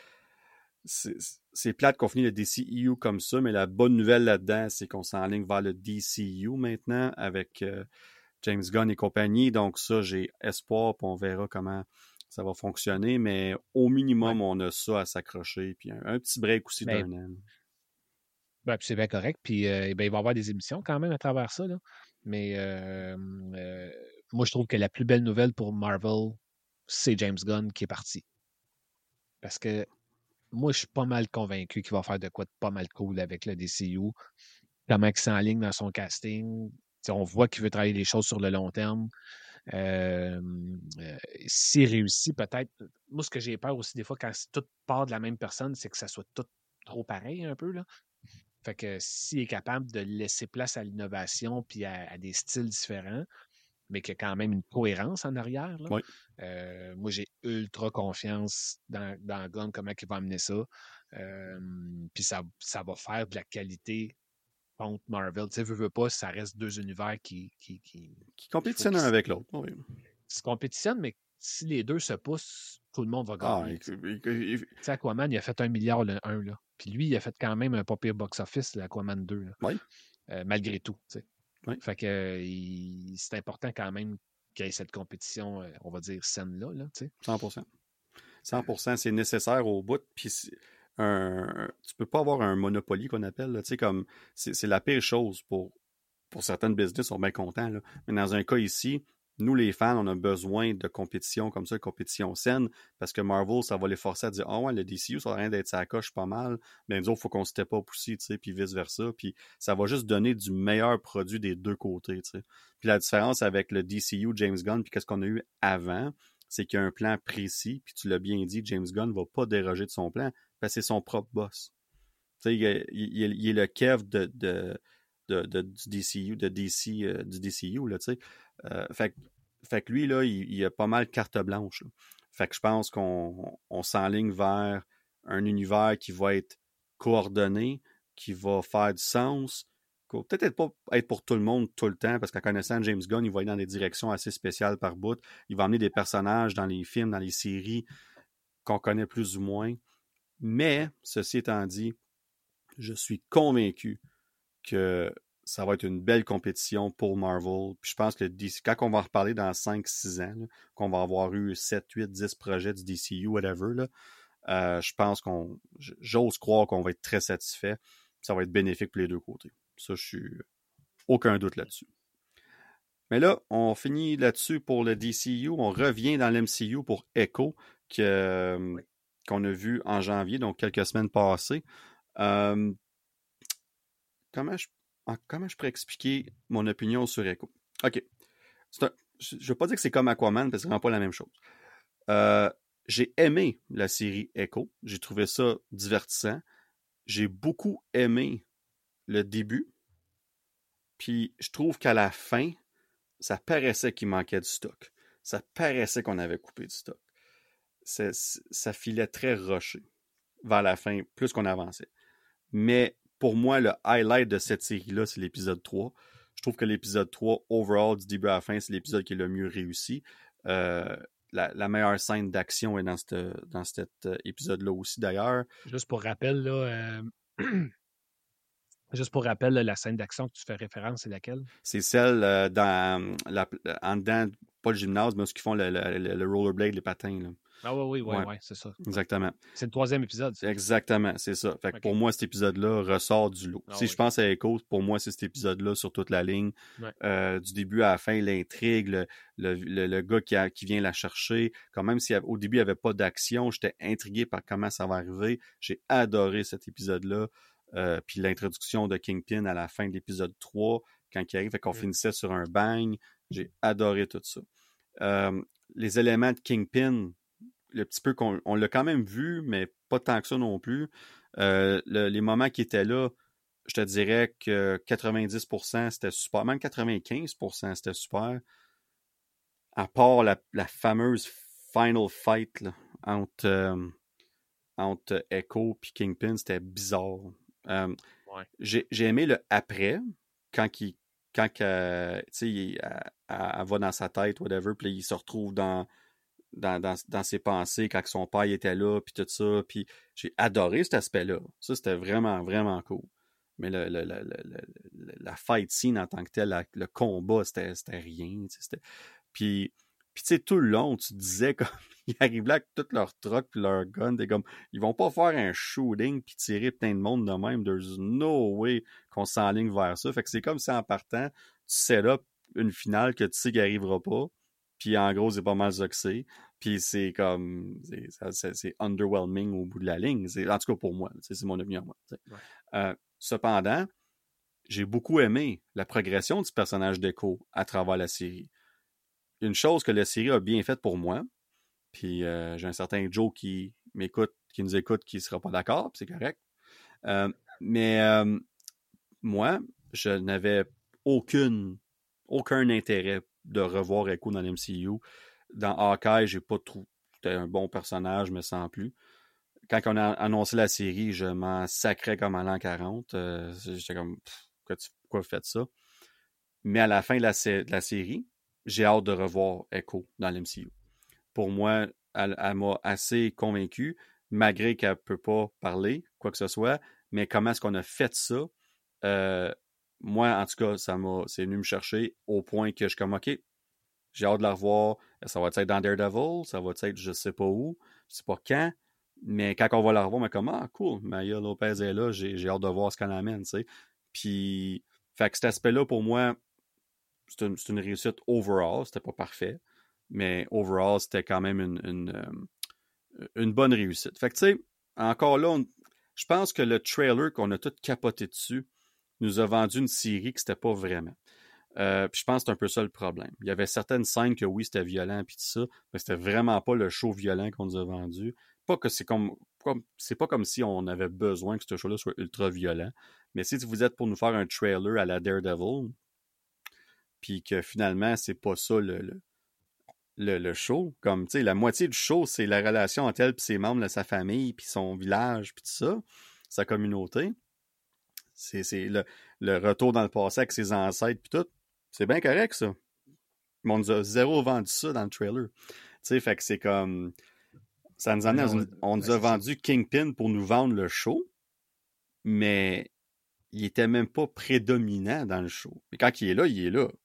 Speaker 1: c'est plate qu'on finit le DCEU comme ça, mais la bonne nouvelle là-dedans, c'est qu'on s'enligne vers le DCU maintenant avec James Gunn et compagnie. Donc ça, j'ai espoir, puis on verra comment ça va fonctionner. Mais au
Speaker 2: Ouais.
Speaker 1: minimum, on a ça à s'accrocher. Puis un petit break aussi
Speaker 2: Ben,
Speaker 1: d'un an.
Speaker 2: puis c'est bien correct. Puis il va y avoir des émissions quand même à travers ça. Là. Mais moi, je trouve que la plus belle nouvelle pour Marvel, c'est James Gunn qui est parti. Parce que moi, je suis pas mal convaincu qu'il va faire de quoi de pas mal cool avec le DCU. Comment il s'enligne dans son casting. T'sais, on voit qu'il veut travailler les choses sur le long terme. Euh, S'il réussit, peut-être. Moi, ce que j'ai peur aussi, des fois, quand tout part de la même personne, c'est que ça soit tout trop pareil un peu. Là. Fait que s'il est capable de laisser place à l'innovation puis à des styles différents, mais qu'il y a quand même une cohérence en arrière, là,
Speaker 1: Oui.
Speaker 2: moi, j'ai ultra confiance dans Gunn, comment il va amener ça. Puis ça va faire de la qualité contre Marvel. Tu sais, veux pas, ça reste deux univers
Speaker 1: Qui
Speaker 2: qu'il faut
Speaker 1: compétitionnent
Speaker 2: qu'ils
Speaker 1: un avec l'autre. Oui.
Speaker 2: se compétitionnent, mais si les deux se poussent, tout le monde va
Speaker 1: Ah,
Speaker 2: gagner. Tu sais, Aquaman, il a fait 1 milliard le 1, là. Puis lui, il a fait quand même un pas pire box-office, l'Aquaman 2, là.
Speaker 1: oui.
Speaker 2: Malgré tout. Tu sais.
Speaker 1: Oui.
Speaker 2: Fait que c'est important quand même qu'il y ait cette compétition, on va dire, saine-là. Là, tu sais.
Speaker 1: 100%. 100%, c'est nécessaire au bout. Puis tu peux pas avoir un monopoly qu'on appelle. Là, comme c'est la pire chose pour certaines business, sont bien contents. Là. Mais dans un cas ici, nous, les fans, on a besoin de compétition comme ça, de compétition saine, parce que Marvel, ça va les forcer à dire « Ah ouais, le DCU, ça n'a rien d'être sa coche pas mal. » Mais nous autres, il faut qu'on se step up aussi, puis vice-versa. Puis ça va juste donner du meilleur produit des deux côtés. T'sais. Puis la différence avec le DCU, James Gunn, puis qu'est-ce qu'on a eu avant, c'est qu'il y a un plan précis, puis tu l'as bien dit, James Gunn ne va pas déroger de son plan, parce que c'est son propre boss. Il est le Kev du DCU, du DCU, là, tu sais. Fait que lui, là, il a pas mal carte blanche. Là. Fait que je pense qu'on s'enligne vers un univers qui va être coordonné, qui va faire du sens, qui va peut-être pas être pour tout le monde tout le temps, parce qu'en connaissant James Gunn, il va aller dans des directions assez spéciales par bout. Il va amener des personnages dans les films, dans les séries qu'on connaît plus ou moins. Mais, ceci étant dit, je suis convaincu que ça va être une belle compétition pour Marvel. Puis je pense que quand on va en reparler dans 5-6 ans, là, qu'on va avoir eu 7, 8, 10 projets du DCU, whatever, là, je pense j'ose croire qu'on va être très satisfait. Ça va être bénéfique pour les deux côtés. Ça, je suis aucun doute là-dessus. Mais là, on finit là-dessus pour le DCU. On revient dans l'MCU pour Echo, qu'on a vu en janvier, donc quelques semaines passées. Comment je pourrais expliquer mon opinion sur Echo? OK. Je ne veux pas dire que c'est comme Aquaman, parce que c'est vraiment pas la même chose. J'ai aimé la série Echo. J'ai trouvé ça divertissant. J'ai beaucoup aimé le début. Puis je trouve qu'à la fin, ça paraissait qu'il manquait du stock. Ça paraissait qu'on avait coupé du stock. Ça filait très rushé vers la fin, plus qu'on avançait. Mais pour moi, le highlight de cette série-là, c'est l'épisode 3. Je trouve que l'épisode 3, overall, du début à la fin, c'est l'épisode qui est le mieux réussi. La meilleure scène d'action est dans cet épisode-là aussi, d'ailleurs.
Speaker 2: Juste pour rappel, là, là, la scène d'action que tu fais référence, c'est laquelle?
Speaker 1: C'est celle en dedans, pas le gymnase, mais ce qu'ils font le rollerblade, les patins. Là.
Speaker 2: Ah oui,
Speaker 1: Ouais,
Speaker 2: c'est ça.
Speaker 1: exactement.
Speaker 2: C'est le 3e épisode, ça.
Speaker 1: Exactement, c'est ça. Fait que pour moi, cet épisode-là ressort du lot.
Speaker 2: Ah
Speaker 1: Si je
Speaker 2: oui.
Speaker 1: pense à Echo, pour moi, c'est cet épisode-là sur toute la ligne.
Speaker 2: Ouais.
Speaker 1: Du début à la fin, l'intrigue, le gars qui vient la chercher. Quand même si au début, il n'y avait pas d'action, j'étais intrigué par comment ça va arriver. J'ai adoré cet épisode-là. Puis l'introduction de Kingpin à la fin de l'épisode 3, quand il arrive, fait qu'on finissait sur un bang. J'ai adoré tout ça. Les éléments de Kingpin, le petit peu on l'a quand même vu, mais pas tant que ça non plus. Les moments qui étaient là, je te dirais que 90% c'était super, même 95% c'était super. À part la fameuse final fight là, entre Echo et Kingpin, c'était bizarre. J'ai aimé le après, quand elle va dans sa tête, whatever, puis il se retrouve dans ses pensées quand son père était là, puis tout ça. Puis j'ai adoré cet aspect-là. Ça, c'était vraiment, vraiment cool. Mais la fight scene en tant que telle, le combat, c'était rien. Puis tu sais, tout le long, tu disais comme ils arrivent là avec tous leurs trucks puis leurs guns, t'es comme ils vont pas faire un shooting puis tirer plein de monde de même. There's no way qu'on s'enligne vers ça. Fait que c'est comme si en partant, tu set up une finale que tu sais qu'il arrivera pas. Puis en gros, c'est pas mal ça que c'est. Puis c'est comme c'est underwhelming au bout de la ligne. En tout cas pour moi, c'est mon opinion moi. Cependant, j'ai beaucoup aimé la progression du personnage d'Echo à travers la série. Une chose que la série a bien faite pour moi, puis j'ai un certain Joe qui nous écoute, qui ne sera pas d'accord, puis c'est correct. Mais moi, je n'avais aucun intérêt de revoir Echo dans l'MCU. Dans Hawkeye, j'ai pas trouvé. C'était un bon personnage, me sens plus. Quand on a annoncé la série, je m'en sacrais comme à l'an 40. J'étais comme, pourquoi vous faites ça? Mais à la fin de la série, j'ai hâte de revoir Echo dans l'MCU. Pour moi, elle m'a assez convaincu, malgré qu'elle ne peut pas parler, quoi que ce soit. Mais comment est-ce qu'on a fait ça? Moi, en tout cas, c'est venu me chercher au point que je suis comme, OK, j'ai hâte de la revoir. Ça va être dans Daredevil, ça va être je sais pas où, je sais pas quand. Mais quand on va la revoir, on est comme, ah, cool, Maya Lopez est là, j'ai hâte de voir ce qu'elle amène, tu sais. Puis, fait que cet aspect-là, pour moi, c'est une réussite overall. C'était pas parfait, mais overall, c'était quand même une bonne réussite. Fait que, tu sais, encore là, je pense que le trailer qu'on a tout capoté dessus nous a vendu une série que c'était pas vraiment. Puis je pense que c'est un peu ça le problème. Il y avait certaines scènes que oui, c'était violent puis tout ça, mais c'était vraiment pas le show violent qu'on nous a vendu. Pas que c'est pas comme si on avait besoin que ce show-là soit ultra violent. Mais si vous êtes pour nous faire un trailer à la Daredevil, puis que finalement, c'est pas ça le show. Comme, tu sais, la moitié du show, c'est la relation entre elle et ses membres de sa famille, puis son village, puis tout ça, sa communauté. C'est le retour dans le passé avec ses ancêtres, puis tout. C'est bien correct, ça. Mais on nous a zéro vendu ça dans le trailer. Tu sais, fait que c'est comme... Ça nous on nous a vendu Kingpin pour nous vendre le show, mais il était même pas prédominant dans le show. Mais quand il est là, il est là.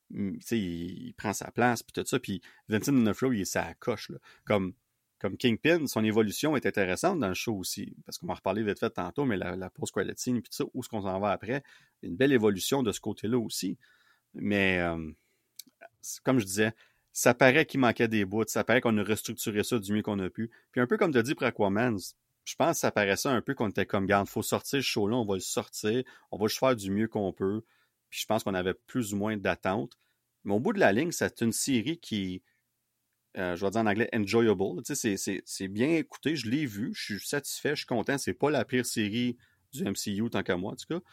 Speaker 1: Il prend sa place, puis tout ça. Puis Vincent D'Onofrio, il est sa coche. Là. Comme Kingpin, son évolution est intéressante dans le show aussi. Parce qu'on va en reparler vite fait tantôt, mais la post-credit scene, puis tout ça, où est-ce qu'on s'en va après? Une belle évolution de ce côté-là aussi. Mais, comme je disais, ça paraît qu'il manquait des bouts. Ça paraît qu'on a restructuré ça du mieux qu'on a pu. Puis un peu comme tu as dit pour Aquaman, je pense que ça paraissait un peu qu'on était comme, garde, il faut sortir ce show-là, on va le sortir, on va juste faire du mieux qu'on peut. Puis je pense qu'on avait plus ou moins d'attentes. Mais au bout de la ligne, c'est une série qui, je vais dire en anglais, enjoyable. Tu sais, c'est bien écouté, je l'ai vu, je suis satisfait, je suis content. C'est pas la pire série du MCU, tant qu'à moi, en tout cas.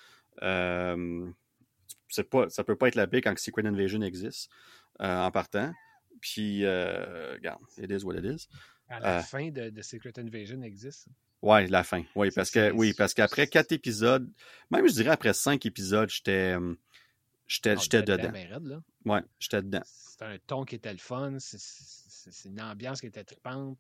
Speaker 1: Ça peut pas être la pire quand Secret Invasion existe, en partant. Puis, regarde, it is what it is.
Speaker 2: À la fin de Secret Invasion existe.
Speaker 1: Ouais, la fin. Oui, parce qu'après 4 épisodes, même je dirais après 5 épisodes, j'étais dedans.
Speaker 2: Ben raide, là.
Speaker 1: Ouais, j'étais dedans.
Speaker 2: C'était un ton qui était le fun, c'est une ambiance qui était trippante.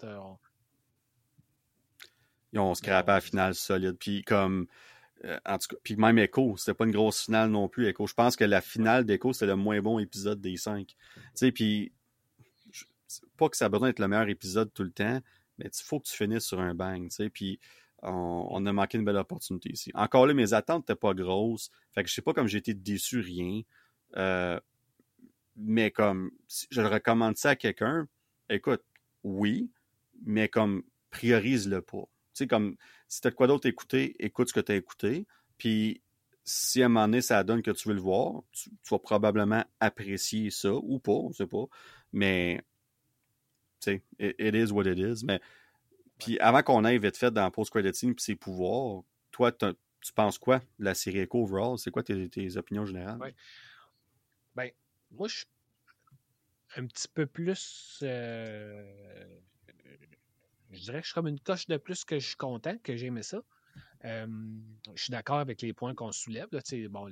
Speaker 1: Ils ont scrappé à la finale solide. Puis comme, en tout cas, puis même Echo, c'était pas une grosse finale non plus, Echo. Je pense que la finale d'Echo, c'était le moins bon épisode des 5. Tu sais, puis pas que ça a besoin d'être le meilleur épisode tout le temps, mais il faut que tu finisses sur un bang, tu sais, puis on a manqué une belle opportunité ici. Encore là, mes attentes n'étaient pas grosses, fait que je sais pas comme j'ai été déçu, rien, mais comme, si je le recommande ça à quelqu'un, écoute, oui, mais comme, priorise-le pas. Tu sais, comme, si t'as de quoi d'autre écouter, écoute ce que t'as écouté, puis si à un moment donné, ça donne que tu veux le voir, tu vas probablement apprécier ça, ou pas, on sait pas, mais, tu sais, it is what it is, mais, puis avant qu'on aille vite fait dans post-credit scene puis ses pouvoirs, toi, tu penses quoi de la série Echo overall? C'est quoi tes opinions générales?
Speaker 2: Ouais. Ben, moi, je suis un petit peu plus. Je dirais que je suis comme une coche de plus que je suis content, que j'ai aimé ça. Je suis d'accord avec les points qu'on soulève. Là, bon,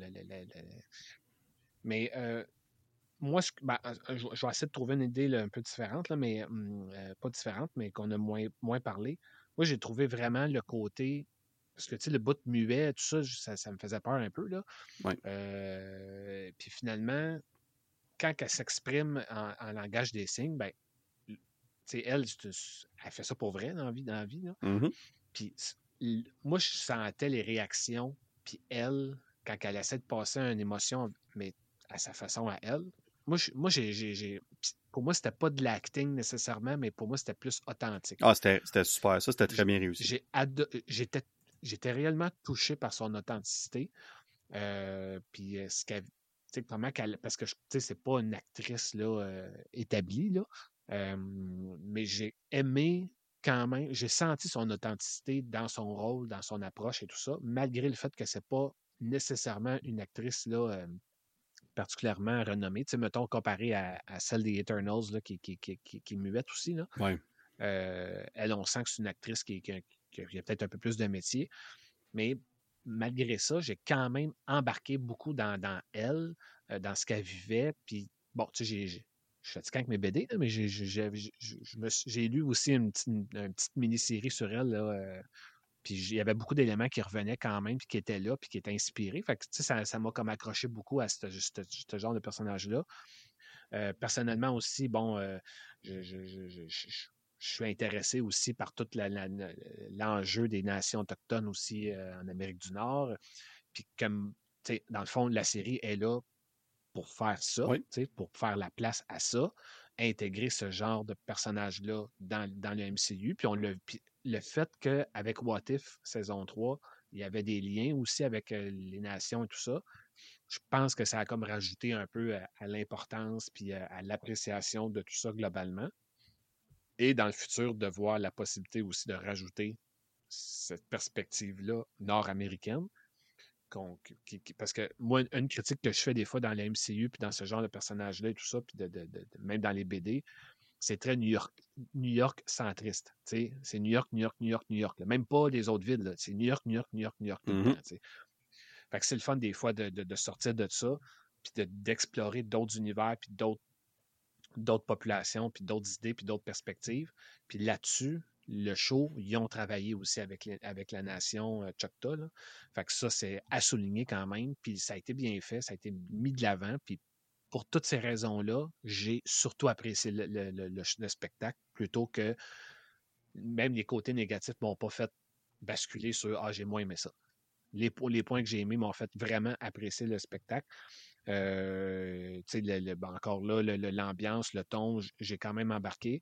Speaker 2: mais moi, je vais essayer de trouver une idée là, un peu différente, là, mais pas différente, mais qu'on a moins parlé. Moi, j'ai trouvé vraiment le côté. Parce que le bout muet, tout ça, ça me faisait peur un peu. Là.
Speaker 1: Ouais.
Speaker 2: Puis finalement, quand elle s'exprime en langage des signes, ben, elle fait ça pour vrai dans la vie. Là.
Speaker 1: Mm-hmm.
Speaker 2: Puis moi, je sentais les réactions, puis elle, quand elle essaie de passer une émotion, mais à sa façon à elle. Moi pour moi, c'était pas de l'acting nécessairement, mais pour moi, c'était plus authentique.
Speaker 1: Ah, c'était super. Ça, c'était très bien réussi.
Speaker 2: J'étais réellement touché par son authenticité. Puis ce qu'elle. Parce que c'est pas une actrice là, établie, là. Mais j'ai aimé quand même, j'ai senti son authenticité dans son rôle, dans son approche et tout ça, malgré le fait que c'est pas nécessairement une actrice là, particulièrement renommée. Mettons, comparé à celle des Eternals là, qui est muette aussi. Là.
Speaker 1: Ouais.
Speaker 2: Elle, on sent que c'est une actrice qui a peut-être un peu plus de métier. Mais malgré ça, j'ai quand même embarqué beaucoup dans elle, dans ce qu'elle vivait. Puis, bon, tu sais, je suis fatigué avec mes BD, là, mais j'ai lu aussi une petite mini-série sur elle. Là, puis il y avait beaucoup d'éléments qui revenaient quand même, puis qui étaient là, puis qui étaient inspirés. Fait que, tu sais, ça m'a comme accroché beaucoup à ce genre de personnage-là. Personnellement aussi, bon, je suis intéressé aussi par tout l'enjeu des nations autochtones aussi en Amérique du Nord. Puis comme, tu sais, dans le fond, la série est là pour faire ça,
Speaker 1: Oui.
Speaker 2: pour faire la place à ça, intégrer ce genre de personnage-là dans le MCU. Puis le fait qu'avec What If, saison 3, il y avait des liens aussi avec les nations et tout ça, je pense que ça a comme rajouté un peu à l'importance puis à l'appréciation de tout ça globalement. Et dans le futur, de voir la possibilité aussi de rajouter cette perspective-là nord-américaine. Parce que moi, une critique que je fais des fois dans la MCU, puis dans ce genre de personnage-là et tout ça, puis même dans les BD, c'est très New York centriste. C'est New York, New York, New York, New York. Là. Même pas les autres villes. C'est New York, New York, New York, New York tout le temps. Fait que c'est le fun des fois de sortir de ça, puis d'explorer d'autres univers, puis d'autres populations, puis d'autres idées, puis d'autres perspectives. Puis là-dessus, le show, ils ont travaillé aussi avec la nation Choctaw. Là. Fait que ça, c'est à souligner quand même. Puis ça a été bien fait, ça a été mis de l'avant. Puis pour toutes ces raisons-là, j'ai surtout apprécié le spectacle plutôt que même les côtés négatifs m'ont pas fait basculer sur Ah, j'ai moins aimé ça. Les points que j'ai aimés m'ont fait vraiment apprécier le spectacle. Encore là, l'ambiance, le ton, j'ai quand même embarqué.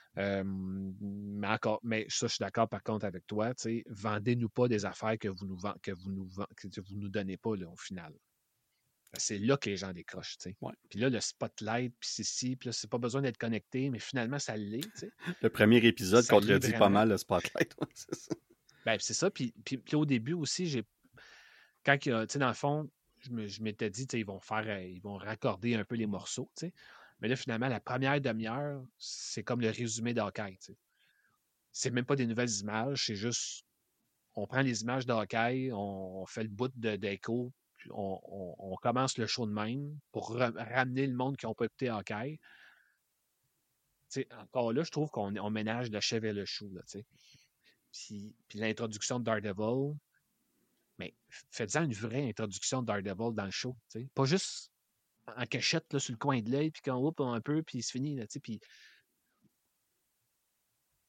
Speaker 2: Mais ça, je suis d'accord par contre avec toi. Vendez-nous pas des affaires que vous nous donnez pas là, au final. C'est là que les gens décrochent.
Speaker 1: Ouais.
Speaker 2: Puis là, le spotlight, puis c'est puis là, c'est pas besoin d'être connecté, mais finalement, ça l'est.
Speaker 1: Le premier épisode
Speaker 2: ça
Speaker 1: contredit pas mal le spotlight.
Speaker 2: c'est ça. Ben, c'est ça. Puis au début aussi, quand dans le fond, je m'étais dit, ils vont raccorder un peu les morceaux, mais là, finalement, la première demi-heure, c'est comme le résumé d'Hawkeye, c'est même pas des nouvelles images, c'est juste, on prend les images d'Hawkeye, on fait le bout d'Echo, puis on commence le show de même pour ramener le monde qui n'a pas écouté Hawkeye. Encore là, je trouve qu'on ménage le chèvre et le chou, là, puis l'introduction de Daredevil, mais faites-en une vraie introduction de Daredevil dans le show. T'sais. Pas juste en cachette là, sur le coin de l'œil, puis qu'on whoop un peu, puis c'est fini. Puis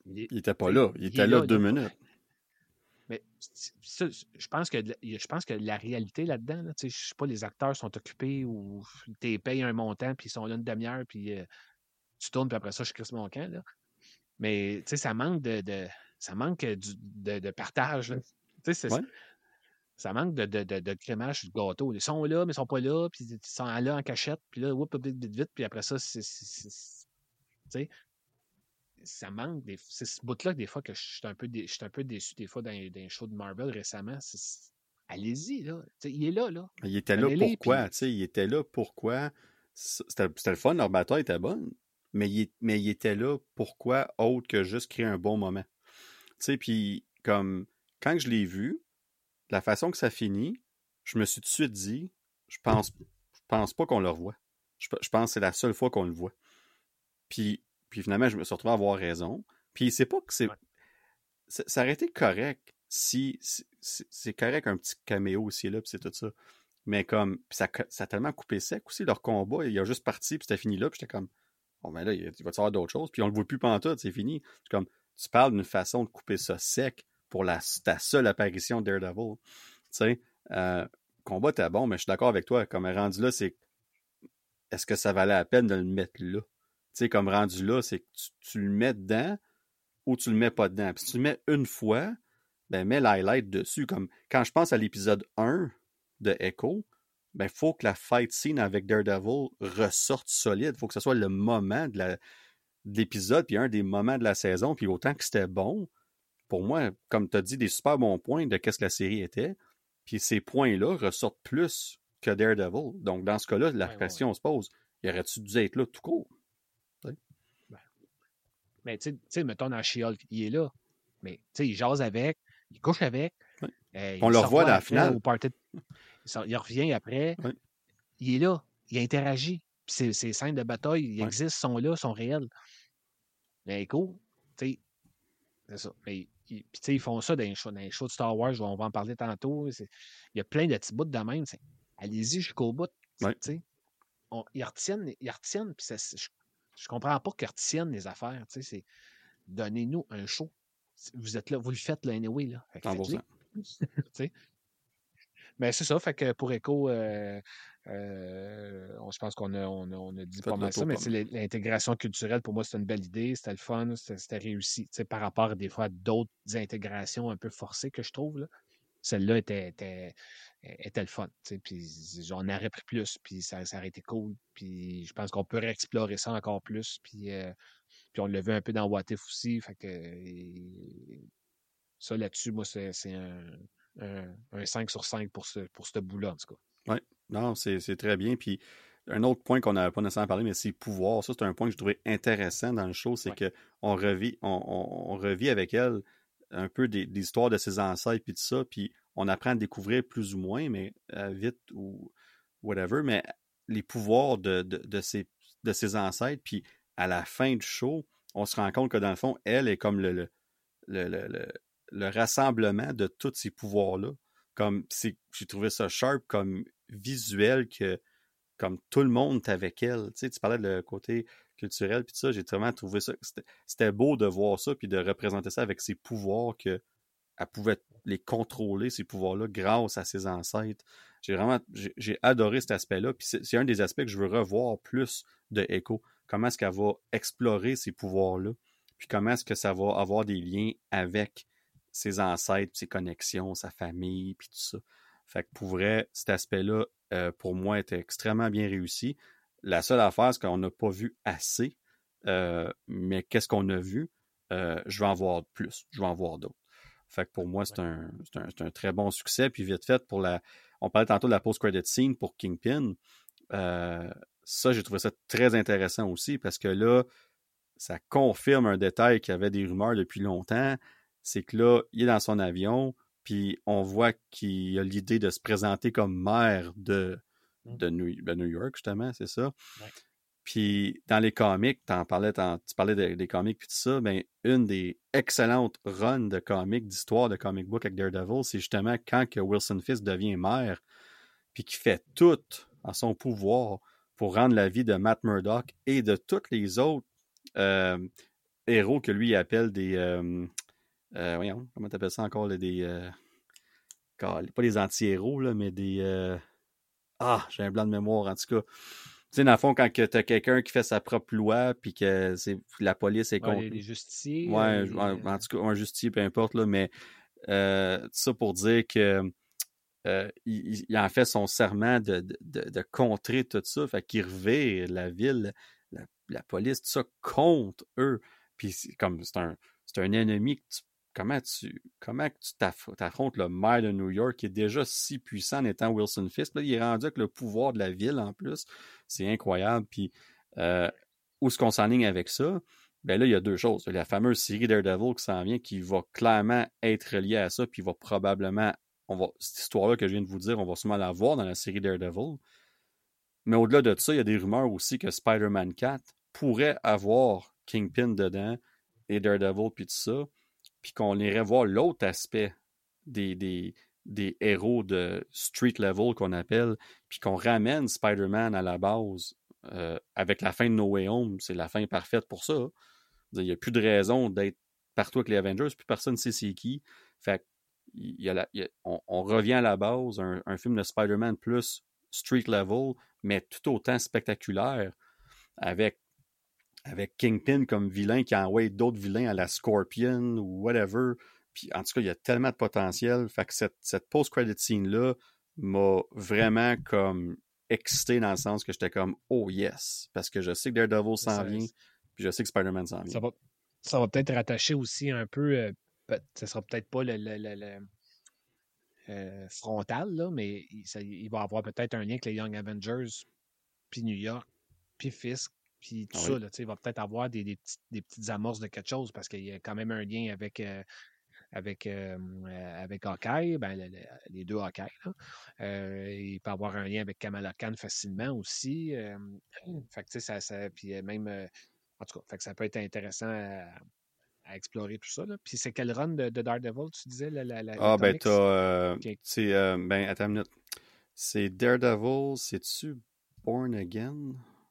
Speaker 1: Il était pas là. Il était là 2 minutes.
Speaker 2: Mais ça, je pense que la réalité là-dedans, là, je sais pas, les acteurs sont occupés ou tu payes un montant, puis ils sont là une demi-heure, puis tu tournes, puis après ça, je crisse mon camp. Là. Mais ça manque ça manque de partage. Là.
Speaker 1: Ouais.
Speaker 2: Ça manque de crémage sur le gâteau. Ils sont là, mais ils sont pas là, puis ils sont là en cachette, puis là, vite, puis après ça, ça manque. C'est ce bout-là que des fois que je suis un peu déçu des fois dans les shows de Marvel récemment. Allez-y, là. Il est là, là.
Speaker 1: Il était là pourquoi? Il était là pourquoi? C'était le fun, leur bataille était bonne, mais il était là pourquoi autre que juste créer un bon moment. Puis comme quand je l'ai vu, la façon que ça finit, je me suis tout de suite dit, je pense pas qu'on le revoit. Je pense que c'est la seule fois qu'on le voit. Puis finalement, je me suis retrouvé à avoir raison. Puis c'est pas que c'est... Ouais. Ça aurait été correct si... C'est correct un petit caméo aussi là, puis c'est tout ça. Mais comme... ça a tellement coupé sec aussi, leur combat. Il a juste parti, puis c'était fini là, puis j'étais comme... Bon, ben là, il va y avoir d'autres choses. Puis on le voit plus pantoute, c'est fini. C'est comme... Tu parles d'une façon de couper ça sec pour ta seule apparition de Daredevil. Tu sais, combat était bon, mais je suis d'accord avec toi. Comme rendu là, c'est... Est-ce que ça valait la peine de le mettre là? Tu sais, comme rendu là, c'est que tu le mets dedans ou tu le mets pas dedans. Puis si tu le mets une fois, ben mets l'highlight dessus. Comme quand je pense à l'épisode 1 de Echo, ben il faut que la fight scene avec Daredevil ressorte solide. Il faut que ce soit le moment de l'épisode, puis un des moments de la saison. Puis autant que c'était bon, pour moi, comme tu as dit, des super bons points de qu'est-ce que la série était. Puis ces points-là ressortent plus que Daredevil. Donc dans ce cas-là, la question se pose, y aurait-tu dû être là tout court?
Speaker 2: Mais tu sais, mettons dans She-Hulk, il est là. Mais tu sais, il jase avec, il couche avec.
Speaker 1: Ouais. On le revoit dans la finale.
Speaker 2: Il revient après.
Speaker 1: Ouais.
Speaker 2: Il est là. Il interagit. Puis ces scènes de bataille, ils existent, sont là, sont réelles. Mais cool. Tu sais, c'est ça. Mais tu sais, ils font ça dans les shows de Star Wars, on va en parler tantôt. Il y a plein de petits bouts de même. Allez-y jusqu'au bout.
Speaker 1: Ouais.
Speaker 2: Ils retiennent, puis je comprends pas qu'ils retiennent les affaires. C'est donnez-nous un show. Vous êtes là, vous le faites là, anyway. Là. Fait que faites-le. Mais c'est ça, fait que pour Echo, je pense qu'on a dit pas mal ça, mais l'intégration culturelle, pour moi, c'était une belle idée, c'était le fun, c'était réussi. Par rapport des fois à d'autres intégrations un peu forcées que je trouve, là, celle-là était le fun. Puis j'en aurais pris plus, puis ça aurait été cool. Puis je pense qu'on peut réexplorer ça encore plus. Puis on l'a vu un peu dans What If aussi. Fait que ça là-dessus, moi, c'est un 5 sur 5 pour ce bout-là, en tout cas.
Speaker 1: Oui, non, c'est très bien. Puis un autre point qu'on n'avait pas nécessairement parlé, mais c'est pouvoir. Ça, c'est un point que je trouvais intéressant dans le show, c'est qu'on revit, on revit avec elle un peu des histoires de ses ancêtres puis tout ça, puis on apprend à découvrir plus ou moins, mais vite ou whatever, mais les pouvoirs de ses ancêtres, puis à la fin du show, on se rend compte que dans le fond, elle est comme le rassemblement de tous ces pouvoirs-là. Comme j'ai trouvé ça sharp comme visuel que comme tout le monde est avec elle. Tu sais, tu parlais de le côté culturel puis tout ça, j'ai vraiment trouvé ça. C'était beau de voir ça puis de représenter ça avec ses pouvoirs qu'elle pouvait les contrôler, ces pouvoirs-là, grâce à ses ancêtres. J'ai adoré cet aspect-là. Puis c'est un des aspects que je veux revoir plus de Echo. Comment est-ce qu'elle va explorer ces pouvoirs-là? Puis comment est-ce que ça va avoir des liens avec ses ancêtres, ses connexions, sa famille, puis tout ça. Fait que pour vrai, cet aspect-là, pour moi, était extrêmement bien réussi. La seule affaire, c'est qu'on n'a pas vu assez, mais qu'est-ce qu'on a vu? Je vais en voir plus, je vais en voir d'autres. Fait que pour moi, c'est un très bon succès. Puis vite fait, on parlait tantôt de la post-credit scene pour Kingpin. Ça, j'ai trouvé ça très intéressant aussi parce que là, ça confirme un détail qu'il y avait des rumeurs depuis longtemps. C'est que là, il est dans son avion, puis on voit qu'il a l'idée de se présenter comme maire de New York, justement, c'est ça.
Speaker 2: Ouais.
Speaker 1: Puis dans les comics, tu parlais des comics puis tout ça, ben, une des excellentes runs de comics, d'histoire de comic book avec Daredevil, c'est justement quand que Wilson Fisk devient maire, puis qu'il fait tout en son pouvoir pour rendre la vie de Matt Murdock et de tous les autres héros que lui il appelle des... voyons, comment t'appelles ça encore, là, des... pas des anti-héros, là, mais des... j'ai un blanc de mémoire, en tout cas. Tu sais, dans le fond, quand tu as quelqu'un qui fait sa propre loi, puis que la police est contre...
Speaker 2: les justiciers.
Speaker 1: Ouais, en tout cas, un justicier, peu importe, là, mais ça pour dire que il en fait son serment de contrer tout ça, fait qu'il revire la ville, la police, tout ça contre eux. Puis c'est un ennemi que comment que tu t'affrontes le maire de New York qui est déjà si puissant en étant Wilson Fisk. Là, il est rendu avec le pouvoir de la ville en plus. C'est incroyable. Puis où est-ce qu'on s'enligne avec ça? Ben là, il y a deux choses. La fameuse série Daredevil qui s'en vient, qui va clairement être reliée à ça, puis va probablement, cette histoire-là que je viens de vous dire, on va sûrement la voir dans la série Daredevil. Mais au-delà de ça, il y a des rumeurs aussi que Spider-Man 4 pourrait avoir Kingpin dedans, et Daredevil, puis tout ça, puis qu'on irait voir l'autre aspect des héros de street level qu'on appelle, puis qu'on ramène Spider-Man à la base avec la fin de No Way Home. C'est la fin parfaite pour ça. Il n'y a plus de raison d'être partout avec les Avengers, plus personne ne sait c'est qui. Fait on revient à la base, un film de Spider-Man plus street level, mais tout autant spectaculaire, avec Kingpin comme vilain qui envoie d'autres vilains à la Scorpion ou whatever. Puis en tout cas, il y a tellement de potentiel. Fait que cette post-credit scene-là m'a vraiment comme excité dans le sens que j'étais comme oh yes, parce que je sais que Daredevil s'en vient, puis je sais que Spider-Man s'en vient.
Speaker 2: Ça va peut-être rattacher aussi un peu, ce sera peut-être pas le frontal, là, mais il va avoir peut-être un lien avec les Young Avengers, puis New York, puis Fisk, puis tout ça. Là, il va peut-être avoir des petites amorces de quelque chose parce qu'il y a quand même un lien avec Hawkeye, les deux Hawkeye. Il peut avoir un lien avec Kamala Khan facilement aussi. Fait que, puis même, en tout cas, fait que ça peut être intéressant à explorer tout ça. Là. Puis c'est quel run de Daredevil, tu disais, les
Speaker 1: ben
Speaker 2: comics?
Speaker 1: c'est, attends une minute. C'est Daredevil, c'est-tu Born Again?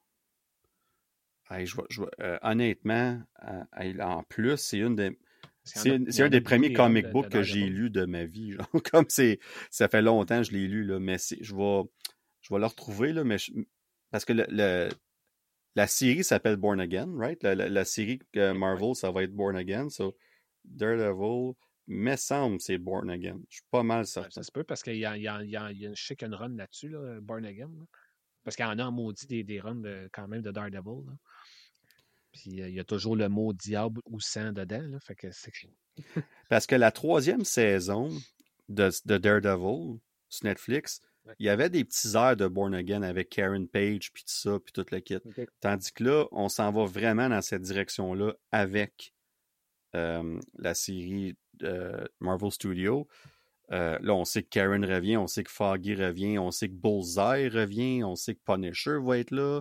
Speaker 1: Honnêtement, en plus, c'est une des... C'est un des premiers comic books que j'ai lu de ma vie. Genre. Comme ça fait longtemps que je l'ai lu, là, mais je vais le retrouver, là, mais parce que la série s'appelle Born Again, right? La série Marvel, ça va être Born Again. So, Daredevil, me semble c'est Born Again. Je suis pas mal certain.
Speaker 2: Ça se peut parce qu'il y a je sais qu'il y a une run là-dessus, là, Born Again. Là. Parce qu'il y en a en maudit des runs quand même de Daredevil. Là. Puis il y a toujours le mot diable ou sang dedans. Là, fait que c'est...
Speaker 1: Parce que la 3e saison de Daredevil sur Netflix, il y avait des petits airs de Born Again avec Karen Page, puis tout ça, puis tout le kit. Okay. Tandis que là, on s'en va vraiment dans cette direction-là avec la série Marvel Studios. Là, on sait que Karen revient, on sait que Foggy revient, on sait que Bullseye revient, on sait que Punisher va être là.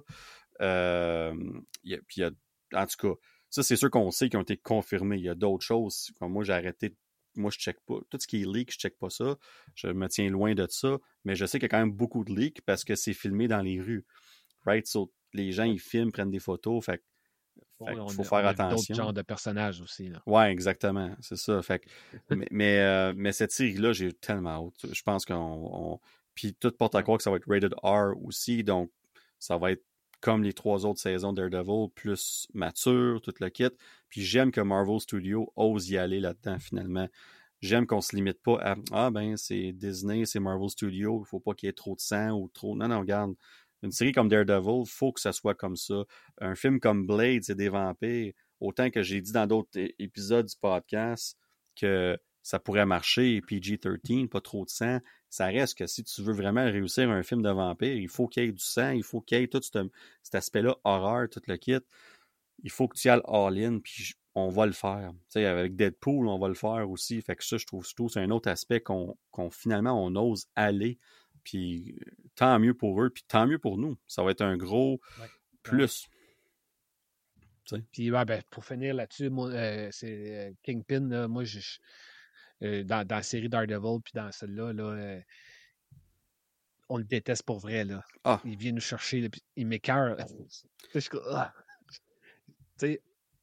Speaker 1: Puis en tout cas, ça, c'est sûr qu'on sait qu'ils ont été confirmés. Il y a d'autres choses. Comme moi, j'ai arrêté. Moi, je check pas. Tout ce qui est leak, je check pas ça. Je me tiens loin de ça. Mais je sais qu'il y a quand même beaucoup de leaks parce que c'est filmé dans les rues. Right? So, les gens, ils filment, prennent des photos. Fait qu'il faut faire attention.
Speaker 2: D'autres genres de personnages aussi. Là.
Speaker 1: Ouais, exactement. C'est ça. Fait que, mais cette série-là, j'ai tellement hâte. Je pense qu'on. Puis tout porte à croire que ça va être rated R aussi. Donc, ça va être comme les 3 autres saisons de Daredevil, plus mature, tout le kit. Puis j'aime que Marvel Studios ose y aller là-dedans, finalement. J'aime qu'on se limite pas à c'est Disney, c'est Marvel Studios, il faut pas qu'il y ait trop de sang ou trop. Non, regarde. Une série comme Daredevil, il faut que ça soit comme ça. Un film comme Blade, c'est des vampires. Autant que j'ai dit dans d'autres épisodes du podcast que ça pourrait marcher, PG-13, pas trop de sang, ça reste que si tu veux vraiment réussir un film de vampire, il faut qu'il y ait du sang, il faut qu'il y ait tout cet aspect-là, horreur, tout le kit. Il faut que tu y ailles all-in, puis on va le faire. Tu sais, avec Deadpool, on va le faire aussi. Fait que ça, je trouve c'est un autre aspect qu'on finalement, on ose aller. Puis tant mieux pour eux, puis tant mieux pour nous. Ça va être un gros plus.
Speaker 2: Puis pour finir là-dessus, c'est Kingpin, là, moi, dans la série Daredevil, puis dans celle-là, là, on le déteste pour vrai. Là. Il vient nous chercher, là, puis il m'écoeure. Tu sais,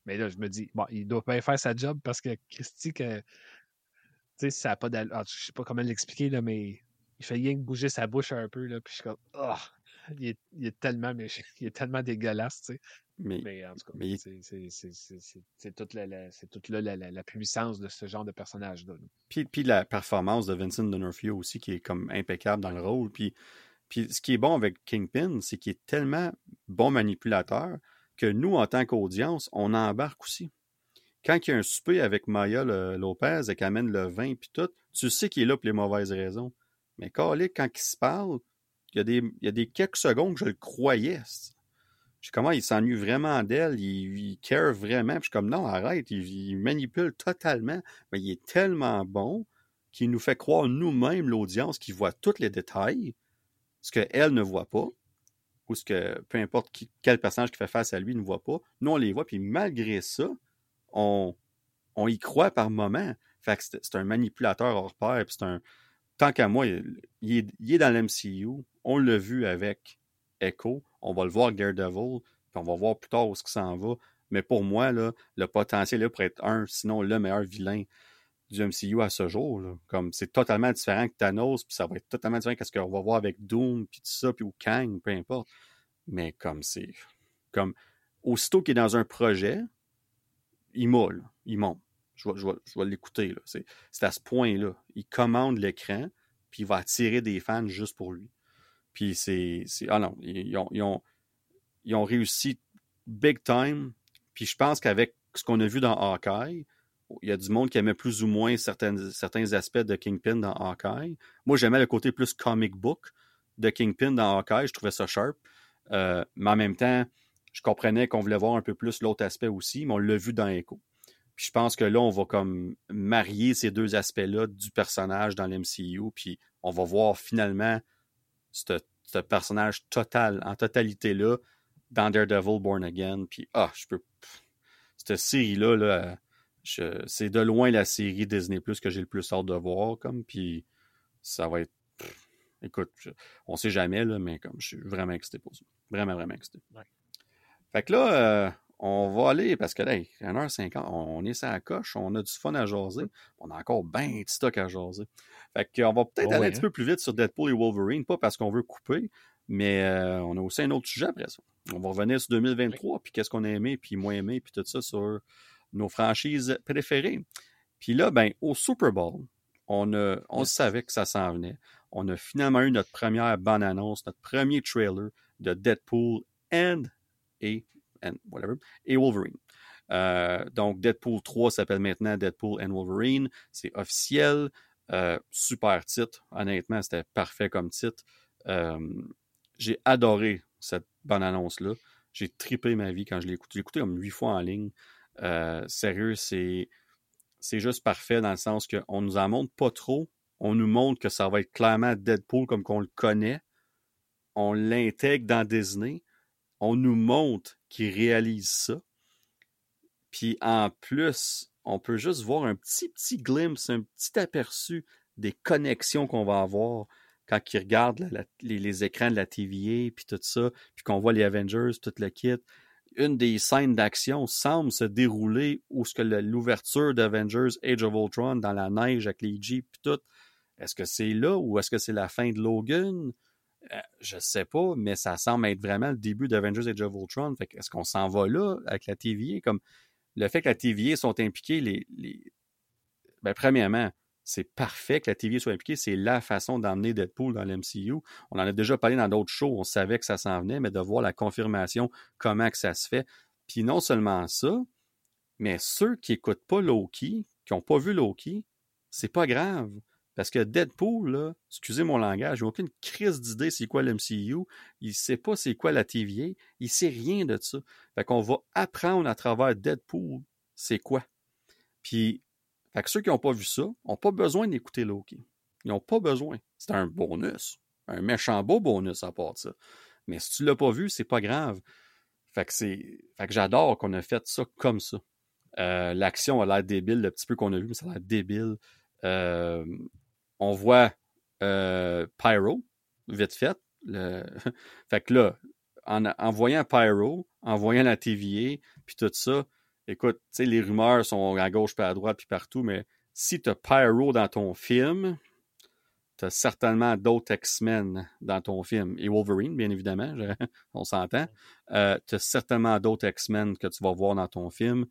Speaker 2: Mais là, je me dis, bon, il doit bien faire sa job parce que Christy, que, tu sais, ça a pas d'allure. Ah, je sais pas comment l'expliquer, là, mais il fait rien que bouger sa bouche un peu, là, puis je suis comme, oh, il est tellement méchant, il est tellement dégueulasse, tu sais.
Speaker 1: Mais,
Speaker 2: Mais en tout cas,
Speaker 1: mais il est
Speaker 2: c'est toute, c'est toute là, la puissance de ce genre de personnage-là. Là.
Speaker 1: Puis la performance de Vincent D'Onofrio aussi, qui est comme impeccable dans
Speaker 2: Ouais.
Speaker 1: le rôle. Puis ce qui est bon avec Kingpin, c'est qu'il est tellement bon manipulateur que nous, en tant qu'audience, on embarque aussi. Quand il y a un souper avec Maya Lopez et qu'elle amène le vin puis tout, tu sais qu'il est là pour les mauvaises raisons. Mais Calique, quand il se parle, il y a des quelques secondes que je le croyais. Je sais comment il s'ennuie vraiment d'elle, il care vraiment. Puis je suis comme non, arrête, il manipule totalement. Mais il est tellement bon qu'il nous fait croire nous-mêmes, l'audience, qu'il voit tous les détails, ce qu'elle ne voit pas, ou ce que peu importe quel personnage qui fait face à lui ne voit pas. Nous, on les voit, puis malgré ça, on, on y croit par moment. Fait que c'est un manipulateur hors pair, puis c'est un. Tant qu'à moi, il est dans l'MCU. On l'a vu avec Echo. On va le voir avec Daredevil. Puis on va voir plus tard où ce qui s'en va. Mais pour moi, là, le potentiel là, pour être sinon le meilleur vilain du MCU à ce jour. Là. Comme c'est totalement différent que Thanos, puis ça va être totalement différent de ce qu'on va voir avec Doom, puis tout ça, puis ou Kang, peu importe. Mais comme c'est. Comme aussitôt qu'il est dans un projet, il molle, il monte. Je vais l'écouter. Là. C'est à ce point-là. Il commande l'écran, puis il va attirer des fans juste pour lui. Puis ah non, ils ont réussi big time. Puis je pense qu'avec ce qu'on a vu dans Hawkeye, il y a du monde qui aimait plus ou moins certains aspects de Kingpin dans Hawkeye. Moi, j'aimais le côté plus comic book de Kingpin dans Hawkeye. Je trouvais ça sharp. Mais en même temps, je comprenais qu'on voulait voir un peu plus l'autre aspect aussi, mais on l'a vu dans Echo. Puis je pense que là, on va comme marier ces deux aspects-là du personnage dans l'MCU, puis on va voir finalement ce personnage total, en totalité-là, dans Daredevil Born Again. Puis, cette série-là, là, c'est de loin la série Disney Plus que j'ai le plus hâte de voir, comme, puis ça va être. Écoute, on sait jamais, là, mais comme je suis vraiment excité pour ça. Vraiment, vraiment excité.
Speaker 2: Ouais.
Speaker 1: Fait que là, on va aller, parce que là, 1h50, on est sur la coche, on a du fun à jaser. On a encore bien de stock à jaser. Fait qu'on va peut-être aller un petit peu plus vite sur Deadpool et Wolverine, pas parce qu'on veut couper, mais on a aussi un autre sujet après ça. On va revenir sur 2023, puis qu'est-ce qu'on a aimé, puis moins aimé, puis tout ça sur nos franchises préférées. Puis là, ben, au Super Bowl, on savait que ça s'en venait. On a finalement eu notre première bande-annonce, notre premier trailer de Deadpool et Wolverine. Donc, Deadpool 3 s'appelle maintenant Deadpool and Wolverine. C'est officiel. Super titre. Honnêtement, c'était parfait comme titre. J'ai adoré cette bande-annonce-là. J'ai trippé ma vie quand je l'ai écouté. J'ai écouté comme 8 fois en ligne. Sérieux, c'est juste parfait dans le sens qu'on nous en montre pas trop. On nous montre que ça va être clairement Deadpool comme qu'on le connaît. On l'intègre dans Disney. On nous montre qu'il réalise ça. Puis en plus, on peut juste voir un petit glimpse, un petit aperçu des connexions qu'on va avoir quand ils regardent les écrans de la TVA, puis tout ça, puis qu'on voit les Avengers, tout le kit. Une des scènes d'action semble se dérouler où ce que l'ouverture d'Avengers Age of Ultron dans la neige avec les Jeeps et tout. Est-ce que c'est là ou est-ce que c'est la fin de Logan? Je sais pas, mais ça semble être vraiment le début d'Avengers Age of Ultron. Fait que est-ce qu'on s'en va là avec la TVA? Comme le fait que la TVA sont impliqués, ben, premièrement, c'est parfait que la TVA soit impliquée. C'est la façon d'emmener Deadpool dans l'MCU. On en a déjà parlé dans d'autres shows. On savait que ça s'en venait, mais de voir la confirmation, comment que ça se fait. Puis non seulement ça, mais ceux qui n'écoutent pas Loki, qui n'ont pas vu Loki, c'est pas grave. Parce que Deadpool, là, excusez mon langage, il n'a aucune crise d'idée c'est quoi l'MCU. Il ne sait pas c'est quoi la TVA. Il ne sait rien de ça. Fait qu'on va apprendre à travers Deadpool c'est quoi. Puis, fait que ceux qui n'ont pas vu ça n'ont pas besoin d'écouter Loki. Ils n'ont pas besoin. C'est un bonus. Un méchant beau bonus à part de ça. Mais si tu ne l'as pas vu, c'est pas grave. Fait que j'adore qu'on a fait ça comme ça. L'action a l'air débile, le petit peu qu'on a vu, mais ça a l'air débile. On voit Pyro, vite fait. Fait que là, en voyant Pyro, en voyant la TVA, puis tout ça, écoute, tu sais, les rumeurs sont à gauche puis à droite puis partout, mais si tu as Pyro dans ton film, tu as certainement d'autres X-Men dans ton film. Et Wolverine, bien évidemment, on s'entend. Tu as certainement d'autres X-Men que tu vas voir dans ton film.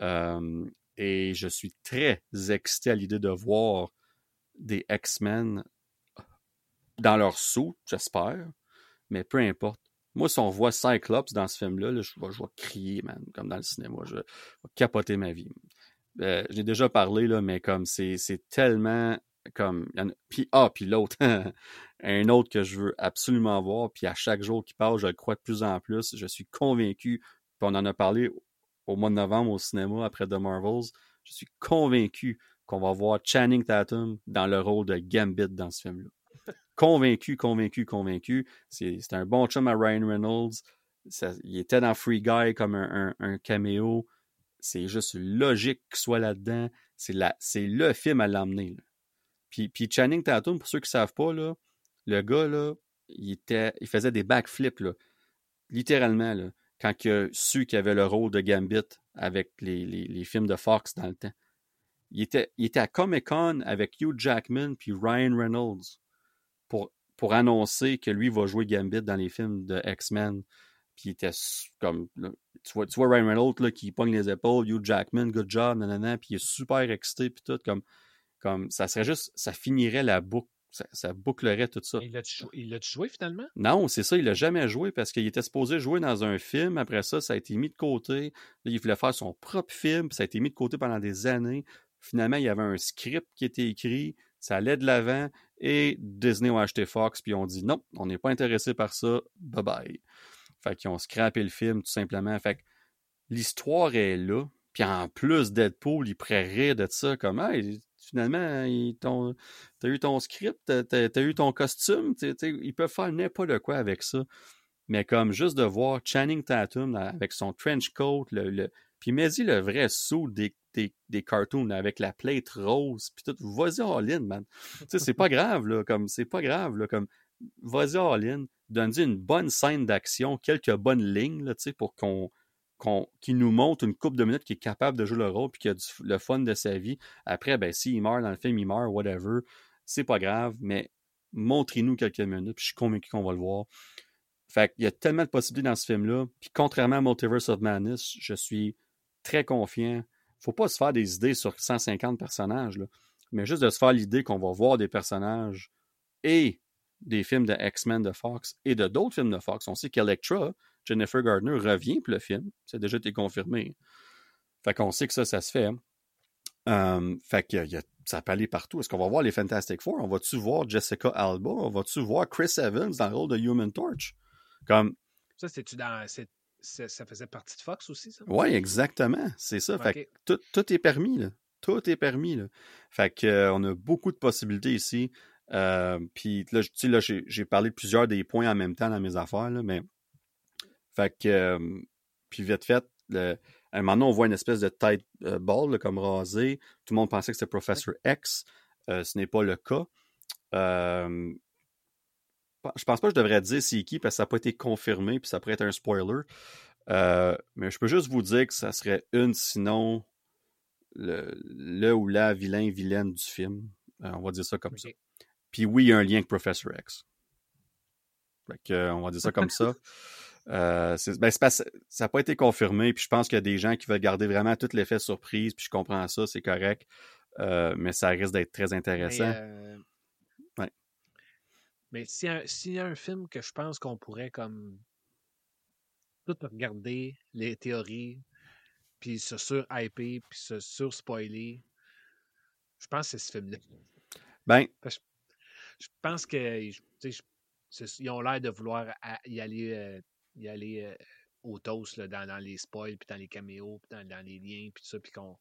Speaker 1: Et je suis très excité à l'idée de voir des X-Men dans leur sceau, j'espère. Mais peu importe. Moi, si on voit Cyclops dans ce film-là, là, je vais crier, man, comme dans le cinéma. Je vais capoter ma vie. J'ai déjà parlé, là, mais comme c'est tellement comme. Puis l'autre, un autre que je veux absolument voir, puis à chaque jour qui passe, je le crois de plus en plus. Je suis convaincu, puis on en a parlé au mois de novembre au cinéma après The Marvels. Je suis convaincu qu'on va voir Channing Tatum dans le rôle de Gambit dans ce film-là. Convaincu. C'est un bon chum à Ryan Reynolds. Il était dans Free Guy comme un caméo. C'est juste logique qu'il soit là-dedans. C'est le film à l'emmener. Puis Channing Tatum, pour ceux qui ne savent pas, là, le gars, là, il faisait des backflips, là, littéralement, là, quand il a su qu'il avait le rôle de Gambit avec les films de Fox dans le temps. Il était à Comic-Con avec Hugh Jackman puis Ryan Reynolds pour annoncer que lui va jouer Gambit dans les films de X-Men. Puis il était comme. Là, tu vois Ryan Reynolds là, qui pogne les épaules, Hugh Jackman, good job, nanana, puis il est super excité, puis tout, comme ça serait juste. Ça finirait la boucle. Ça bouclerait tout ça.
Speaker 2: Il l'a-tu joué finalement?
Speaker 1: Non, c'est ça, il l'a jamais joué parce qu'il était supposé jouer dans un film. Après ça, ça a été mis de côté. Là, il voulait faire son propre film, puis ça a été mis de côté pendant des années. Finalement, il y avait un script qui était écrit, ça allait de l'avant, et Disney ont acheté Fox, puis ont dit non, on n'est pas intéressé par ça, bye bye. Fait qu'ils ont scrappé le film, tout simplement. Fait que l'histoire est là, puis en plus, Deadpool, il pourrait rire de ça, comme hey, finalement, t'as eu ton script, t'as eu ton costume, ils peuvent faire n'importe quoi avec ça. Mais comme juste de voir Channing Tatum avec son trench coat, puis mets-y le vrai saut des cartoons avec la plate rose, puis tout, vas-y all-in, man. C'est pas grave, là, c'est pas grave, là, comme, vas-y all-in, donne-y une bonne scène d'action, quelques bonnes lignes, là, pour qu'il nous montre une couple de minutes qu'il est capable de jouer le rôle, puis qu'il a le fun de sa vie. Après, ben, s'il meurt dans le film, il meurt, whatever, c'est pas grave, mais montrez-nous quelques minutes, puis je suis convaincu qu'on va le voir. Fait qu'il y a tellement de possibilités dans ce film-là. Puis contrairement à Multiverse of Madness, je suis très confiant. Faut pas se faire des idées sur 150 personnages, là, mais juste de se faire l'idée qu'on va voir des personnages et des films de X-Men de Fox et de d'autres films de Fox. On sait qu'Electra, Jennifer Gardner, revient pour le film. Ça a déjà été confirmé. Fait qu'on sait que ça se fait. Fait que ça peut aller partout. Est-ce qu'on va voir les Fantastic Four? On va-tu voir Jessica Alba? On va-tu voir Chris Evans dans le rôle de Human Torch? Comme...
Speaker 2: Ça, ça faisait partie de Fox aussi, ça?
Speaker 1: Oui, exactement. C'est ça.
Speaker 2: Okay.
Speaker 1: Fait que tout est permis, là. Tout est permis, là. Fait que, on a beaucoup de possibilités ici. Puis là, j'ai parlé de plusieurs des points en même temps dans mes affaires, là, mais... Fait que... puis vite fait, à un moment donné, on voit une espèce de tête ball, là, comme rasée. Tout le monde pensait que c'était Professor X. Ce n'est pas le cas. Je pense pas que je devrais dire c'est qui parce que ça n'a pas été confirmé puis ça pourrait être un spoiler. Mais je peux juste vous dire que ça serait sinon le ou la vilaine du film. On va dire ça comme ça. Puis oui, il y a un lien avec Professor X. Fait que, on va dire ça comme ça. Ça n'a pas été confirmé, puis je pense qu'il y a des gens qui veulent garder vraiment tout l'effet surprise, puis je comprends ça, c'est correct. Mais ça risque d'être très intéressant.
Speaker 2: Ouais. Mais s'il y a un film que je pense qu'on pourrait comme tout regarder, les théories, puis se sur-hyper, puis se sur-spoiler, je pense que c'est ce film-là.
Speaker 1: Ben,
Speaker 2: je pense que ils ont l'air de vouloir y aller au toast là, dans les spoils, puis dans les caméos, puis dans les liens, puis tout ça, puis qu'on...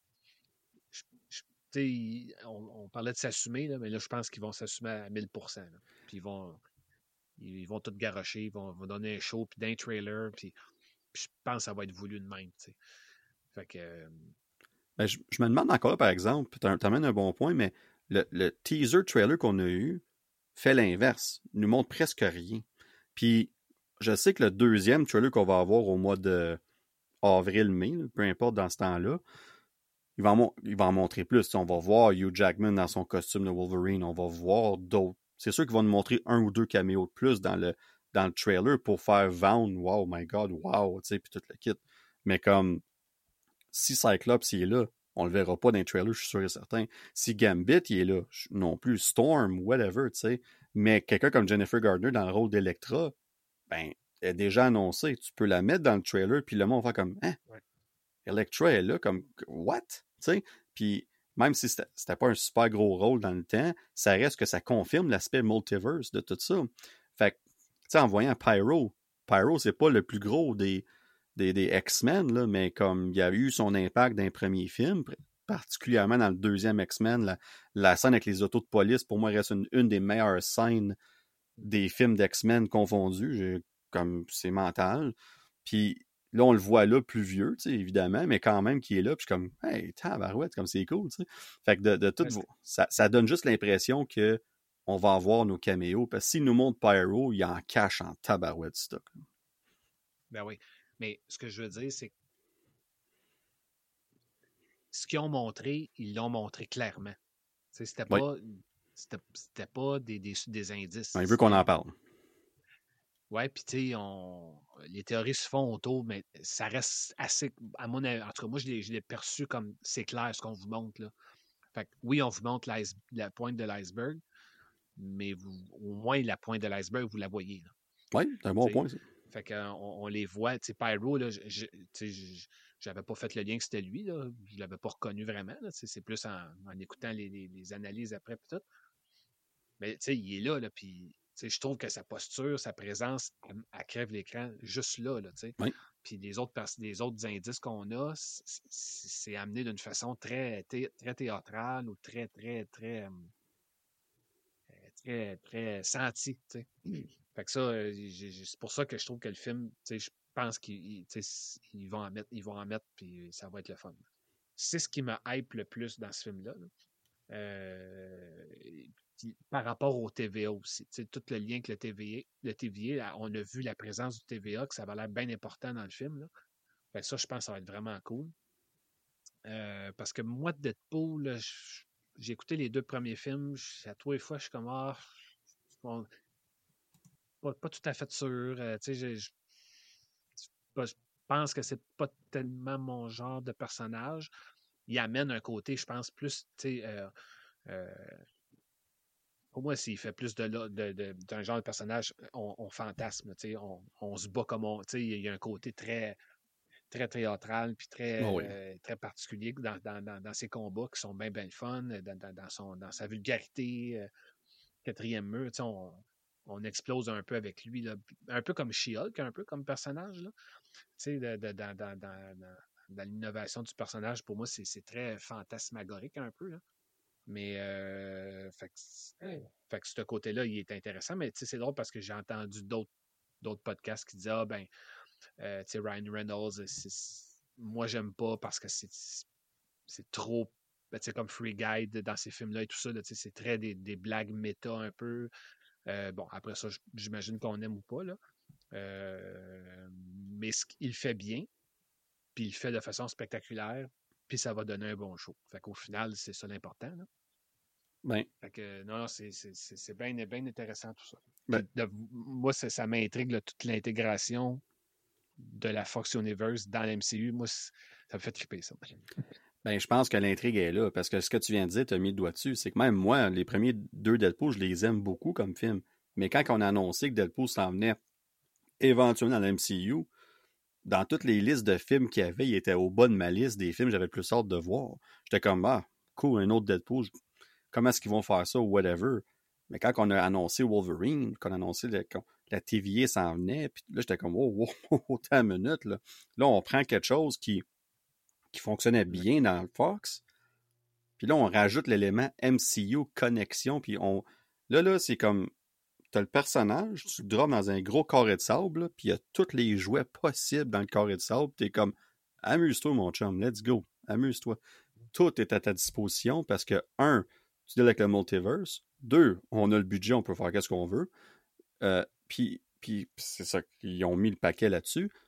Speaker 2: on parlait de s'assumer, là, mais là, je pense qu'ils vont s'assumer à 1000%. Là. Puis ils vont tout garrocher, ils vont donner un show, puis d'un trailer, puis je pense que ça va être voulu de même. T'sais. Fait que...
Speaker 1: Ben, je me demande encore, par exemple, tu amènes un bon point, mais le teaser trailer qu'on a eu fait l'inverse. Il nous montre presque rien. Puis, je sais que le deuxième trailer qu'on va avoir au mois de avril-mai, peu importe dans ce temps-là. Il va en montrer plus. On va voir Hugh Jackman dans son costume de Wolverine. On va voir d'autres. C'est sûr qu'ils vont nous montrer 1 ou 2 caméos de plus dans le trailer pour faire vendre. Wow, my God, wow, tu sais, puis tout le kit. Mais comme, si Cyclops il est là, on le verra pas dans le trailer, je suis sûr et certain. Si Gambit il est là, non plus. Storm, whatever, tu sais. Mais quelqu'un comme Jennifer Gardner dans le rôle d'Electra, ben, elle est déjà annoncée. Tu peux la mettre dans le trailer, puis le monde va faire comme, hein? Ouais. Electra est là, comme, what? Tu sais? Puis, même si c'était pas un super gros rôle dans le temps, ça reste que ça confirme l'aspect multiverse de tout ça. Fait que, tu sais, en voyant Pyro, c'est pas le plus gros des X-Men, là, mais comme il y a eu son impact dans les premiers films, particulièrement dans le deuxième X-Men, la scène avec les autos de police, pour moi, reste une des meilleures scènes des films d'X-Men confondus. Comme c'est mental. Puis là, on le voit là, plus vieux, tu sais, évidemment, mais quand même qui est là, puis je suis comme, hey, tabarouette, comme c'est cool, tu sais. Fait que de tout, ça donne juste l'impression que on va avoir nos caméos, parce que s'il nous montre Pyro, il en cache en tabarouette stock.
Speaker 2: Ben oui. Mais ce que je veux dire, c'est que ce qu'ils ont montré, ils l'ont montré clairement. C'était pas, c'était pas des indices.
Speaker 1: Il veut qu'on en parle.
Speaker 2: Ouais, puis tu sais, les théories se font autour, mais ça reste assez, à mon avis, en tout cas, moi, je l'ai perçu comme c'est clair ce qu'on vous montre là. Fait que, oui, on vous montre la pointe de l'iceberg, mais au moins la pointe de l'iceberg, vous la voyez.
Speaker 1: Oui, c'est un bon point, ça.
Speaker 2: Fait qu'on les voit. Tu sais, Pyro, là, j'avais pas fait le lien que c'était lui, là. Je l'avais pas reconnu vraiment. C'est plus en écoutant les analyses après et tout. Mais tu sais, il est là, puis je trouve que sa posture, sa présence, elle crève l'écran juste là, tu sais.
Speaker 1: Oui.
Speaker 2: Puis les autres indices qu'on a, c'est amené d'une façon très, très théâtrale ou très, très, très, très, très senti, tu sais. Fait que ça, c'est pour ça que je trouve que le film, tu sais, je pense qu'ils vont en mettre, puis ça va être le fun. C'est ce qui me hype le plus dans ce film-là. Là. Par rapport au TVA aussi. Tout le lien avec le TVA, on a vu la présence du TVA, que ça va l'air bien important dans le film. Là. Fait que ça, je pense que ça va être vraiment cool. Parce que moi, Deadpool, là, j'ai écouté les 2 premiers films. À 3 fois, je suis comme, pas tout à fait sûr. Je pense que c'est pas tellement mon genre de personnage. Il amène un côté, je pense, plus, pour moi, s'il fait plus d'un genre de personnage, on fantasme, on se bat comme on. Il y a un côté très, très théâtral puis très, très particulier dans ses combats qui sont bien, bien fun, dans sa vulgarité, quatrième mur. On explose un peu avec lui, là, un peu comme She-Hulk, un peu comme personnage. Là. Dans l'innovation du personnage, pour moi, c'est très fantasmagorique un peu. Là. Mais fait que ce côté-là, il est intéressant. Mais c'est drôle parce que j'ai entendu d'autres podcasts qui disaient Ryan Reynolds, moi j'aime pas parce que c'est trop comme Free Guide dans ces films-là et tout ça, c'est très des blagues méta un peu. Bon, après ça, j'imagine qu'on aime ou pas, là. Mais il fait bien, puis il le fait de façon spectaculaire, puis ça va donner un bon show. Fait qu'au final, c'est ça l'important, là.
Speaker 1: Ben.
Speaker 2: Fait que non, c'est bien intéressant tout ça. Ben. Moi, ça m'intrigue toute l'intégration de la Fox Universe dans l'MCU. Moi, ça me fait triper, ça.
Speaker 1: Ben, je pense que l'intrigue est là, parce que ce que tu viens de dire, tu as mis le doigt dessus, c'est que même moi, les premiers 2 Deadpool, je les aime beaucoup comme film. Mais quand on a annoncé que Deadpool s'en venait éventuellement dans l'MCU, dans toutes les listes de films qu'il y avait, il était au bas de ma liste des films que j'avais le plus hâte de voir. J'étais comme, cool, un autre Deadpool, comment est-ce qu'ils vont faire ça ou whatever. Mais quand on a annoncé Wolverine, qu'on a annoncé que la TVA s'en venait, puis là, j'étais comme, oh, autant de minutes, là. Là, on prend quelque chose qui fonctionnait bien dans le Fox, puis là, on rajoute l'élément MCU connexion, puis là, c'est comme, t'as le personnage, tu le drops dans un gros carré de sable, puis il y a tous les jouets possibles dans le carré de sable, t'es comme, amuse-toi, mon chum, let's go, amuse-toi. Tout est à ta disposition parce que, 1, tu deals avec le multiverse, 2, on a le budget, on peut faire ce qu'on veut, puis c'est ça, ils ont mis le paquet là-dessus,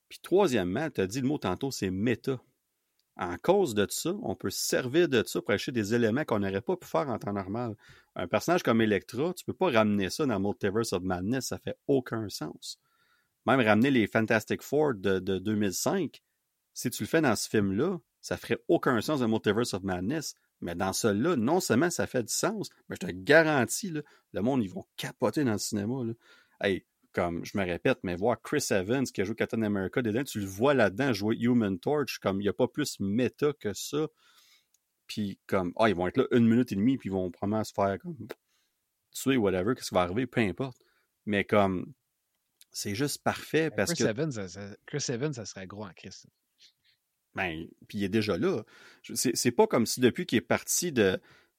Speaker 1: Puis troisièmement, tu as dit le mot tantôt, c'est méta. En cause de ça, on peut se servir de ça pour acheter des éléments qu'on n'aurait pas pu faire en temps normal. Un personnage comme Elektra, tu peux pas ramener ça dans Multiverse of Madness, ça fait aucun sens. Même ramener les Fantastic Four de 2005, si tu le fais dans ce film-là, ça ferait aucun sens dans Multiverse of Madness. Mais dans celui-là, non seulement ça fait du sens, mais je te garantis, là, le monde, ils vont capoter dans le cinéma. Là. Hey, comme je me répète, mais voir Chris Evans qui a joué Captain America dedans, tu le vois là-dedans jouer Human Torch, comme il n'y a pas plus méta que ça. Puis comme, ils vont être là 1 minute et demie, puis ils vont probablement se faire comme tuer, whatever, qu'est-ce qui va arriver, peu importe. Mais comme, c'est juste parfait parce
Speaker 2: Chris
Speaker 1: que.
Speaker 2: Chris Evans, ça serait gros en Chris.
Speaker 1: Ben, puis il est déjà là. C'est pas comme si depuis qu'il est parti du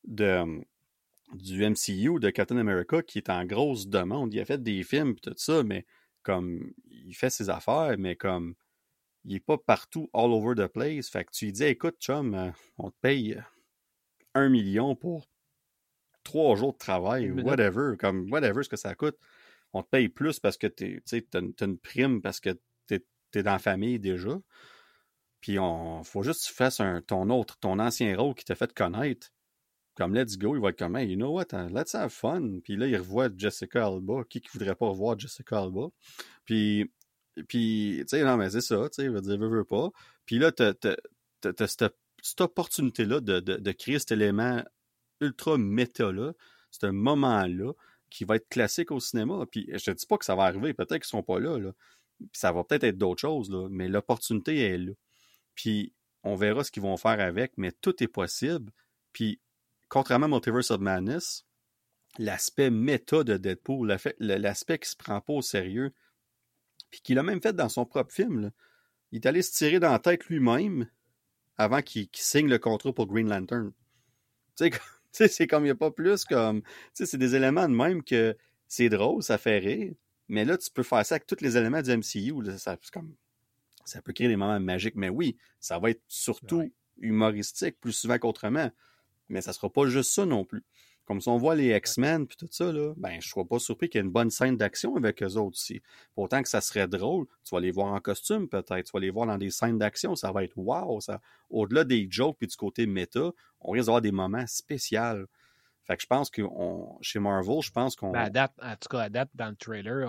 Speaker 1: MCU, de Captain America, qui est en grosse demande, il a fait des films et tout ça, mais comme, il fait ses affaires, mais comme, il est pas partout, all over the place. Fait que tu lui dis, écoute, chum, on te paye 1 million pour 3 jours de travail, whatever, comme, whatever ce que ça coûte. On te paye plus parce que t'as une prime parce que t'es dans la famille déjà. Puis faut juste que tu fasses ton ancien rôle qui t'a fait connaître. Comme let's go, il va être comme, hey, you know what, let's have fun. Puis là, il revoit Jessica Alba. Qui voudrait pas revoir Jessica Alba? Puis tu sais, non, mais c'est ça, tu sais, il va dire, veut pas. Puis là, t'as cette opportunité-là de créer cet élément ultra méta-là, ce moment-là, qui va être classique au cinéma. Puis je te dis pas que ça va arriver, peut-être qu'ils seront pas là. Puis ça va peut-être être d'autres choses, là, mais l'opportunité est là. Puis on verra ce qu'ils vont faire avec, mais tout est possible. Puis contrairement à Multiverse of Madness, l'aspect méta de Deadpool, l'aspect qui se prend pas au sérieux, puis qu'il a même fait dans son propre film, là. Il est allé se tirer dans la tête lui-même avant qu'il signe le contrat pour Green Lantern. Tu sais, c'est comme il n'y a pas plus comme... Tu sais, c'est des éléments de même que c'est drôle, ça fait rire, mais là, tu peux faire ça avec tous les éléments du MCU. Là, ça peut créer des moments magiques, mais oui, ça va être surtout humoristique, plus souvent qu'autrement. Mais ça sera pas juste ça non plus. Comme si on voit les X-Men puis tout ça, là, ben, je ne serais pas surpris qu'il y ait une bonne scène d'action avec eux autres aussi. Pour autant que ça serait drôle, tu vas les voir en costume peut-être, tu vas les voir dans des scènes d'action, ça va être wow, ça. Au-delà des jokes puis du côté méta, on risque d'avoir des moments spéciaux. Fait que je pense que chez Marvel, je pense qu'on...
Speaker 2: Ben, en tout cas, à date, dans le trailer,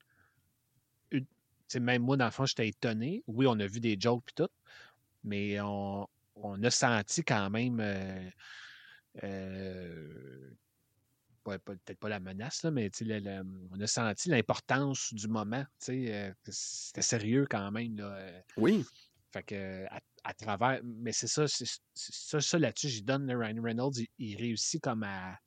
Speaker 2: même moi, dans le fond, j'étais étonné. Oui, on a vu des jokes puis tout, mais on a senti quand même peut-être pas la menace, là, mais on a senti l'importance du moment. C'était sérieux quand même. Là,
Speaker 1: Oui.
Speaker 2: Fait que à travers. Mais c'est ça, ça là-dessus, j'y donne le Ryan Reynolds, il réussit comme à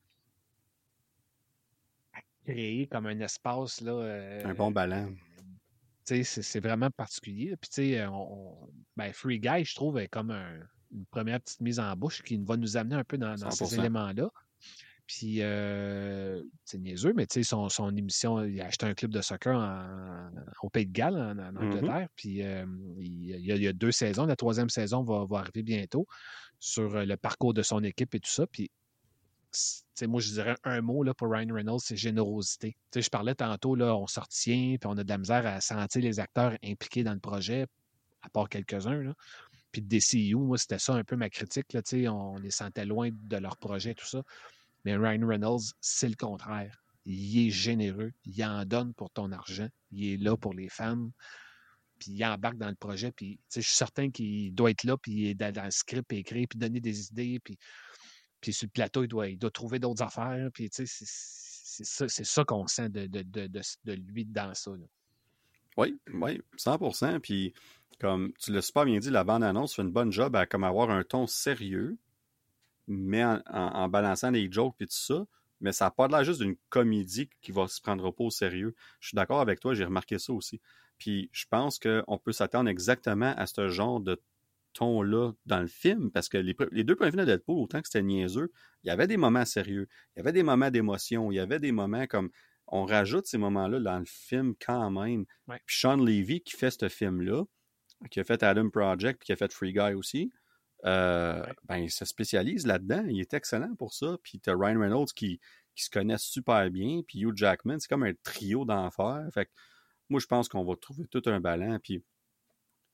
Speaker 2: créer comme un espace là.
Speaker 1: Un bon ballon.
Speaker 2: C'est vraiment particulier. Puis, tu sais, Free Guy, je trouve, est comme une première petite mise en bouche qui va nous amener un peu dans ces
Speaker 1: 100%.
Speaker 2: éléments-là. Puis, c'est niaiseux, mais tu sais, son émission, il a acheté un club de soccer au Pays de Galles, en Angleterre. Puis, il y a 2 saisons. La 3e saison va arriver bientôt sur le parcours de son équipe et tout ça. Puis, moi, je dirais un mot là, pour Ryan Reynolds, c'est générosité. Je parlais tantôt, là, on s'en retient, puis on a de la misère à sentir les acteurs impliqués dans le projet, à part quelques-uns. Là. Puis de DCU, moi, c'était ça un peu ma critique. Là, on les sentait loin de leur projet, tout ça. Mais Ryan Reynolds, c'est le contraire. Il est généreux, il en donne pour ton argent, il est là pour les fans, puis il embarque dans le projet, puis je suis certain qu'il doit être là, puis il est dans le script écrit, puis donner des idées, puis sur le plateau, il doit trouver d'autres affaires. Puis, tu sais, c'est ça qu'on sent de lui dans ça. Là.
Speaker 1: Oui, 100%. Puis, comme tu l'as super bien dit, la bande-annonce fait une bonne job à comme avoir un ton sérieux, mais en balançant les jokes et tout ça. Mais ça n'a pas l'air juste d'une comédie qui va se prendre pas au sérieux. Je suis d'accord avec toi, j'ai remarqué ça aussi. Puis, je pense qu'on peut s'attendre exactement à ce genre de ton-là dans le film, parce que les 2 premiers films de Deadpool, autant que c'était niaiseux, il y avait des moments sérieux, il y avait des moments d'émotion, il y avait des moments comme... On rajoute ces moments-là dans le film quand même.
Speaker 2: Ouais.
Speaker 1: Puis Sean Levy, qui fait ce film-là, qui a fait Adam Project, puis qui a fait Free Guy aussi, ben, il se spécialise là-dedans. Il est excellent pour ça. Puis t'as Ryan Reynolds qui se connaît super bien, puis Hugh Jackman, c'est comme un trio d'enfer. Fait que moi, je pense qu'on va trouver tout un ballon, puis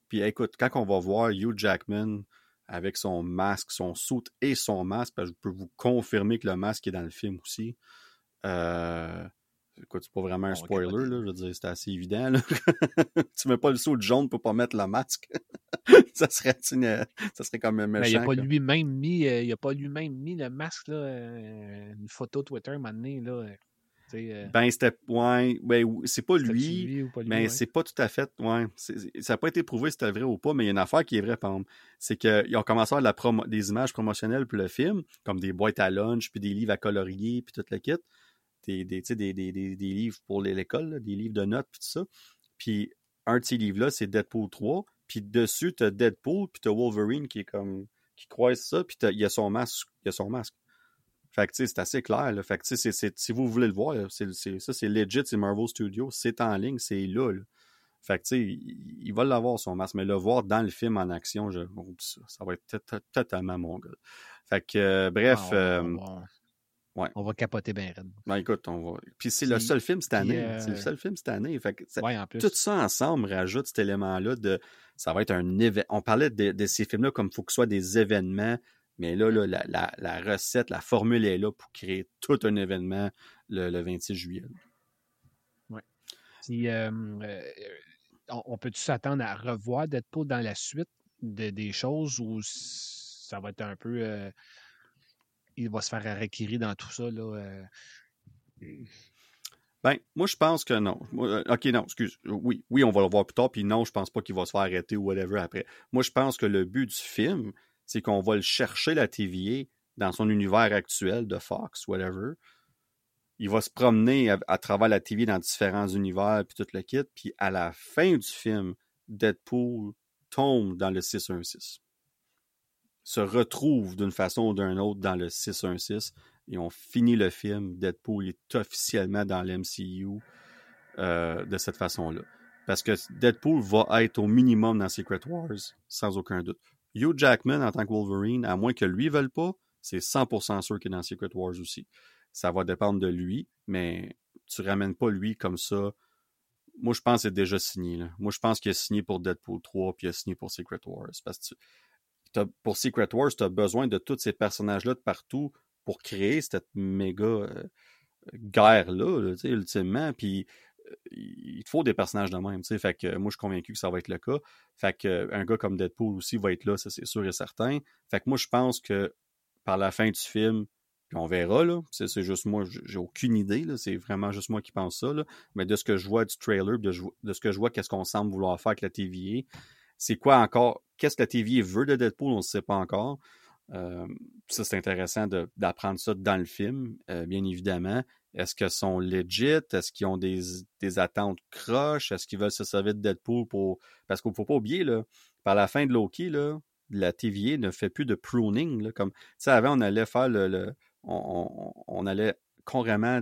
Speaker 1: Puis écoute, quand on va voir Hugh Jackman avec son masque, son suit et son masque, parce que je peux vous confirmer que le masque est dans le film aussi. Écoute, c'est pas vraiment un
Speaker 2: On va
Speaker 1: spoiler,
Speaker 2: capoter.
Speaker 1: là, je veux dire, c'est assez évident. Là. Tu mets pas le suit jaune pour pas mettre le masque. ça serait comme un
Speaker 2: Mais il n'a
Speaker 1: méchant.
Speaker 2: pas
Speaker 1: Quoi.
Speaker 2: lui-même mis, il a pas lui-même mis le masque, là, une photo Twitter, un moment donné, là.
Speaker 1: Ben, c'était. Ouais, ben, c'est pas
Speaker 2: C'était-tu
Speaker 1: lui,
Speaker 2: lui ou pas lui,
Speaker 1: mais
Speaker 2: ouais.
Speaker 1: c'est pas tout à fait. Ouais, ça n'a pas été prouvé si c'était vrai ou pas, mais il y a une affaire qui est vraie, par exemple. C'est qu'ils ont commencé à avoir des images promotionnelles pour le film, comme des boîtes à lunch, puis des livres à colorier, puis tout le kit. Des livres pour l'école, là, des livres de notes, puis tout ça. Puis un de ces livres-là, c'est Deadpool 3. Puis dessus, t'as Deadpool, puis t'as Wolverine qui est comme. Qui croise ça, puis il y a son masque. Il y a son masque. Fait que, tu sais, c'est assez clair, là. Fait que, tu sais, si vous voulez le voir, là, ça, c'est legit, c'est Marvel Studios. C'est en ligne, c'est là, là. Fait que, tu sais, il va l'avoir, son masque, mais le voir dans le film en action, ça va être totalement mon gars. Fait que,
Speaker 2: Ah,
Speaker 1: bref, ouais.
Speaker 2: on va capoter bien raide.
Speaker 1: Ben, écoute, on va. Puis c'est le
Speaker 2: Puis,
Speaker 1: seul film cette
Speaker 2: puis
Speaker 1: année. C'est le seul film cette année. Fait que
Speaker 2: ouais, en
Speaker 1: tout
Speaker 2: plus.
Speaker 1: ça ensemble rajoute cet élément-là de. Ça va être un événement. On parlait de ces films-là comme il faut que ce soit des événements. Mais là, la recette, la formule est là pour créer tout un événement le 26 juillet.
Speaker 2: Ouais. Puis, on peut-tu s'attendre à revoir Deadpool dans la suite des choses ou ça va être un peu. Il va se faire requérir dans tout ça, là.
Speaker 1: Ben, moi, je pense que non. Ok, non, excuse. Oui, on va le voir plus tard. Puis non, je pense pas qu'il va se faire arrêter ou whatever après. Moi, je pense que le but du film, c'est qu'on va le chercher, la TVA, dans son univers actuel de Fox, whatever. Il va se promener à travers la TV dans différents univers, puis tout le kit. Puis à la fin du film, Deadpool tombe dans le 616. Se retrouve d'une façon ou d'une autre dans le 616. Et on finit le film. Deadpool est officiellement dans l'MCU de cette façon-là. Parce que Deadpool va être au minimum dans Secret Wars, sans aucun doute. Hugh Jackman en tant que Wolverine, à moins que lui ne veuille pas, c'est 100% sûr qu'il est dans Secret Wars aussi. Ça va dépendre de lui, mais tu ramènes pas lui comme ça. Moi, je pense que c'est déjà signé. Là. Moi, je pense qu'il a signé pour Deadpool 3 puis il a signé pour Secret Wars. Parce que pour Secret Wars, tu as besoin de tous ces personnages-là de partout pour créer cette méga guerre-là, là, ultimement. Puis il te faut des personnages de même. Fait que moi, je suis convaincu que ça va être le cas. Fait que un gars comme Deadpool aussi va être là, ça c'est sûr et certain. Fait que moi, je pense que par la fin du film, puis on verra, là. C'est juste moi, j'ai aucune idée, là. C'est vraiment juste moi qui pense ça, là. Mais de ce que je vois du trailer, de ce que je vois, qu'est-ce qu'on semble vouloir faire avec la TVA, c'est quoi encore, qu'est-ce que la TVA veut de Deadpool, on ne sait pas encore. Ça, c'est intéressant d'apprendre ça dans le film, bien évidemment. Est-ce qu'ils sont legit? Est-ce qu'ils ont des attentes croches? Est-ce qu'ils veulent se servir de Deadpool pour. Parce qu'il ne faut pas oublier, là, par la fin de Loki, là, la TVA ne fait plus de pruning. Là, comme, tu sais, avant, on allait faire on allait carrément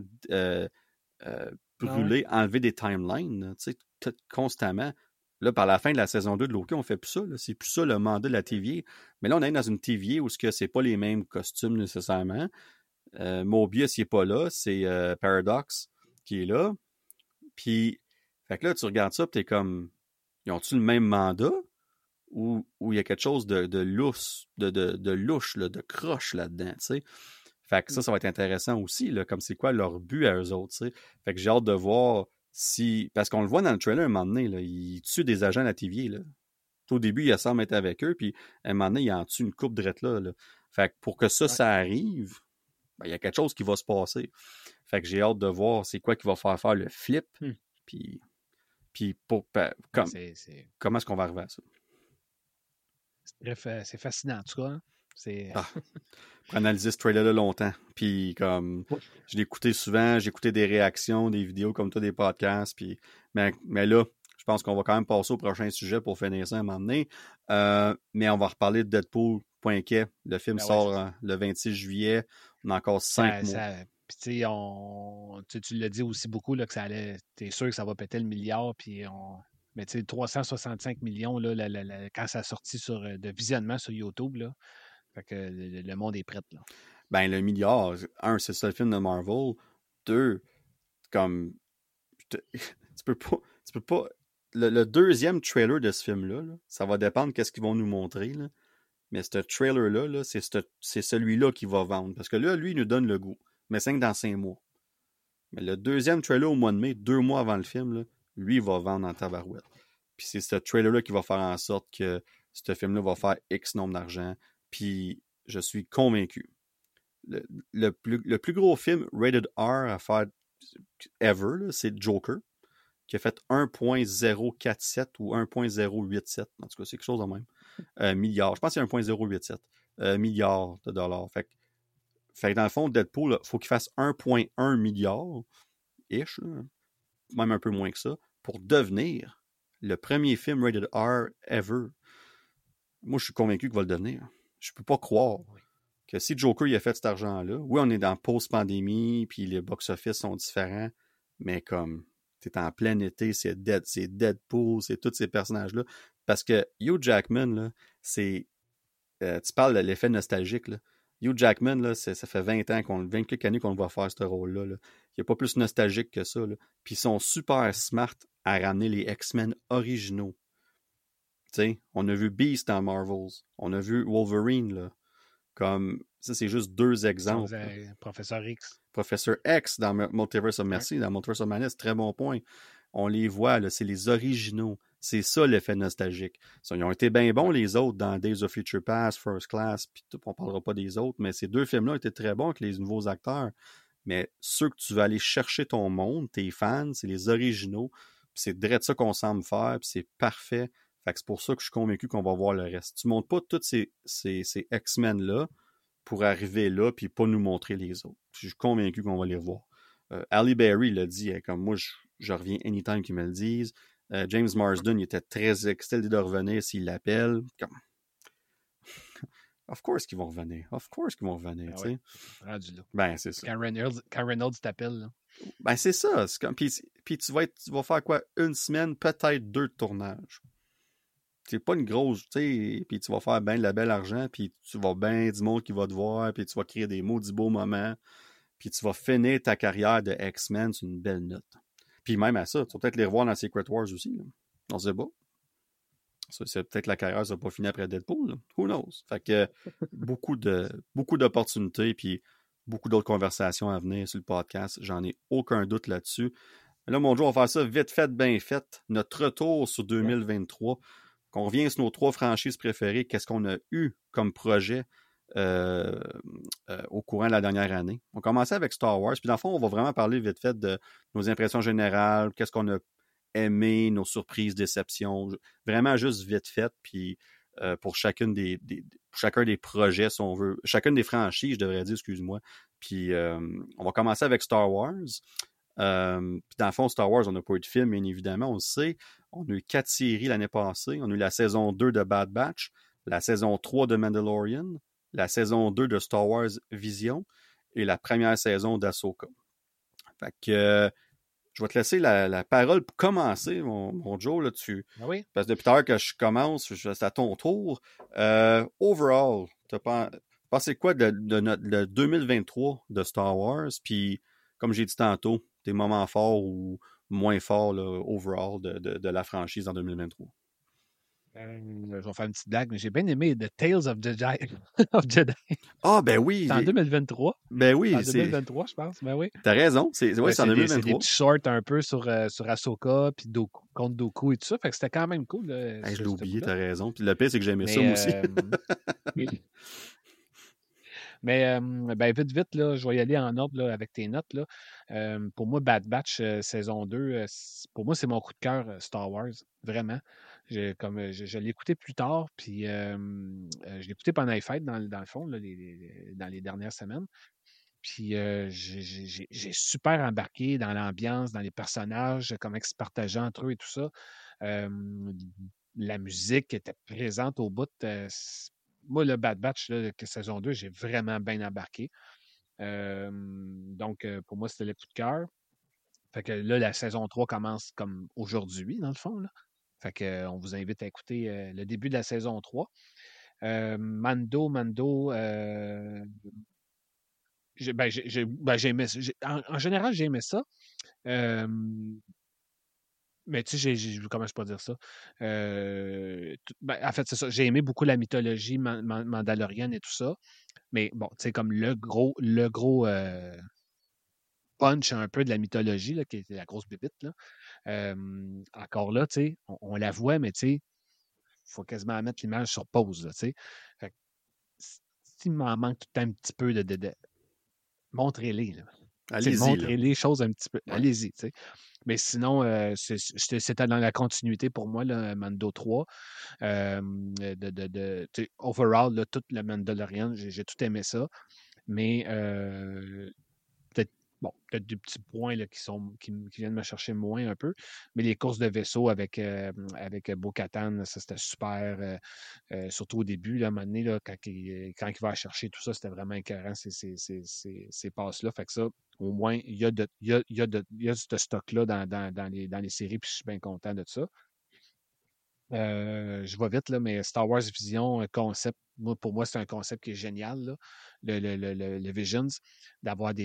Speaker 2: Ah ouais?
Speaker 1: brûler, enlever des timelines, tu sais, constamment. Là, par la fin de la saison 2 de Loki, on fait plus ça. C'est plus ça le mandat de la TVA. Mais là, on est dans une TVA où ce c'est pas les mêmes costumes nécessairement. Mobius, il n'est pas là. C'est Paradox qui est là. Puis, fait que là, tu regardes ça, puis t'es comme, ils ont-tu le même mandat? Ou il y a quelque chose de louche, de louche, là, de croche là-dedans, tu sais? Fait que ça va être intéressant aussi, là, comme c'est quoi leur but à eux autres, tu sais? Fait que j'ai hâte de voir si... Parce qu'on le voit dans le trailer un moment donné, là, il tue des agents de la TVA, là. Au début, il semble être avec eux, puis à un moment donné, il en tue une coupe drette là, là. Fait que pour que ça,
Speaker 2: Ouais.
Speaker 1: ça arrive, ben, il y a quelque chose qui va se passer. Fait que j'ai hâte de voir c'est quoi qui va faire le flip,
Speaker 2: Hmm.
Speaker 1: puis
Speaker 2: Ouais,
Speaker 1: comment est-ce qu'on va arriver à ça?
Speaker 2: c'est fascinant, en tout cas. Hein. C'est.
Speaker 1: Ah, pour analyser ce trailer-là longtemps. Puis comme
Speaker 2: Ouais.
Speaker 1: je l'ai écouté souvent, j'ai écouté des réactions, des vidéos comme toi, des podcasts. Puis, mais là, je pense qu'on va quand même passer au prochain sujet pour finir ça à un moment donné. Mais on va reparler de Deadpool. Point inquiet. Le film
Speaker 2: Ben ouais, c'est
Speaker 1: sort
Speaker 2: ça.
Speaker 1: le 26 juillet. On a encore 5 mois.
Speaker 2: Puis, tu sais, tu l'as dit aussi beaucoup, là, que ça allait. T'es sûr que ça va péter le milliard, puis on. Mais tu sais, 365 millions, là, quand ça a sorti de visionnement sur YouTube, là. Fait que le monde est prêt, là.
Speaker 1: Ben, le milliard, un, c'est le seul film de Marvel. Deux, comme tu peux pas le deuxième trailer de ce film-là, là, ça va dépendre qu'est-ce qu'ils vont nous montrer, là. Mais ce trailer-là, là, c'est celui-là qui va vendre. Parce que là, lui, il nous donne le goût. Mais 5 dans 5 mois. Mais le deuxième trailer au mois de mai, 2 mois avant le film, là, lui, il va vendre en tabarouette. Puis c'est ce trailer-là qui va faire en sorte que ce film-là va faire X nombre d'argent. Puis je suis convaincu. Le plus gros film rated R à faire ever, là, c'est Joker, qui a fait 1.047 ou 1.087. En tout cas, c'est quelque chose de même. Milliard. Je pense que c'est 1.087 milliards de dollars. Fait que dans le fond, Deadpool, il faut qu'il fasse 1.1 milliard-ish, là, même un peu moins que ça, pour devenir le premier film rated R ever. Moi, je suis convaincu qu'il va le devenir. Je peux pas croire que si Joker il a fait cet argent-là, oui, on est dans post-pandémie, puis les box-office sont différents, mais comme t'es en plein été, c'est Deadpool, c'est tous ces personnages-là. Parce que Hugh Jackman, là, c'est... tu parles de l'effet nostalgique, là. Hugh Jackman, là, ça fait 20 ans, 20 quelques années qu'on le voit faire ce rôle-là. Là. Il n'y a pas plus nostalgique que ça. Là. Puis ils sont super smart à ramener les X-Men originaux. T'sais, on a vu Beast dans Marvels. On a vu Wolverine, là. Comme, ça, c'est juste 2 exemples.
Speaker 2: Professeur X.
Speaker 1: Professeur X dans Multiverse of Mercy, dans Multiverse of Madness, très bon point. On les voit, là, c'est les originaux. C'est ça l'effet nostalgique. Ils ont été bien bons, les autres, dans Days of Future Past, First Class, puis on ne parlera pas des autres, mais ces 2 films-là étaient très bons avec les nouveaux acteurs. Mais ceux que tu vas aller chercher ton monde, tes fans, c'est les originaux. Puis c'est direct ça qu'on semble faire, puis c'est parfait. Fait que c'est pour ça que je suis convaincu qu'on va voir le reste. Tu ne montres pas tous ces X-Men-là pour arriver là puis pas nous montrer les autres. Je suis convaincu qu'on va les voir. Halle Berry l'a dit, comme moi, je reviens anytime qu'ils me le disent. James Marsden, il était très excité de revenir s'il l'appelle. Comme... Of course qu'ils vont revenir. Of course qu'ils vont revenir, tu sais.
Speaker 2: Rendu là.
Speaker 1: Ben, c'est ça.
Speaker 2: Quand Reynolds t'appelle, là.
Speaker 1: Ben, c'est ça. Puis tu vas faire quoi? 1 semaine, peut-être 2 de tournage. C'est pas une grosse, tu sais, puis tu vas faire bien de la belle argent, puis tu vas bien du monde qui va te voir, puis tu vas créer des maudits beaux moments, puis tu vas finir ta carrière de X-Men sur une belle note. Puis même à ça, tu vas peut-être les revoir dans Secret Wars aussi. Là. On sait pas. C'est peut-être la carrière, ça va pas finir après Deadpool. Là. Who knows? Fait que beaucoup d'opportunités, puis beaucoup d'autres conversations à venir sur le podcast. J'en ai aucun doute là-dessus. Mais là, mon Joe, on va faire ça vite fait, bien fait. Notre retour sur 2023. Qu'on revient sur nos 3 franchises préférées, qu'est-ce qu'on a eu comme projet au courant de la dernière année. On commençait avec Star Wars, puis dans le fond, on va vraiment parler vite fait de nos impressions générales, qu'est-ce qu'on a aimé, nos surprises, déceptions, vraiment juste vite fait, puis pour chacun des projets, si on veut, chacune des franchises, je devrais dire, excuse-moi. Puis on va commencer avec Star Wars. Puis dans le fond, Star Wars, on n'a pas eu de film, bien évidemment, on le sait. On a eu 4 séries l'année passée. On a eu la saison 2 de Bad Batch, la saison 3 de Mandalorian, la saison 2 de Star Wars Vision et la première saison d'Ahsoka. Fait que je vais te laisser la parole pour commencer, mon Joe. Là,
Speaker 2: Ah oui?
Speaker 1: Parce que depuis tard que je commence, c'est à ton tour. Overall, tu as pensé quoi de le 2023 de Star Wars? Puis, comme j'ai dit tantôt, tes moments forts ou moins forts là, overall de la franchise en 2023.
Speaker 2: Je vais faire une petite blague, mais j'ai bien aimé The Tales of Jedi. of Jedi.
Speaker 1: Ah, ben oui!
Speaker 2: C'est en 2023.
Speaker 1: Ben oui,
Speaker 2: c'est en 2023, je pense. Ben oui.
Speaker 1: T'as raison, c'est en 2023.
Speaker 2: C'est des petits shorts un peu sur Ahsoka, puis contre Dooku et tout ça. Fait que c'était quand même cool.
Speaker 1: Je l'ai oublié, t'as raison. Puis le pire, c'est que j'aimais ça, moi aussi.
Speaker 2: Mais ben, vite, là, je vais y aller en ordre là, avec tes notes. Là. Pour moi, Bad Batch saison 2, pour moi, c'est mon coup de cœur Star Wars, vraiment. Je l'ai écouté plus tard, puis je l'ai écouté pendant les fêtes, dans le fond, là, dans les dernières semaines. Puis j'ai super embarqué dans l'ambiance, dans les personnages, comment ils se partageaient entre eux et tout ça. La musique était présente au bout. Moi, le Bad Batch, là, saison 2, j'ai vraiment bien embarqué. Donc, pour moi, c'était le coup de cœur. Fait que là, la saison 3 commence comme aujourd'hui, dans le fond. Là. Fait que, on vous invite à écouter le début de la saison 3. Mando, j'ai aimé ça. En général, j'ai aimé ça. Mais tu sais, comment je peux dire ça? En fait, c'est ça. J'ai aimé beaucoup la mythologie mandalorienne et tout ça. Mais bon, tu sais, comme le gros punch un peu de la mythologie, là, qui était la grosse bébite, là. Encore là, tu sais, on la voit, mais tu sais, il faut quasiment mettre l'image sur pause, là, tu sais. Fait que s'il m'en manque tout le temps un petit peu montrez-les, là. Tu sais,
Speaker 1: Allez-y, là.
Speaker 2: montrez les choses un petit peu.
Speaker 1: Ouais.
Speaker 2: Allez-y, tu sais. Mais sinon, c'était dans la continuité pour moi, là, Mando 3. Tu sais, overall, là, toute la Mandalorian, j'ai tout aimé ça. Mais peut-être peut-être des petits points là, qui viennent me chercher moins un peu. Mais les courses de vaisseau avec Bo-Katan, ça c'était super. Surtout au début, là, à un moment donné, là, quand il va chercher tout ça, c'était vraiment écœurant, ces passes-là. Fait que ça, au moins, il y a ce stock-là dans les séries, puis je suis bien content de ça. Je vais vite, là, mais Star Wars Vision, un concept, pour moi, c'est un concept qui est génial, là, le Visions, d'avoir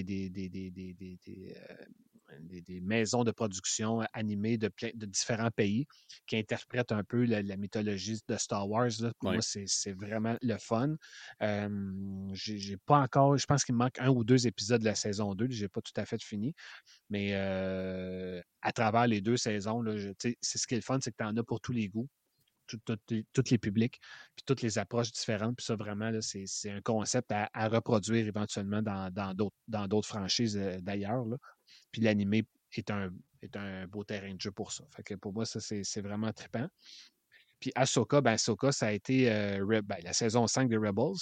Speaker 2: des maisons de production animées de différents pays qui interprètent un peu la mythologie de Star Wars. Là. Pour moi,
Speaker 1: Ouais.
Speaker 2: c'est vraiment le fun. J'ai pas encore, je pense qu'il me manque 1 ou 2 épisodes de la saison 2, je n'ai pas tout à fait fini, mais à travers les 2 saisons, là, c'est ce qui est le fun, c'est que tu en as pour tous les goûts tous les publics, puis toutes les approches différentes. Puis ça, vraiment, là, c'est un concept à reproduire éventuellement dans d'autres franchises d'ailleurs. Là. Puis l'animé est un beau terrain de jeu pour ça. Fait que pour moi, ça, c'est vraiment trippant. Puis Ahsoka, ça a été la saison 5 de Rebels.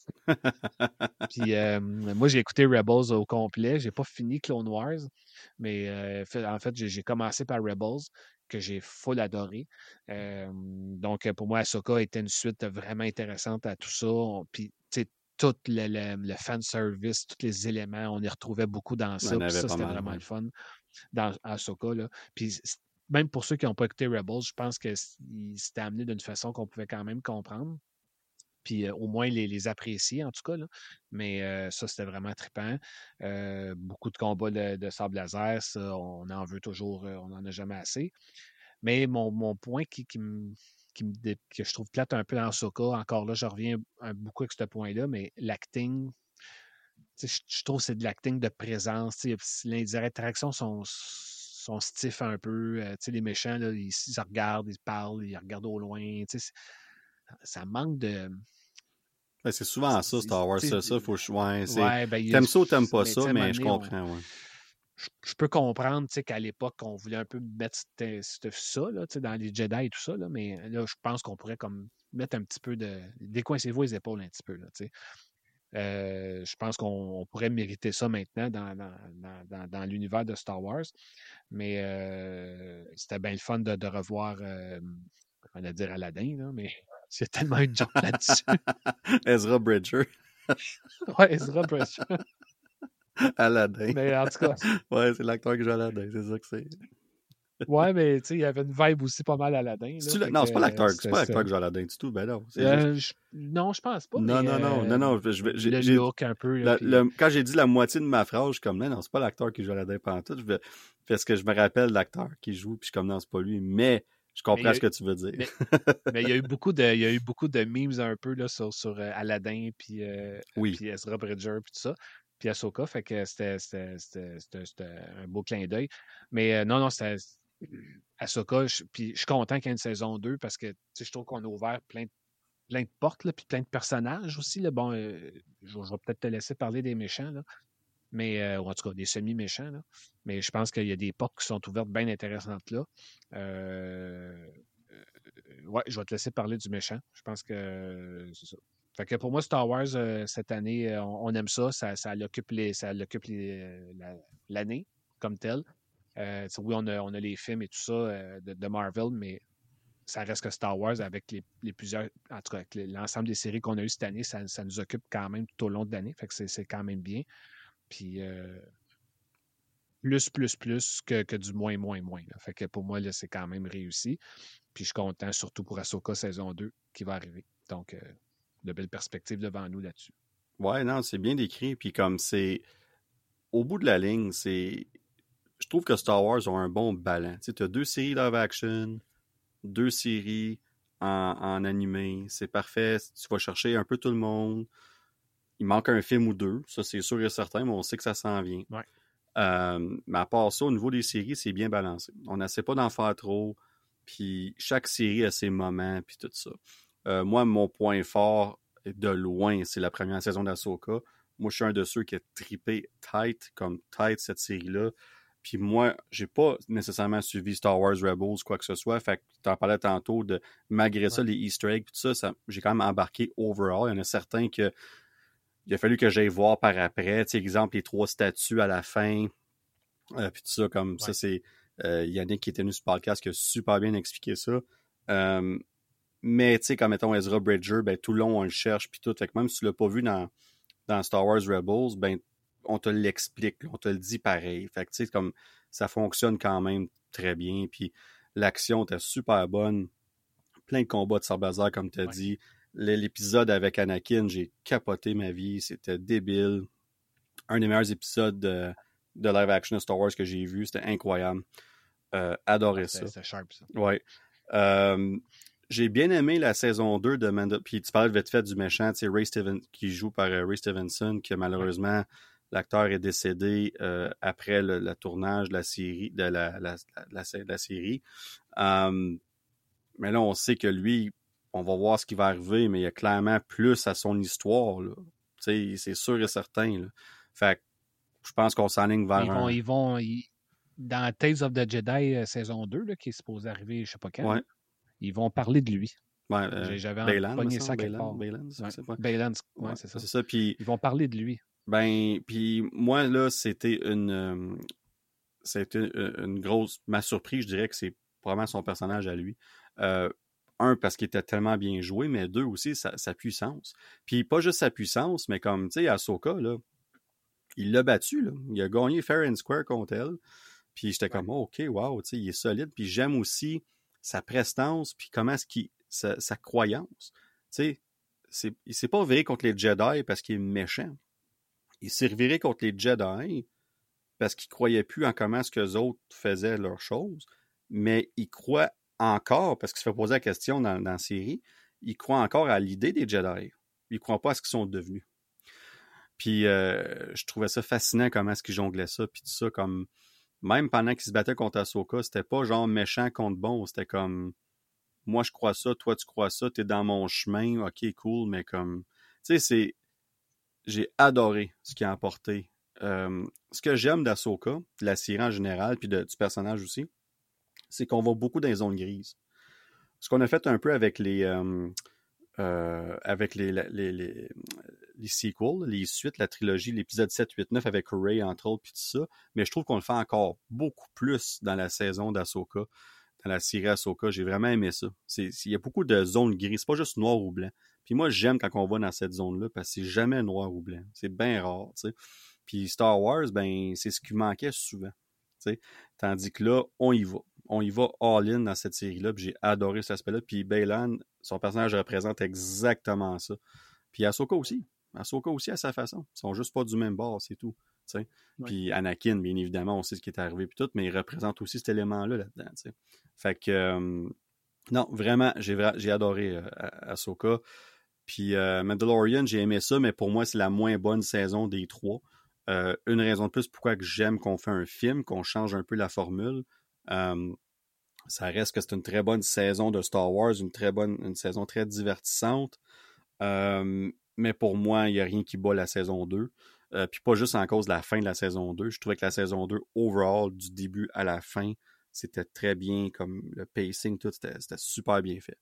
Speaker 2: Puis moi, j'ai écouté Rebels au complet. J'ai pas fini Clone Wars, mais en fait, j'ai commencé par Rebels, que j'ai full adoré. Donc, pour moi, Ahsoka était une suite vraiment intéressante à tout ça. Puis, tu sais, tout le fan service, tous les éléments, on y retrouvait beaucoup dans
Speaker 1: Il y en
Speaker 2: ça. Puis
Speaker 1: avait
Speaker 2: ça,
Speaker 1: pas
Speaker 2: c'était
Speaker 1: mal,
Speaker 2: vraiment
Speaker 1: ouais.
Speaker 2: le fun dans Ahsoka. Là. Puis même pour ceux qui n'ont pas écouté Rebels, je pense que c'était amené d'une façon qu'on pouvait quand même comprendre puis au moins les apprécier, en tout cas. Là. Mais ça, c'était vraiment trippant. Beaucoup de combats de sable laser, ça, on en veut toujours, on n'en a jamais assez. Mais mon point que je trouve plate un peu dans Ahsoka, encore là, je reviens beaucoup avec ce point-là, mais l'acting, je trouve que c'est de l'acting de présence. Les interactions sont stiffs un peu. Les méchants, là, ils se regardent, ils parlent, ils regardent au loin. Ça manque de.
Speaker 1: Ouais, c'est souvent ça, Star Wars. Ça, faut ouais, c'est.
Speaker 2: Ouais, ben,
Speaker 1: T'aimes ça ou t'aimes pas
Speaker 2: mais tu
Speaker 1: ça,
Speaker 2: sais, à un moment
Speaker 1: mais je
Speaker 2: donné,
Speaker 1: comprends, ouais.
Speaker 2: je peux comprendre qu'à l'époque, on voulait un peu mettre ça là, dans les Jedi et tout ça, là, mais là, je pense qu'on pourrait comme mettre un petit peu de. Décoincez-vous les épaules un petit peu. Là, je pense qu'on pourrait mériter ça maintenant dans l'univers de Star Wars. Mais c'était bien le fun de revoir, on va dire Aladdin, là, mais j'ai tellement eu de joke là-dessus.
Speaker 1: Ezra Bridger,
Speaker 2: Ouais, Ezra Bridger.
Speaker 1: Aladdin.
Speaker 2: Mais en tout cas,
Speaker 1: Ouais, c'est l'acteur qui joue Aladdin, c'est ça que c'est.
Speaker 2: ouais, mais tu sais, il y avait une vibe aussi pas mal Aladdin, là. Fait
Speaker 1: Non,
Speaker 2: que
Speaker 1: c'est pas l'acteur qui joue Aladdin du tout, ben non. C'est juste.
Speaker 2: non, je pense pas,
Speaker 1: Non,
Speaker 2: mais
Speaker 1: non, non, non, non.
Speaker 2: le look un peu, là, puis
Speaker 1: Quand j'ai dit la moitié de ma phrase, je suis comme, non, c'est pas l'acteur qui joue Aladdin pantoute. Parce que je me rappelle l'acteur qui joue, puis je suis comme, non, c'est pas lui. Mais je
Speaker 2: mais il y
Speaker 1: comprends
Speaker 2: a,
Speaker 1: ce que tu veux dire.
Speaker 2: mais, mais il y a eu beaucoup de memes un peu là, sur Aladdin,
Speaker 1: Oui.
Speaker 2: puis Ezra Bridger, puis tout ça, puis Ahsoka, fait que c'était un beau clin d'œil. Mais non, non, c'était Ahsoka, puis je suis content qu'il y ait une saison 2 parce que tu sais, je trouve qu'on a ouvert plein de portes, là, puis plein de personnages aussi. Là. Bon, je vais peut-être te laisser parler des méchants, là, mais, ou en tout cas des semi-méchants. Là. Mais je pense qu'il y a des portes qui sont ouvertes bien intéressantes là. Ouais, je vais te laisser parler du méchant. Je pense que c'est ça. Fait que pour moi, Star Wars, cette année, on aime ça. Ça l'occupe l'année comme telle. Oui, on a les films et tout ça de Marvel, mais ça reste que Star Wars avec les plusieurs, en tout cas, avec l'ensemble des séries qu'on a eues cette année, ça nous occupe quand même tout au long de l'année. Fait que c'est quand même bien. Puis plus que du moins. Là. Fait que pour moi, là, c'est quand même réussi. Puis je suis content surtout pour Ahsoka saison 2 qui va arriver. Donc, de belles perspectives devant nous là-dessus.
Speaker 1: Ouais, non, c'est bien décrit. Puis comme c'est. Au bout de la ligne, c'est. je trouve que Star Wars ont un bon ballon. Tu as 2 séries live action, 2 séries en animé. C'est parfait. Tu vas chercher un peu tout le monde. Il manque un film ou 2. Ça, c'est sûr et certain, mais on sait que ça s'en vient.
Speaker 2: Ouais.
Speaker 1: Mais à part ça, au niveau des séries, c'est bien balancé. On n'essaie pas d'en faire trop. Puis chaque série a ses moments, puis tout ça. Moi, mon point fort, de loin, c'est la première saison d'Ahsoka. Moi, je suis un de ceux qui a trippé tight cette série-là. Puis moi, j'ai pas nécessairement suivi Star Wars Rebels, quoi que ce soit. Fait que t'en parlais tantôt de, malgré ça, les Easter eggs, tout ça, j'ai quand même embarqué overall. Il y en a certains que il a fallu que j'aille voir par après. Tu sais, exemple, les 3 statues à la fin. Puis tout ça, comme ça, c'est Yannick qui était venu sur le podcast qui a super bien expliqué ça. Mais tu sais, comme mettons Ezra Bridger, ben tout le long on le cherche puis tout. Fait que même si tu l'as pas vu dans Star Wars Rebels, ben on te l'explique, on te le dit pareil. Fait que tu sais, comme ça fonctionne quand même très bien. Puis l'action était super bonne. Plein de combats de sabre laser, comme tu as dit. L'épisode avec Anakin, j'ai capoté ma vie. C'était débile. Un des meilleurs épisodes de live action de Star Wars que j'ai vu. C'était incroyable. Adoré ça.
Speaker 2: C'était sharp, ça.
Speaker 1: Ouais. J'ai bien aimé la saison 2 de Mandalorian. Puis tu parlais vite fait du méchant, tu sais, qui joue par Ray Stevenson, que malheureusement, l'acteur est décédé après le tournage de la série. De la série. Mais là, on sait que lui, on va voir ce qui va arriver, mais il y a clairement plus à son histoire. Là. Tu sais, c'est sûr et certain. Là. Fait que je pense qu'on s'enligne vers
Speaker 2: dans Tales of the Jedi saison 2, là, qui est supposé arriver, je sais pas quand,
Speaker 1: ouais.
Speaker 2: Ils vont parler de lui.
Speaker 1: Ouais,
Speaker 2: J'avais pogné ça quelque part.
Speaker 1: Baylan,
Speaker 2: Baylan, ouais, c'est ça.
Speaker 1: C'est ça. Puis,
Speaker 2: ils vont parler de lui.
Speaker 1: Ben, puis moi, là, c'était une grosse... Ma surprise, je dirais que c'est probablement son personnage à lui. Un, parce qu'il était tellement bien joué, mais deux aussi, sa puissance. Puis pas juste sa puissance, mais comme, tu sais, Ahsoka, là, il l'a battu, là. Il a gagné fair and square contre elle. Puis j'étais comme, oh, OK, wow, tu sais, il est solide. Puis j'aime aussi sa prestance, puis comment est-ce qu'il... sa croyance. Tu sais, il s'est pas viré contre les Jedi parce qu'il est méchant. Il s'est reviré contre les Jedi parce qu'il croyait plus en comment est-ce que les autres faisaient leurs choses, mais il croit encore, parce qu'il se fait poser la question dans la série, il croit encore à l'idée des Jedi. Il croit pas à ce qu'ils sont devenus. Puis je trouvais ça fascinant comment est-ce qu'il jonglait ça, puis tout ça, comme même pendant qu'il se battait contre Ahsoka, c'était pas genre méchant contre bon, c'était comme moi je crois ça, toi tu crois ça, t'es dans mon chemin, ok cool, mais comme tu sais, j'ai adoré ce qu'il a apporté. Ce que j'aime d'Ahsoka, de la série en général, puis du personnage aussi, c'est qu'on va beaucoup dans les zones grises. Ce qu'on a fait un peu avec les sequels, les suites, la trilogie, l'épisode 7, 8, 9 avec Rey, entre autres, puis tout ça, mais je trouve qu'on le fait encore beaucoup plus dans la saison d'Ahsoka, dans la série Ahsoka. J'ai vraiment aimé ça. Il y a beaucoup de zones grises, c'est pas juste noir ou blanc. Puis moi, j'aime quand on va dans cette zone-là, parce que c'est jamais noir ou blanc. C'est bien rare, tu sais. Puis Star Wars, ben, c'est ce qui manquait souvent, tu sais. Tandis que là, on y va. On y va all-in dans cette série-là, puis j'ai adoré cet aspect-là. Puis Baylan, son personnage représente exactement ça. Puis Ahsoka aussi. Ahsoka aussi à sa façon. Ils sont juste pas du même bord, c'est tout. T'sais. Puis Anakin, bien évidemment, on sait ce qui est arrivé puis tout, mais il représente aussi cet élément-là là-dedans. T'sais. Fait que non, vraiment, j'ai adoré Ahsoka. Puis Mandalorian, j'ai aimé ça, mais pour moi, c'est la moins bonne saison des 3. Une raison de plus pourquoi que j'aime qu'on fait un film, qu'on change un peu la formule. Ça reste que c'est une très bonne saison de Star Wars, une saison très divertissante. Mais pour moi, il n'y a rien qui bat la saison 2. Puis pas juste en cause de la fin de la saison 2. Je trouvais que la saison 2, overall, du début à la fin, c'était très bien, comme le pacing, tout, c'était super bien fait.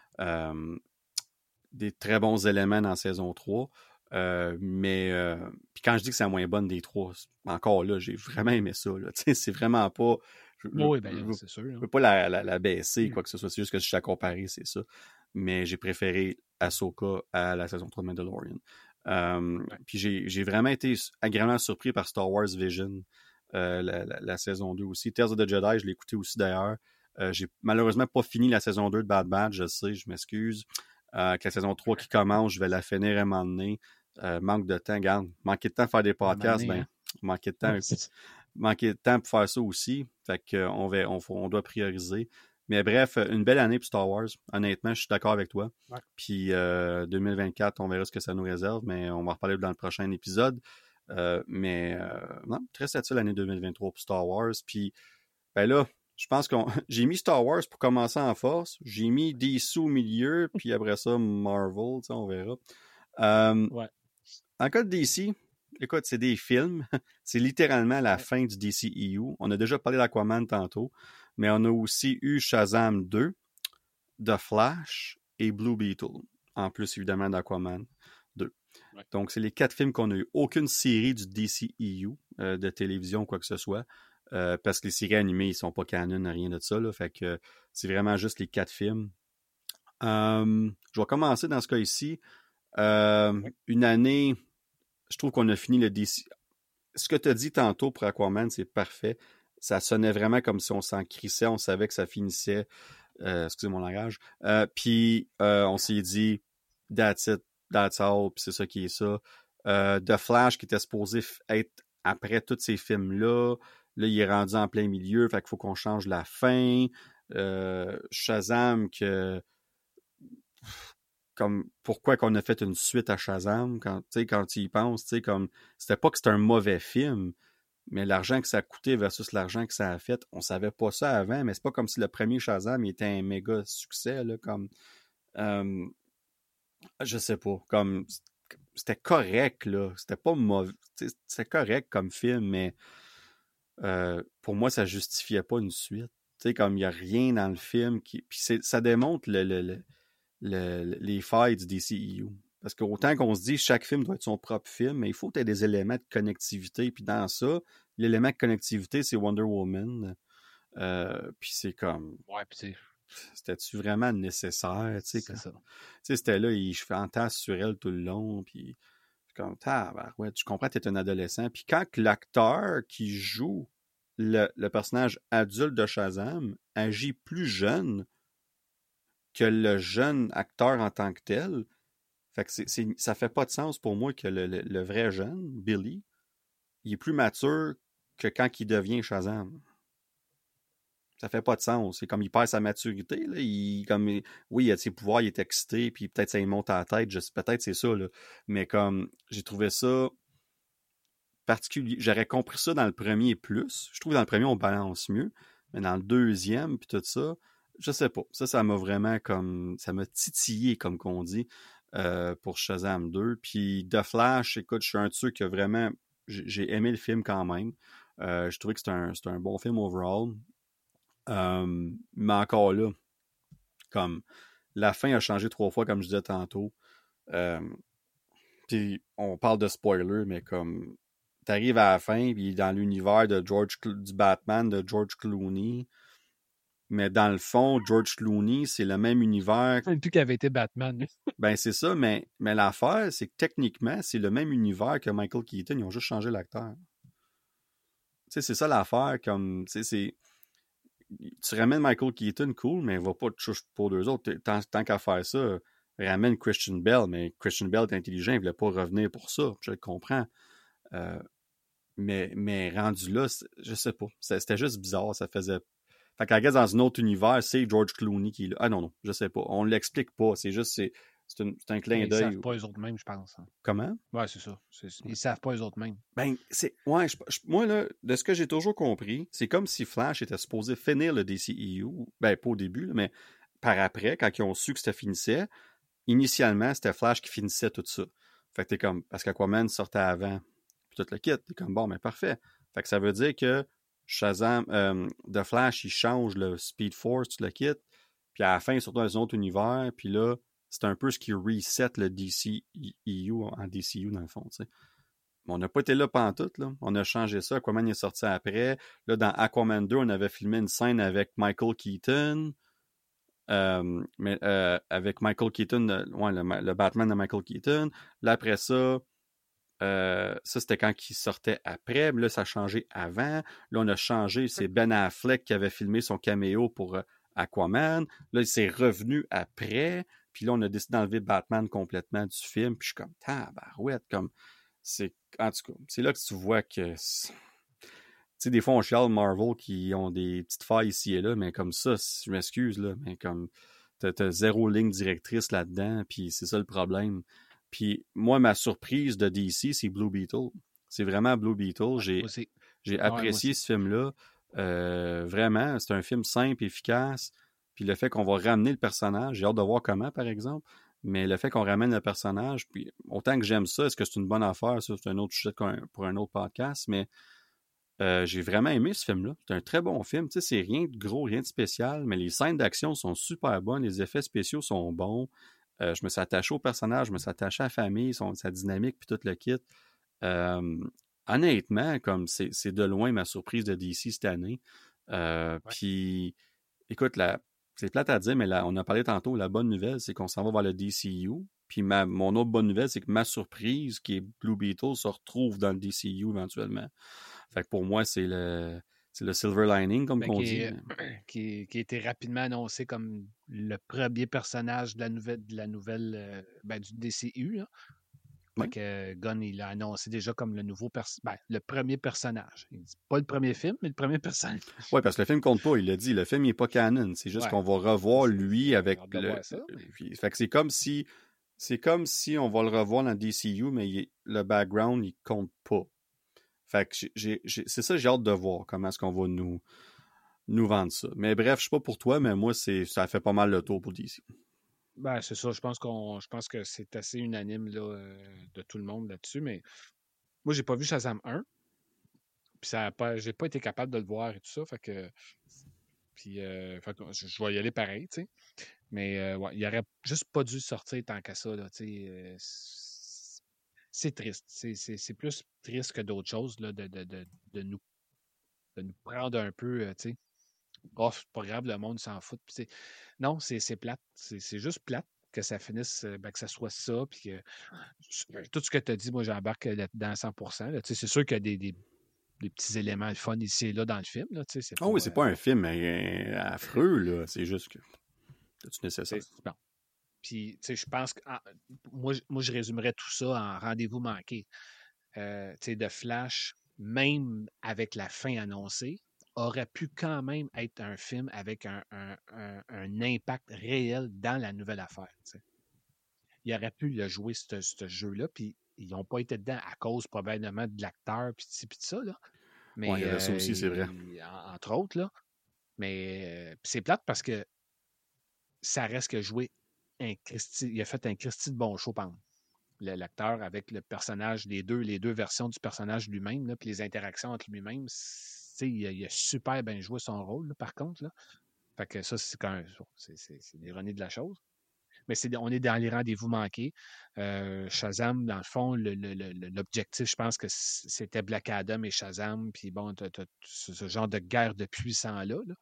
Speaker 1: Des très bons éléments dans la saison 3. Mais puis quand je dis que c'est la moins bonne des 3, encore là, j'ai vraiment aimé ça. Là. C'est vraiment pas...
Speaker 2: c'est sûr.
Speaker 1: Je veux pas la baisser, quoi que ce soit. C'est juste que je suis à comparer, c'est ça. Mais j'ai préféré Ahsoka à la saison 3 de Mandalorian. Puis j'ai vraiment été agréablement surpris par Star Wars Vision, la saison 2 aussi. Tales of the Jedi, je l'ai écouté aussi d'ailleurs. J'ai malheureusement pas fini la saison 2 de Bad Batch, je sais, je m'excuse. Avec la saison 3 qui commence, je vais la finir à un moment donné. Manque de temps, regarde. Manquer de temps à faire des podcasts, manquer de temps. manqué de temps pour faire ça aussi. Fait qu'on doit prioriser. Mais bref, une belle année pour Star Wars. Honnêtement, je suis d'accord avec toi.
Speaker 2: Ouais.
Speaker 1: Puis 2024, on verra ce que ça nous réserve, mais on va en reparler dans le prochain épisode. Non, très satisfait l'année 2023 pour Star Wars. Puis ben là, je pense que j'ai mis Star Wars pour commencer en force. J'ai mis DC au milieu, puis après ça, Marvel, on verra.
Speaker 2: Ouais.
Speaker 1: En cas de DC, écoute, c'est des films. C'est littéralement la fin du DCEU. On a déjà parlé d'Aquaman tantôt, mais on a aussi eu Shazam 2, The Flash et Blue Beetle. En plus, évidemment, d'Aquaman 2.
Speaker 2: Ouais.
Speaker 1: Donc, c'est les 4 films qu'on a eu. Aucune série du DCEU de télévision ou quoi que ce soit. Parce que les séries animées, ils sont pas canon, rien de ça. Là, fait que c'est vraiment juste les 4 films. Je vais commencer dans ce cas ici. Une année, je trouve qu'on a fini le DC. Ce que tu as dit tantôt pour Aquaman, c'est parfait. Ça sonnait vraiment comme si on s'en crissait, on savait que ça finissait. Excusez mon langage. Puis on s'est dit, that's it, that's all, puis c'est ça qui est ça. The Flash qui était supposé être après tous ces films-là, là, il est rendu en plein milieu, fait qu'il faut qu'on change la fin. Shazam que comme pourquoi qu'on a fait une suite à Shazam quand tu y penses, comme c'était pas que c'était un mauvais film, mais l'argent que ça a coûté versus l'argent que ça a fait, on savait pas ça avant, mais c'est pas comme si le premier Shazam était un méga succès là, comme je sais pas, comme c'était correct là, c'était pas mauvais, c'était correct comme film, mais pour moi ça justifiait pas une suite. Comme il y a rien dans le film qui puis ça démontre les failles du DCEU. Parce qu'autant qu'on se dit chaque film doit être son propre film, mais il faut que tu aies des éléments de connectivité. Puis dans ça, l'élément de connectivité, c'est Wonder Woman. Puis c'est comme.
Speaker 2: Ouais, puis
Speaker 1: C'était-tu vraiment nécessaire?
Speaker 2: c'est ça.
Speaker 1: C'était là, il fantasme sur elle tout le long. Puis comme, ouais, tu comprends que tu es un adolescent. Puis quand l'acteur qui joue le personnage adulte de Shazam agit plus jeune que le jeune acteur en tant que tel, fait que ça fait pas de sens pour moi que le vrai jeune, Billy, il est plus mature que quand il devient Shazam. Ça fait pas de sens. C'est comme il perd sa maturité. Là. Oui, il a ses pouvoirs, il est excité, puis peut-être ça lui monte à la tête. Peut-être c'est ça. Là. Mais comme j'ai trouvé ça particulier. J'aurais compris ça dans le premier plus. Je trouve que dans le premier, on balance mieux. Mais dans le deuxième, puis tout ça, je sais pas. Ça m'a vraiment comme. Ça m'a titillé, comme qu'on dit, pour Shazam 2. Puis The Flash, écoute, je suis un de ceux qui a vraiment. J'ai aimé le film quand même. Je trouvais que c'était un bon film overall. Mais encore là, comme la fin a changé 3 fois, comme je disais tantôt. Puis on parle de spoiler, mais comme t'arrives à la fin, puis dans l'univers du Batman de George Clooney, mais dans le fond, George Clooney, c'est le même univers.
Speaker 2: Même plus qu'il avait été Batman.
Speaker 1: Ben c'est ça, mais l'affaire, c'est que techniquement, c'est le même univers que Michael Keaton, ils ont juste changé l'acteur. Tu sais, c'est ça l'affaire, comme, tu sais, tu ramènes Michael Keaton, cool, mais va pas te chouche pour deux autres. Tant qu'à faire ça, ramène Christian Bale, mais Christian Bale est intelligent, il voulait pas revenir pour ça, je le comprends. Mais rendu là, je sais pas, c'était juste bizarre, ça faisait... Fait qu'à dans un autre univers, c'est George Clooney qui est là. Ah non, je sais pas, on l'explique pas, c'est juste, c'est un clin d'œil.
Speaker 2: Ils savent pas eux autres mêmes, je pense. Hein.
Speaker 1: Comment?
Speaker 2: Ouais, c'est ça. Ils savent pas eux autres mêmes.
Speaker 1: Ben, ouais, moi, là, de ce que j'ai toujours compris, c'est comme si Flash était supposé finir le DCEU. Ben, pas au début, là, mais par après, quand ils ont su que ça finissait, initialement, c'était Flash qui finissait tout ça. Fait que t'es comme, parce qu'Aquaman sortait avant, puis tout le kit, t'es comme, bon, mais parfait. Fait que ça veut dire que Shazam, The Flash, il change le Speed Force, tout le kit, puis à la fin, surtout dans un autre univers, puis là, c'est un peu ce qui reset le DCEU en DCU, dans le fond, tu sais. On n'a pas été là pantoute, là. On a changé ça. Aquaman est sorti après. Là, dans Aquaman 2, on avait filmé une scène avec Michael Keaton. Avec Michael Keaton, le Batman de Michael Keaton. Là, après ça, ça, c'était quand il sortait après. Mais là, ça a changé avant. Là, on a changé. C'est Ben Affleck qui avait filmé son caméo pour Aquaman. Là, il s'est revenu après. Puis là, on a décidé d'enlever Batman complètement du film. Puis je suis comme, tabarouette, comme... En tout cas, c'est là que tu vois que... Tu sais, des fois, on chiale Marvel qui ont des petites failles ici et là, mais comme ça, je m'excuse, là, mais comme t'as zéro ligne directrice là-dedans, puis c'est ça le problème. Puis moi, ma surprise de DC, c'est Blue Beetle. C'est vraiment Blue Beetle.
Speaker 2: Ouais, moi
Speaker 1: J'ai
Speaker 2: aussi.
Speaker 1: j'ai
Speaker 2: Ah ouais, moi
Speaker 1: apprécié
Speaker 2: aussi.
Speaker 1: ce film-là. Vraiment, c'est un film simple, efficace. Puis le fait qu'on va ramener le personnage, j'ai hâte de voir comment, par exemple. Mais le fait qu'on ramène le personnage, puis autant que j'aime ça, est-ce que c'est une bonne affaire? Ça, c'est un autre sujet pour un autre podcast. Mais j'ai vraiment aimé ce film-là. C'est un très bon film. Tu sais, c'est rien de gros, rien de spécial, mais les scènes d'action sont super bonnes, les effets spéciaux sont bons. Je me suis attaché au personnage, je me suis attaché à la famille, sa dynamique, puis tout le kit. Euh, Honnêtement, comme c'est de loin ma surprise de DC cette année.
Speaker 2: Ouais.
Speaker 1: Puis, écoute, c'est plate à dire, mais on a parlé tantôt, la bonne nouvelle, c'est qu'on s'en va vers le DCU. Puis mon autre bonne nouvelle, c'est que ma surprise, qui est Blue Beetle, se retrouve dans le DCU éventuellement. Fait que pour moi, c'est le silver lining, comme
Speaker 2: Ben,
Speaker 1: qu'on dit.
Speaker 2: qui a été rapidement annoncé comme le premier personnage de la nouvelle ben, du DCU. Là. Fait
Speaker 1: Oui,
Speaker 2: que Gunn, il l'a annoncé déjà comme le premier personnage. Il dit pas le premier film, mais le premier personnage.
Speaker 1: ouais, parce que le film compte pas, il l'a dit. Le film, il n'est pas canon. C'est juste
Speaker 2: Ouais.
Speaker 1: qu'on va
Speaker 2: Ça,
Speaker 1: revoir lui
Speaker 2: j'ai
Speaker 1: avec
Speaker 2: hâte de voir ça. Mais...
Speaker 1: Fait que c'est comme si on va le revoir dans DCU, mais le background, il compte pas. Fait que c'est ça, j'ai hâte de voir comment est-ce qu'on va nous vendre ça. Mais bref, je sais pas pour toi, mais moi, ça fait pas mal le tour pour DC.
Speaker 2: Ben, c'est ça. Je pense que c'est assez unanime là, de tout le monde là-dessus. Mais moi, j'ai pas vu Shazam 1. Puis j'ai pas été capable de le voir et tout ça. Fait que. Puis fait que je vais y aller pareil, tu sais. Mais ouais, il aurait juste pas dû sortir tant qu'à ça, là, tu sais. C'est triste. C'est plus triste que d'autres choses là, de nous prendre un peu, tu sais. Oh, c'est pas grave, le monde s'en fout. Puis, non, c'est plate. C'est juste plate que ça finisse, ben, que ça soit ça. Puis que tout ce que tu as dit, moi, j'embarque là-dedans à 100%. Là. Tu sais, c'est sûr qu'il y a des petits éléments de fun ici et là dans le film. Là, tu sais, c'est
Speaker 1: Oh oui,
Speaker 2: pas.
Speaker 1: c'est pas un film affreux, là. C'est juste que c'est nécessaire.
Speaker 2: Bon. Puis, tu sais, je pense que moi, je résumerais tout ça en rendez-vous manqué. Tu sais, de Flash, même avec la fin annoncée, aurait pu quand même être un film avec un impact réel dans la nouvelle affaire. Tu sais. Il aurait pu le jouer, ce jeu-là, puis ils n'ont pas été dedans à cause probablement de l'acteur, puis de ci, puis de ça, là.
Speaker 1: Ouais, il
Speaker 2: Mais,
Speaker 1: y avait ça aussi, c'est vrai.
Speaker 2: entre autres, là. Mais c'est plate parce que ça reste que jouer il a fait un Christy de bon show, par l'acteur avec le personnage, les deux versions du personnage lui-même, là, puis les interactions entre lui-même, il a super bien joué son rôle, là, par contre. Là. Fait que ça, c'est quand même, c'est l'ironie de la chose. Mais on est dans les rendez-vous manqués. Shazam, dans le fond, l'objectif, je pense que c'était Black Adam et Shazam, puis bon, t'as ce genre de guerre de puissants-là. Là.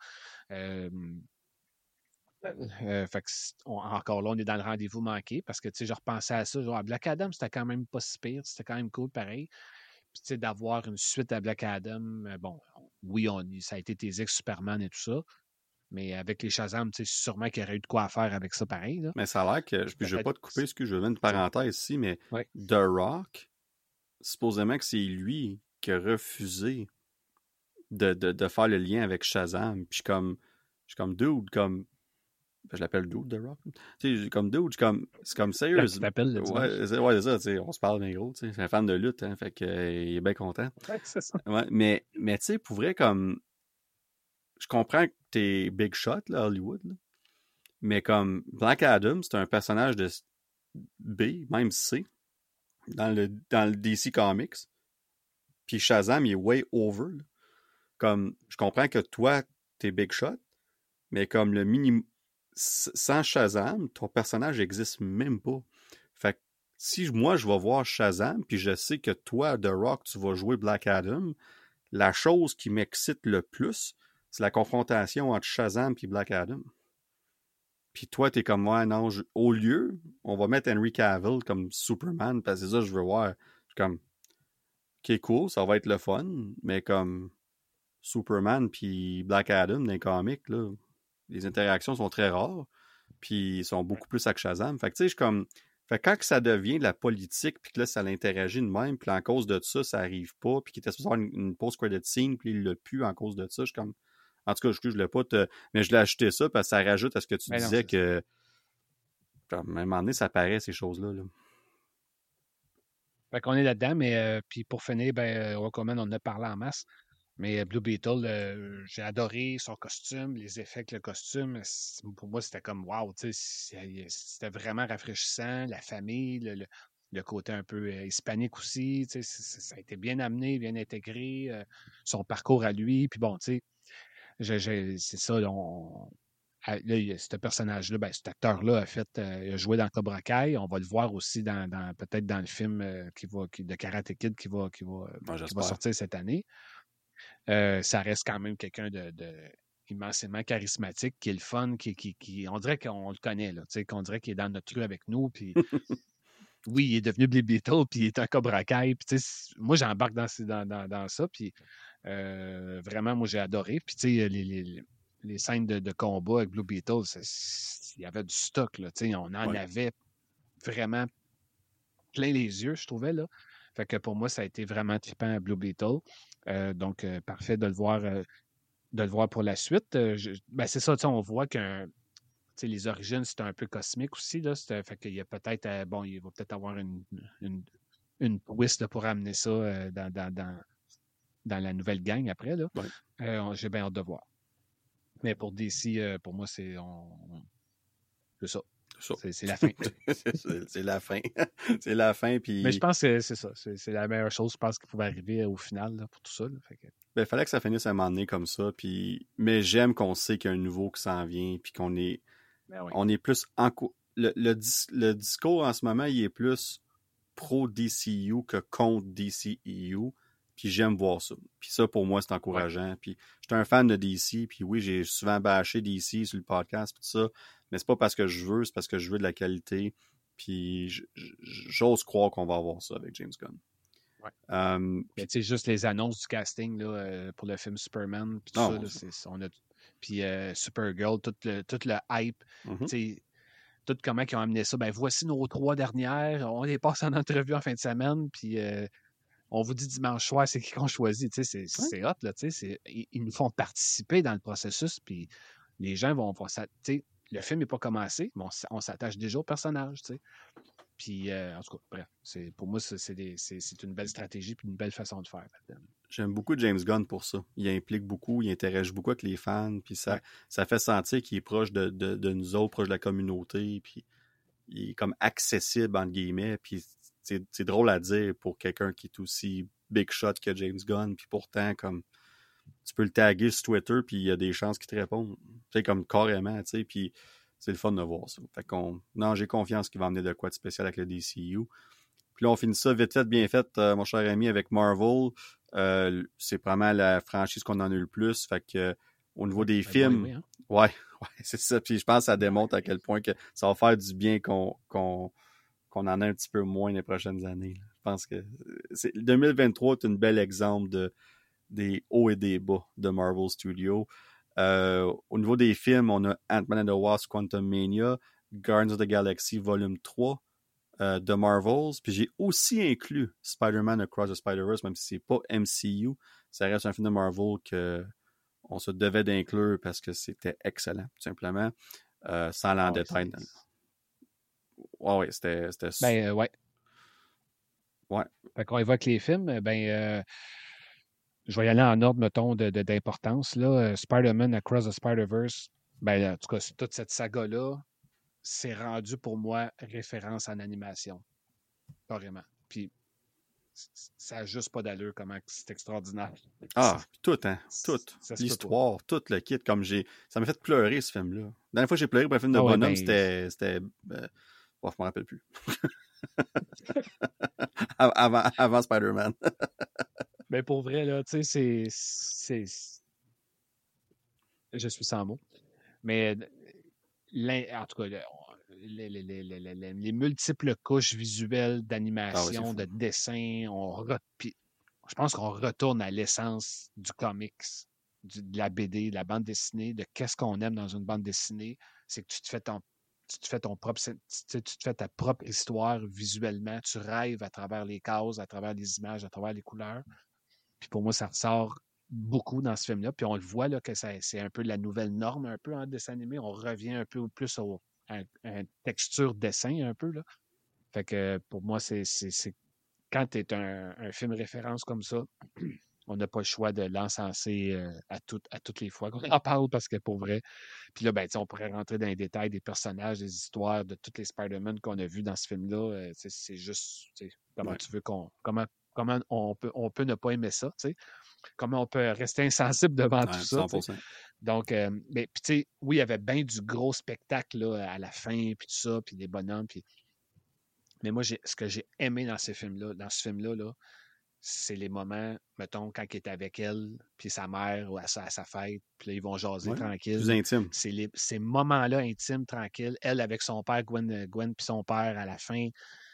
Speaker 2: Fait que encore là, on est dans le rendez-vous manqué parce que, tu sais, je repensais à ça. Genre, à Black Adam, c'était quand même pas si pire. C'était quand même cool, pareil. Puis, tu sais, d'avoir une suite à Black Adam, bon, oui, ça a été tes ex-Superman et tout ça. Mais avec les Shazam, tu sais, sûrement qu'il y aurait eu de quoi faire avec ça, pareil. Là.
Speaker 1: Mais ça a l'air que, puis je vais
Speaker 2: Peut-être.
Speaker 1: pas te couper, excuse, je vais mettre une
Speaker 2: Ça.
Speaker 1: parenthèse ici, mais
Speaker 2: Ouais.
Speaker 1: The Rock, supposément que c'est lui qui a refusé de faire le lien avec Shazam. Puis je suis comme dude, comme. Je l'appelle dude, The Rock. Tu sais, comme dude, c'est comme sérieux.
Speaker 2: Tu t'appelles le dimanche.
Speaker 1: Ouais, c'est ça, tu sais, on se parle bien gros, tu sais. C'est un fan de lutte, hein, fait que, il est bien content.
Speaker 2: Ouais, c'est ça.
Speaker 1: Ouais, mais tu sais, pour vrai, comme. Je comprends que t'es big shot, là, Hollywood, là, mais comme Black Adam, c'est un personnage de B, même C, dans le DC Comics. Puis Shazam, il est way over. Là. Comme, je comprends que toi, t'es big shot, mais comme le minimum. Sans Shazam, ton personnage n'existe même pas. Fait que si moi, je vais voir Shazam, puis je sais que toi, The Rock, tu vas jouer Black Adam, la chose qui m'excite le plus, c'est la confrontation entre Shazam et Black Adam. Puis toi, t'es comme, ouais, non, au lieu, on va mettre Henry Cavill comme Superman, parce que c'est ça que je veux voir. Je suis comme, ok, cool, ça va être le fun, mais comme Superman puis Black Adam dans les comics, là, les interactions sont très rares, puis ils sont beaucoup plus avec Shazam. Fait que tu sais, je suis comme, Fait que quand que ça devient de la politique, puis que là, ça l'interagit de même, puis en cause de ça, ça arrive pas, puis qu'il était supposé avoir une post-credit scene, puis il l'a pu en cause de ça, je suis comme... En tout cas, je l'ai pas, mais je l'ai acheté ça, parce que ça rajoute à ce que tu
Speaker 2: Ben non,
Speaker 1: disais
Speaker 2: c'est ça.
Speaker 1: que... À un moment donné, ça paraît, ces choses-là. Là.
Speaker 2: Fait qu'on est là-dedans, mais puis pour finir, Aquaman, on en a parlé en masse. Mais Blue Beetle, j'ai adoré son costume, les effets avec le costume. Pour moi, c'était comme wow, tu sais, c'était vraiment rafraîchissant. La famille, le côté un peu hispanique aussi, tu sais, ça a été bien amené, bien intégré. Son parcours à lui, puis bon, tu sais, c'est ça, ce personnage-là, cet acteur-là il a joué dans Cobra Kai. On va le voir aussi peut-être dans le film de Karate Kid
Speaker 1: Moi,
Speaker 2: qui va
Speaker 1: j'espère.
Speaker 2: sortir cette année. Ça reste quand même quelqu'un de immensément charismatique, qui est le fun, on dirait qu'on le connaît, là, qu'on dirait qu'il est dans notre rue avec nous. Puis oui, il est devenu Blue Beetle, puis il est un Cobra Kai. Puis, moi, j'embarque dans ça. Puis vraiment, moi, j'ai adoré. Puis les scènes de combat avec Blue Beetle, il y avait du stock. Là, on en avait vraiment plein les yeux, je trouvais. Là. Fait que pour moi, ça a été vraiment trippant à Blue Beetle. Donc, parfait de le voir pour la suite. C'est ça, on voit que les origines, c'est un peu cosmique aussi. Là, fait qu'il y a peut-être, il va peut-être avoir une twist là, pour amener ça dans la nouvelle gang après. Là.
Speaker 1: Ouais.
Speaker 2: J'ai bien hâte de voir. Mais pour DC, pour moi, c'est ça. C'est la fin.
Speaker 1: C'est la fin. C'est la fin. Puis...
Speaker 2: Mais je pense que c'est ça. C'est la meilleure chose, je pense, qui pouvait arriver au final là, pour tout ça. Là. Fait que...
Speaker 1: Ben, fallait que ça finisse à un moment donné comme ça. Puis... Mais j'aime qu'on sait qu'il y a un nouveau qui s'en vient. Puis qu'on est, on est plus... Le discours en ce moment, il est plus pro-DCU que contre DCEU. Puis j'aime voir ça. Puis ça, pour moi, c'est encourageant. Ouais. Puis j'étais un fan de DC. Puis oui, j'ai souvent bâché DC sur le podcast. Tout ça. Mais c'est pas parce que je veux, c'est parce que je veux de la qualité. Puis j'ose croire qu'on va avoir ça avec James Gunn.
Speaker 2: Ouais. Puis juste les annonces du casting là, pour le film Superman. Puis tout ça. Là, puis Supergirl, tout le hype. Tout comment ils ont amené ça. Voici nos 3 dernières. On les passe en entrevue en fin de semaine. Puis on vous dit dimanche soir, c'est qui qu'on choisit. C'est hot, là. Ils nous font participer dans le processus. Puis les gens vont le film n'est pas commencé, mais on s'attache déjà au personnage. Puis, en tout cas, bref, pour moi, c'est une belle stratégie et une belle façon de faire.
Speaker 1: J'aime beaucoup James Gunn pour ça. Il implique beaucoup, il interagit beaucoup avec les fans, puis ça fait sentir qu'il est proche de nous autres, proche de la communauté, puis il est comme accessible, entre guillemets, puis c'est drôle à dire pour quelqu'un qui est aussi big shot que James Gunn, puis pourtant, comme, tu peux le taguer sur Twitter, puis il y a des chances qu'il te réponde. Tu sais, comme carrément, tu sais, puis c'est le fun de voir ça. Fait non, j'ai confiance qu'il va emmener de quoi de spécial avec le DCU. Puis là, on finit ça vite fait, bien fait, mon cher ami, avec Marvel. C'est vraiment la franchise qu'on en a eu le plus. Fait que au niveau des films, ouais, c'est ça. Puis je pense que ça démontre à quel point que ça va faire du bien qu'on en a un petit peu moins les prochaines années. Là. Je pense que 2023 est un bel exemple des hauts et des bas de Marvel Studios. Au niveau des films, on a Ant-Man and the Wasp, Quantumania, Guardians of the Galaxy Volume 3 de Marvels. Puis j'ai aussi inclus Spider-Man Across the Spider-Verse, même si c'est pas MCU. Ça reste un film de Marvel qu'on se devait d'inclure parce que c'était excellent, tout simplement. Sans l'en détail. Ouais, c'était
Speaker 2: ouais.
Speaker 1: Ouais.
Speaker 2: Fait qu'on y va avec les films. Je vais y aller en ordre, mettons, d'importance. Là. Spider-Man Across the Spider-Verse, en tout cas, toute cette saga-là, c'est rendu pour moi référence en animation. Carrément. Puis, ça n'a juste pas d'allure comment c'est extraordinaire.
Speaker 1: Tout, hein. Tout. L'histoire, tout le kit. Comme ça m'a fait pleurer, ce film-là. La dernière fois que j'ai pleuré pour un film de bonhomme, c'était. Je m'en rappelle plus. avant Spider-Man.
Speaker 2: Mais pour vrai, là, tu sais, c'est. Je suis sans mots. Mais en tout cas, les multiples couches visuelles d'animation, de dessin, je pense qu'on retourne à l'essence du comics, de la BD, de la bande dessinée, de qu'est-ce qu'on aime dans une bande dessinée. C'est que tu te fais tu te fais tu te fais ta propre histoire visuellement, tu rêves à travers les cases, à travers les images, à travers les couleurs. Puis pour moi, ça ressort beaucoup dans ce film-là. Puis on le voit là, que c'est un peu la nouvelle norme, un peu en dessin animé. On revient un peu plus à une texture dessin, un peu. Là. Fait que pour moi, quand tu es un film référence comme ça, on n'a pas le choix de l'encenser à toutes les fois qu'on en parle parce que pour vrai. Puis là, ben, on pourrait rentrer dans les détails des personnages, des histoires de tous les Spider-Man qu'on a vus dans ce film-là. C'est juste comment tu veux comment on peut ne pas aimer ça, comment on peut rester insensible devant tout ça.
Speaker 1: 100%.
Speaker 2: Donc, mais puis tu sais, oui, il y avait bien du gros spectacle là, à la fin, puis tout ça, puis des bonhommes, puis. Mais moi, ce que j'ai aimé dans ce film-là, là, c'est les moments, mettons, quand il est avec elle, puis sa mère, ou à sa fête, puis là, ils vont jaser tranquille.
Speaker 1: Plus intime.
Speaker 2: C'est ces moments-là intimes, tranquilles. Elle avec son père, Gwen puis son père à la fin.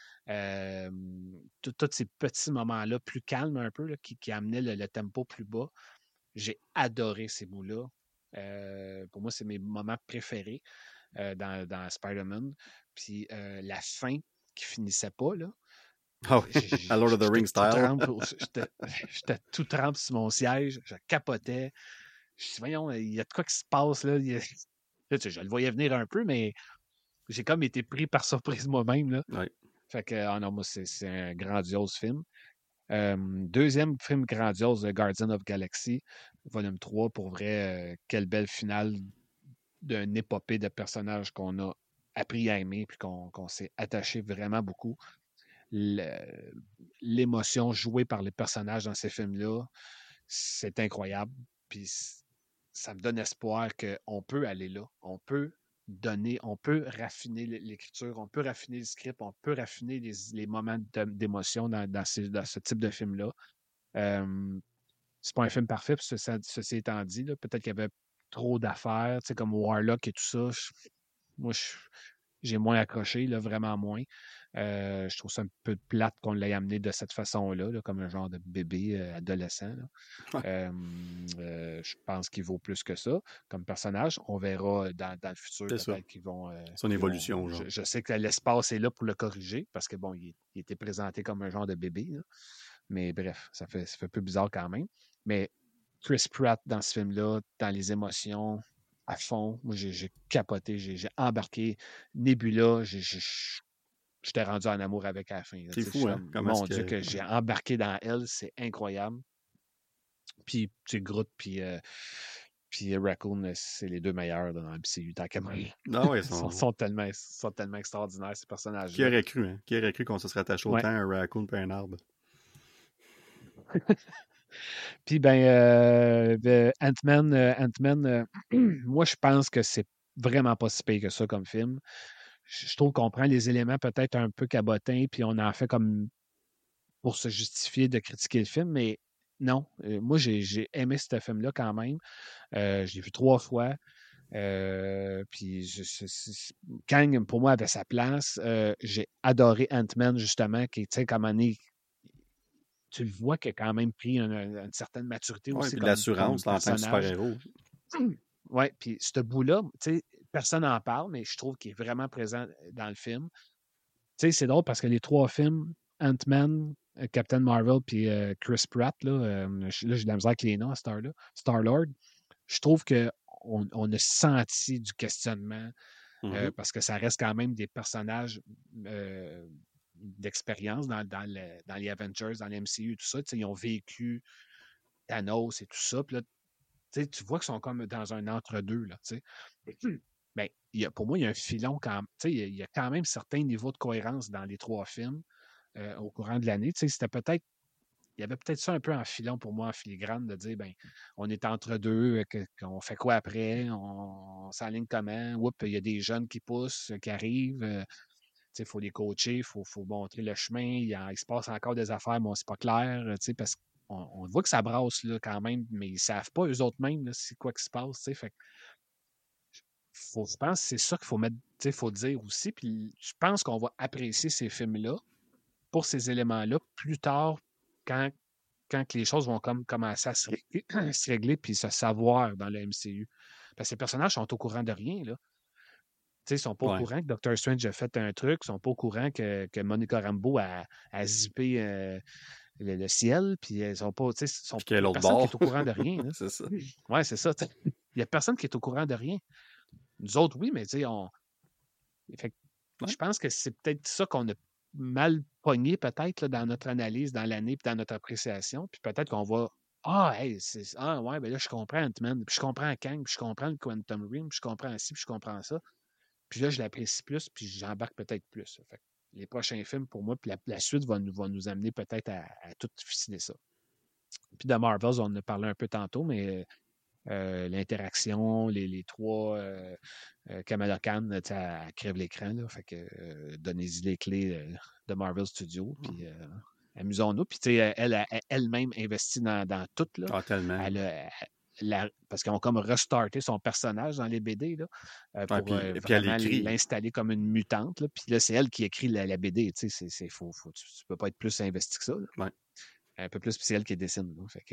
Speaker 2: Tous ces petits moments-là, plus calmes un peu, là, qui amenaient le tempo plus bas. J'ai adoré ces bouts-là. Pour moi, c'est mes moments préférés dans Spider-Man. Puis la fin qui finissait pas, là.
Speaker 1: Oh, à Lord of the Rings style.
Speaker 2: J'étais tout trempe sur mon siège, je capotais. Je me dis, voyons, il y a de quoi qui se passe là. Là, je le voyais venir un peu, mais j'ai comme été pris par surprise moi-même. Là.
Speaker 1: Ouais.
Speaker 2: Fait que, non, moi, c'est un grandiose film. Deuxième film grandiose, Guardian of Galaxy, volume 3. Pour vrai, quelle belle finale d'une épopée de personnages qu'on a appris à aimer puis qu'on s'est attaché vraiment beaucoup. L'émotion jouée par les personnages dans ces films-là, c'est incroyable. Puis ça me donne espoir qu'on peut aller là. On peut raffiner l'écriture, on peut raffiner le script, on peut raffiner les moments d'émotion dans ce type de film-là. C'est pas un film parfait, ceci étant dit, peut-être qu'il y avait trop d'affaires, comme Warlock et tout ça. Moi, j'ai moins accroché, là, vraiment moins. Je trouve ça un peu plate qu'on l'ait amené de cette façon-là, là, comme un genre de bébé adolescent. Je pense qu'il vaut plus que ça comme personnage. On verra dans le futur peut-être qu'ils vont.
Speaker 1: Son évolution.
Speaker 2: Je sais que l'espace est là pour le corriger parce que bon, il était présenté comme un genre de bébé. Là. Mais bref, ça fait un peu bizarre quand même. Mais Chris Pratt dans ce film-là, dans les émotions, à fond. Moi, j'ai capoté, j'ai embarqué. Nebula, j'étais rendu en amour avec à la fin.
Speaker 1: C'est fou, hein?
Speaker 2: Mon Dieu, que j'ai embarqué dans elle, c'est incroyable. Puis, Groot, puis Raccoon, c'est les deux meilleurs dans le MCU, tant qu'à moi.
Speaker 1: Ah ouais,
Speaker 2: Ils sont tellement extraordinaires, ces personnages-là.
Speaker 1: Qui aurait cru, hein? Qui aurait cru qu'on se serait attaché autant à un raccoon et un arbre?
Speaker 2: Puis, Ant-Man, moi, je pense que c'est vraiment pas si pire que ça comme film. Je trouve qu'on prend les éléments peut-être un peu cabotins, puis on en fait comme pour se justifier de critiquer le film, mais non. Moi, j'ai aimé ce film-là quand même. Je l'ai vu 3 fois. Puis Kang, pour moi, avait sa place. J'ai adoré Ant-Man, justement, qui, tu sais, comme tu le vois qu'il a quand même pris une certaine maturité aussi.
Speaker 1: Puis l'assurance en tant que super-héros.
Speaker 2: Oui, puis ce bout-là, tu sais, personne n'en parle, mais je trouve qu'il est vraiment présent dans le film. Tu sais, c'est drôle parce que les 3 films, Ant-Man, Captain Marvel, puis Chris Pratt, là, j'ai de la misère avec les noms à Star-Lord, je trouve qu'on a senti du questionnement parce que ça reste quand même des personnages d'expérience dans les Avengers, dans les MCU, tout ça. Ils ont vécu Thanos et tout ça. Puis là, tu vois qu'ils sont comme dans un entre-deux. Là, mais pour moi, il y a un filon quand même. Il y a quand même certains niveaux de cohérence dans les 3 films au courant de l'année. Il y avait peut-être ça un peu en filon pour moi, en filigrane, de dire, on est entre deux, qu'on fait quoi après, on s'aligne comment, il y a des jeunes qui poussent, qui arrivent, il faut les coacher, il faut montrer le chemin, il se passe encore des affaires, mais c'est pas clair, parce qu'on voit que ça brasse là, quand même, mais ils savent pas eux autres mêmes c'est quoi qui se passe, fait je pense que c'est ça qu'il faut mettre, faut dire aussi, puis je pense qu'on va apprécier ces films-là pour ces éléments-là plus tard quand les choses vont commencer à se régler puis se savoir dans le MCU. Parce que les personnages sont au courant de rien. Là. sais, ils sont pas au
Speaker 1: Ouais.
Speaker 2: courant que Doctor Strange a fait un truc, ils sont pas au courant que Monica Rambeau a zippé le ciel, puis ils sont pas, tu sais,
Speaker 1: Puis qu'il y a
Speaker 2: il y a
Speaker 1: l'autre
Speaker 2: personne qui est
Speaker 1: bord.
Speaker 2: au courant de rien, là.
Speaker 1: C'est ça.
Speaker 2: Ouais, c'est ça, tu sais. Il y a personne qui est au courant de rien. Nous autres, oui, mais tu sais, fait que
Speaker 1: Ouais.
Speaker 2: je pense que c'est peut-être ça qu'on a mal pogné, peut-être, là, dans notre analyse, dans l'année, puis dans notre appréciation. Puis peut-être qu'on va. Ah, hey, ah, ouais, ben là, je comprends Ant-Man, puis je comprends Kang, puis je comprends le Quantum Realm, puis je comprends ci, puis je comprends ça. Puis là, je l'apprécie plus, puis j'embarque peut-être plus. Fait que les prochains films, pour moi, puis la suite va nous amener peut-être à tout ficeler ça. Puis de Marvels, on en a parlé un peu tantôt, mais l'interaction, les trois Kamala Khan, elle crève l'écran. Là, fait que donnez-y les clés de Marvel Studios. Puis amusons-nous. Puis elle-même investit dans tout. Là.
Speaker 1: Ah, tellement.
Speaker 2: Parce qu'ils ont comme restarté son personnage dans les BD là,
Speaker 1: Ouais,
Speaker 2: pour
Speaker 1: puis elle
Speaker 2: vraiment
Speaker 1: écrit.
Speaker 2: l'installer comme une mutante. Là. Puis là, c'est elle qui écrit la BD. C'est faux. Tu peux pas être plus investi que ça. Là.
Speaker 1: Ouais.
Speaker 2: Un peu plus spécial qui dessine. Là. Fait que,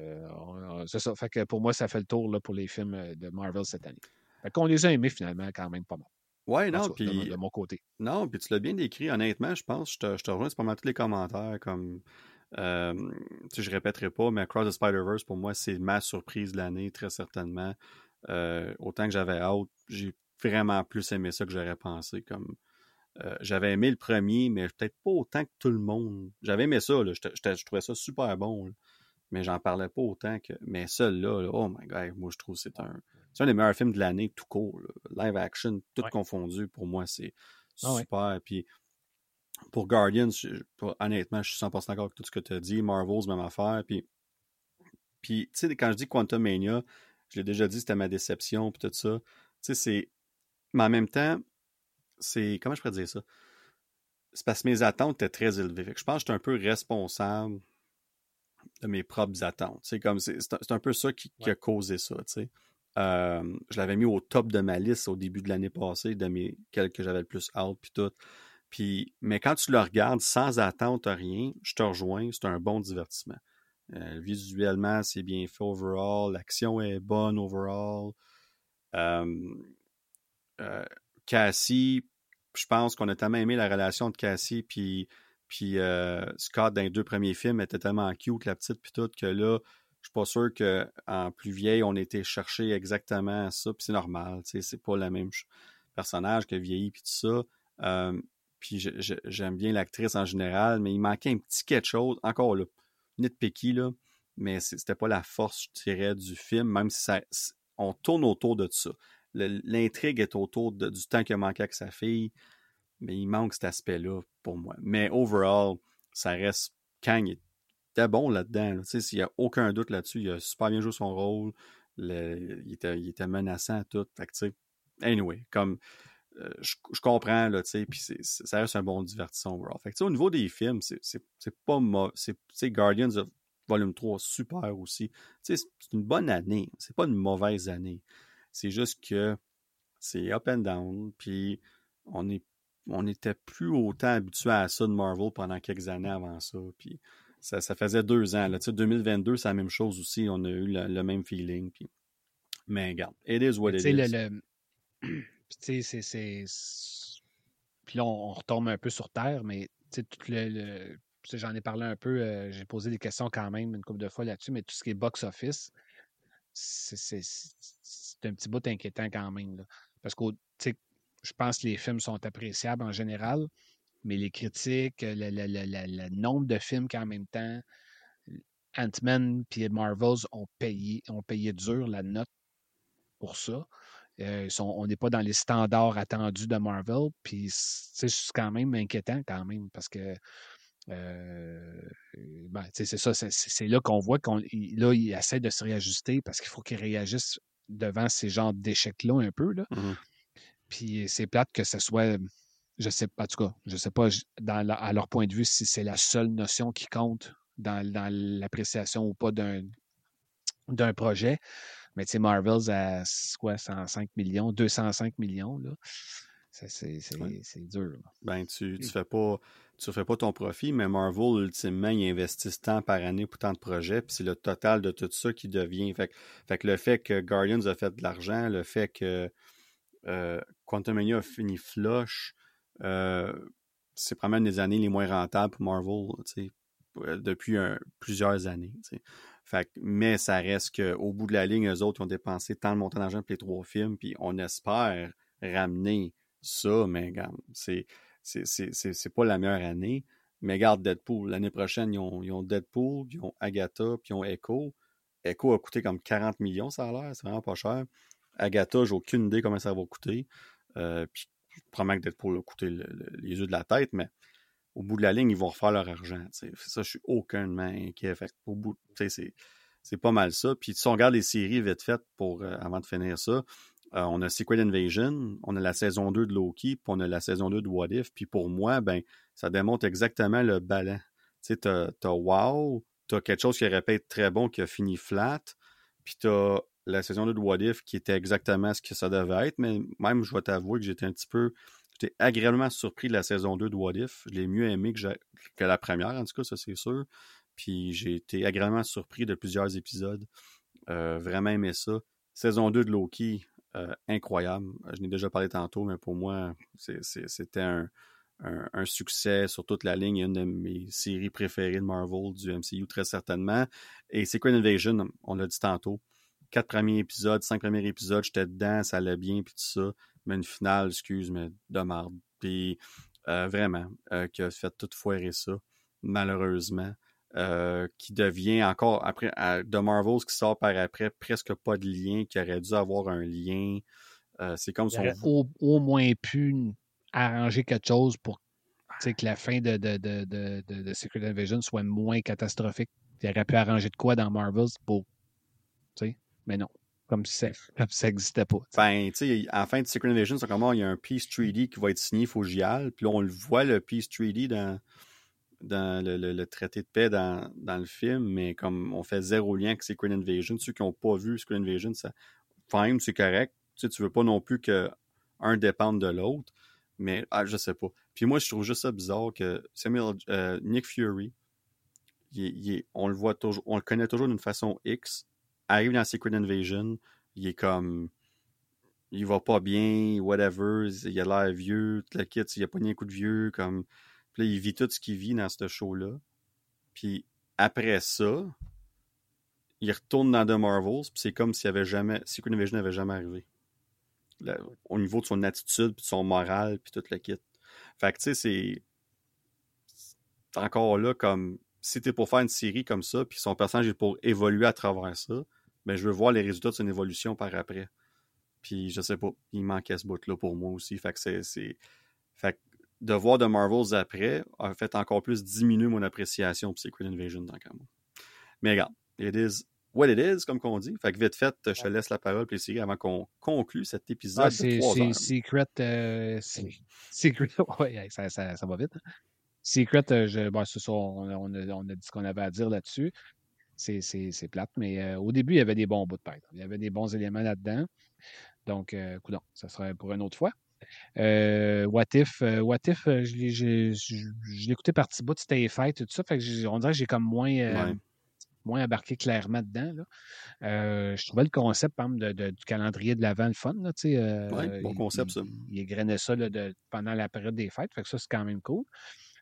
Speaker 2: c'est ça. Fait que pour moi, ça fait le tour là, pour les films de Marvel cette année. Fait qu'on les a aimés finalement quand même pas mal.
Speaker 1: Ouais,
Speaker 2: En
Speaker 1: non,
Speaker 2: tout cas,
Speaker 1: puis
Speaker 2: de mon côté.
Speaker 1: non, puis tu l'as bien décrit, honnêtement, je pense, je te rejoins sur pas mal tous les commentaires, comme, euh, tu sais, je répéterai pas, mais Across the Spider-Verse, pour moi, c'est ma surprise de l'année, très certainement. Autant que j'avais hâte, j'ai vraiment plus aimé ça que j'aurais pensé, comme, j'avais aimé le premier, mais peut-être pas autant que tout le monde. J'avais aimé ça, là, je trouvais ça super bon, là, mais j'en parlais pas autant que, mais celui-là, là, oh my god, moi, je trouve que c'est un des meilleurs films de l'année, tout court, là. Live action, tout
Speaker 2: Ouais.
Speaker 1: confondu, pour moi, c'est
Speaker 2: Ah ouais.
Speaker 1: super, puis pour Guardians, honnêtement, je suis 100% d'accord avec tout ce que tu as dit. Marvel's, même affaire. Puis tu sais, quand je dis Quantum Mania, je l'ai déjà dit, c'était ma déception, puis tout ça. Tu sais, c'est. Mais en même temps, c'est. Comment je pourrais dire ça? C'est parce que mes attentes étaient très élevées. Fait que je pense que j'étais un peu responsable de mes propres attentes. C'est un peu ça qui
Speaker 2: Ouais.
Speaker 1: a causé ça, tu sais. Je l'avais mis au top de ma liste au début de l'année passée, de mes quels que j'avais le plus hâte, puis tout. Puis, mais quand tu le regardes sans attente à rien, je te rejoins, c'est un bon divertissement. Visuellement, c'est bien fait overall, l'action est bonne overall. Euh, euh, Cassie, je pense qu'on a tellement aimé la relation de Cassie puis Scott dans les deux premiers films était tellement cute, la petite puis tout, que là, je suis pas sûr qu'en plus vieille, on était chercher exactement ça, puis c'est normal, tu sais, c'est pas le même personnage que vieilli puis tout ça. Puis j'aime bien l'actrice en général, mais il manquait un petit quelque chose, encore là, nitpicky, là, mais c'était pas la force, je dirais, du film, même si on tourne autour de ça. L'intrigue est autour du temps qu'il a manqué avec sa fille, mais il manque cet aspect-là pour moi. Mais overall, ça reste. Kang était bon là-dedans. Là. Il n'y a aucun doute là-dessus. Il a super bien joué son rôle. Il était menaçant tout. Fait que, anyway, comme je comprends, là, puis ça reste un bon divertissement overall. Fait que, au niveau des films, c'est pas mauvais. Guardians of Volume 3, super aussi. C'est une bonne année. C'est pas une mauvaise année. C'est juste que c'est up and down, puis on est on n'était plus autant habitué à ça de Marvel pendant quelques années avant ça. Puis ça faisait 2 ans. Là. 2022, c'est la même chose aussi. On a eu le même feeling. Puis... Mais regarde, it is what
Speaker 2: Mais tu
Speaker 1: it
Speaker 2: sais,
Speaker 1: is.
Speaker 2: Puis tu sais, Puis là, on retombe un peu sur Terre, mais tu sais, tu sais, j'en ai parlé un peu, j'ai posé des questions quand même une couple de fois là-dessus, mais tout ce qui est box-office, c'est un petit bout inquiétant quand même. Là. Parce que, tu sais, je pense que les films sont appréciables en général, mais les critiques, le nombre de films qu'en même temps, Ant-Man et Marvels ont payé dur la note pour ça. On n'est pas dans les standards attendus de Marvel, puis c'est quand même inquiétant quand même parce que ben, c'est ça, c'est là qu'on voit qu'il essaie de se réajuster parce qu'il faut qu'il réagisse devant ces genres d'échecs-là un peu. Là.
Speaker 1: Mm-hmm.
Speaker 2: Puis c'est plate que ce soit, je sais pas, en tout cas, je sais pas à leur point de vue si c'est la seule notion qui compte dans l'appréciation ou pas d'un projet. Mais tu sais, Marvel's à quoi, 105 millions, 205 millions, là.
Speaker 1: Ouais.
Speaker 2: C'est dur. Là.
Speaker 1: Ben, tu fais pas ton profit, mais Marvel, ultimement, ils investissent tant par année pour tant de projets, puis c'est le total de tout ça qui devient. Fait que le fait que Guardians a fait de l'argent, le fait que Quantumania a fini flush. C'est probablement une des années les moins rentables pour Marvel, depuis plusieurs années. Mais ça reste qu'au bout de la ligne, eux autres, ils ont dépensé tant de montant d'argent pour les 3 films, puis on espère ramener ça, mais regarde, c'est pas la meilleure année. Mais regarde Deadpool. L'année prochaine, ils ont Deadpool, puis ils ont Agatha, puis ils ont Echo. Echo a coûté comme 40 millions, ça a l'air. C'est vraiment pas cher. Agatha, j'ai aucune idée comment ça va coûter. Puis probablement que Deadpool a coûté les yeux de la tête, mais au bout de la ligne, ils vont refaire leur argent. T'sais. Ça, je suis aucunement inquiet. Fait au bout, c'est pas mal ça. Puis si on regarde les séries vite faites avant de finir ça, on a Secret Invasion, on a la saison 2 de Loki, puis on a la saison 2 de What If. Puis pour moi, ben, ça démontre exactement le ballon. Tu sais, t'as wow, t'as quelque chose qui aurait pu être très bon, qui a fini flat, puis t'as la saison 2 de What If qui était exactement ce que ça devait être, mais même, je vais t'avouer que j'étais agréablement surpris de la saison 2 de What If. Je l'ai mieux aimé que la première, en tout cas, ça c'est sûr. Puis j'ai été agréablement surpris de plusieurs épisodes. Vraiment aimé ça. Saison 2 de Loki, incroyable. Je n'ai déjà parlé tantôt, mais pour moi, c'était un succès sur toute la ligne. Une de mes séries préférées de Marvel, du MCU, très certainement. Et Secret Invasion, on l'a dit tantôt. 4 premiers épisodes, 5 premiers épisodes, j'étais dedans, ça allait bien, puis tout ça. Mais une finale, excuse, mais de marde. Puis vraiment, qui a fait tout foirer ça, malheureusement. Qui devient encore, après, de Marvels qui sort par après, presque pas de lien, qui aurait dû avoir un lien. C'est comme son...
Speaker 2: au moins pu arranger quelque chose pour que la fin de Secret Invasion soit moins catastrophique. Il aurait pu arranger de quoi dans Marvels pour... Mais non, comme si ça n'existait pas.
Speaker 1: Ben, tu sais, à la fin de Secret Invasion, c'est comment il y a un Peace Treaty qui va être signé, il faut que j'y aille. Puis là, on le voit, le Peace Treaty dans le traité de paix dans le film, mais comme on fait zéro lien avec Secret Invasion, ceux qui n'ont pas vu Secret Invasion, ça, fine, c'est correct. Tu veux pas non plus qu'un dépende de l'autre, mais je sais pas. Puis moi, je trouve juste ça bizarre que Nick Fury, on le voit toujours, on le connaît toujours d'une façon X, arrive dans Secret Invasion, il est comme, il va pas bien, whatever, il a l'air vieux, tout le kit, il a pas ni un coup de vieux, comme, puis là, il vit tout ce qu'il vit dans ce show-là. Puis après ça, il retourne dans The Marvels, puis c'est comme s'il avait jamais, Secret Invasion n'avait jamais arrivé. Là, au niveau de son attitude, puis de son moral, puis tout le kit. Fait que tu sais, c'est encore là comme si t'es pour faire une série comme ça, puis son personnage est pour évoluer à travers ça, ben je veux voir les résultats de son évolution par après. Puis je sais pas, il manquait ce bout-là pour moi aussi. Fait que Fait que de voir The Marvels après a fait encore plus diminuer mon appréciation pour Secret Invasion dans le moi. Mais regarde, it is what it is, comme qu'on dit. Fait que vite fait, je te laisse la parole pour les séries avant qu'on conclue cet épisode de 3 heures.
Speaker 2: Secret, ouais, ça va vite. Hein? Secret, c'est ça, on a dit ce qu'on avait à dire là-dessus. C'est plate, mais au début, il y avait des bons bouts de tête. Il y avait des bons éléments là-dedans. Donc, coudonc, ça serait pour une autre fois. What If, je l'ai écouté partie bout de Stay Fight, tout ça. Fait que on dirait que j'ai comme moins embarqué clairement dedans. Là. Je trouvais le concept, par exemple, du calendrier de l'Avent le fun. Là,
Speaker 1: bon concept, ça.
Speaker 2: Il égrenait ça là, pendant la période des fêtes. Fait que ça, c'est quand même cool.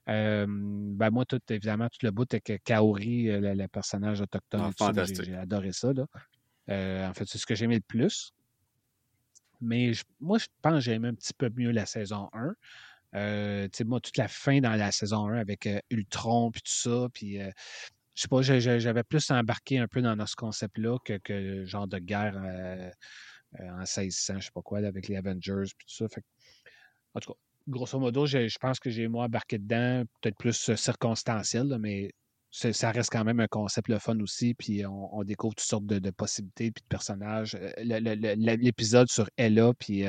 Speaker 2: Ben moi, évidemment, tout le bout avec Kaori, le personnage autochtone.
Speaker 1: Fantastique.
Speaker 2: J'ai adoré ça. Là. En fait, c'est ce que j'ai aimé le plus. Mais moi, je pense que j'ai aimé un petit peu mieux la saison 1. Moi, toute la fin dans la saison 1 avec Ultron puis tout ça, puis je sais pas, j'avais plus embarqué un peu dans ce concept-là que le genre de guerre en 1600, je sais pas quoi, là, avec les Avengers puis tout ça. Fait, en tout cas, grosso modo, je pense que j'ai moi embarqué dedans, peut-être plus circonstanciel, là, mais ça reste quand même un concept le fun aussi, puis on découvre toutes sortes de possibilités puis de personnages. L'épisode sur Ella, puis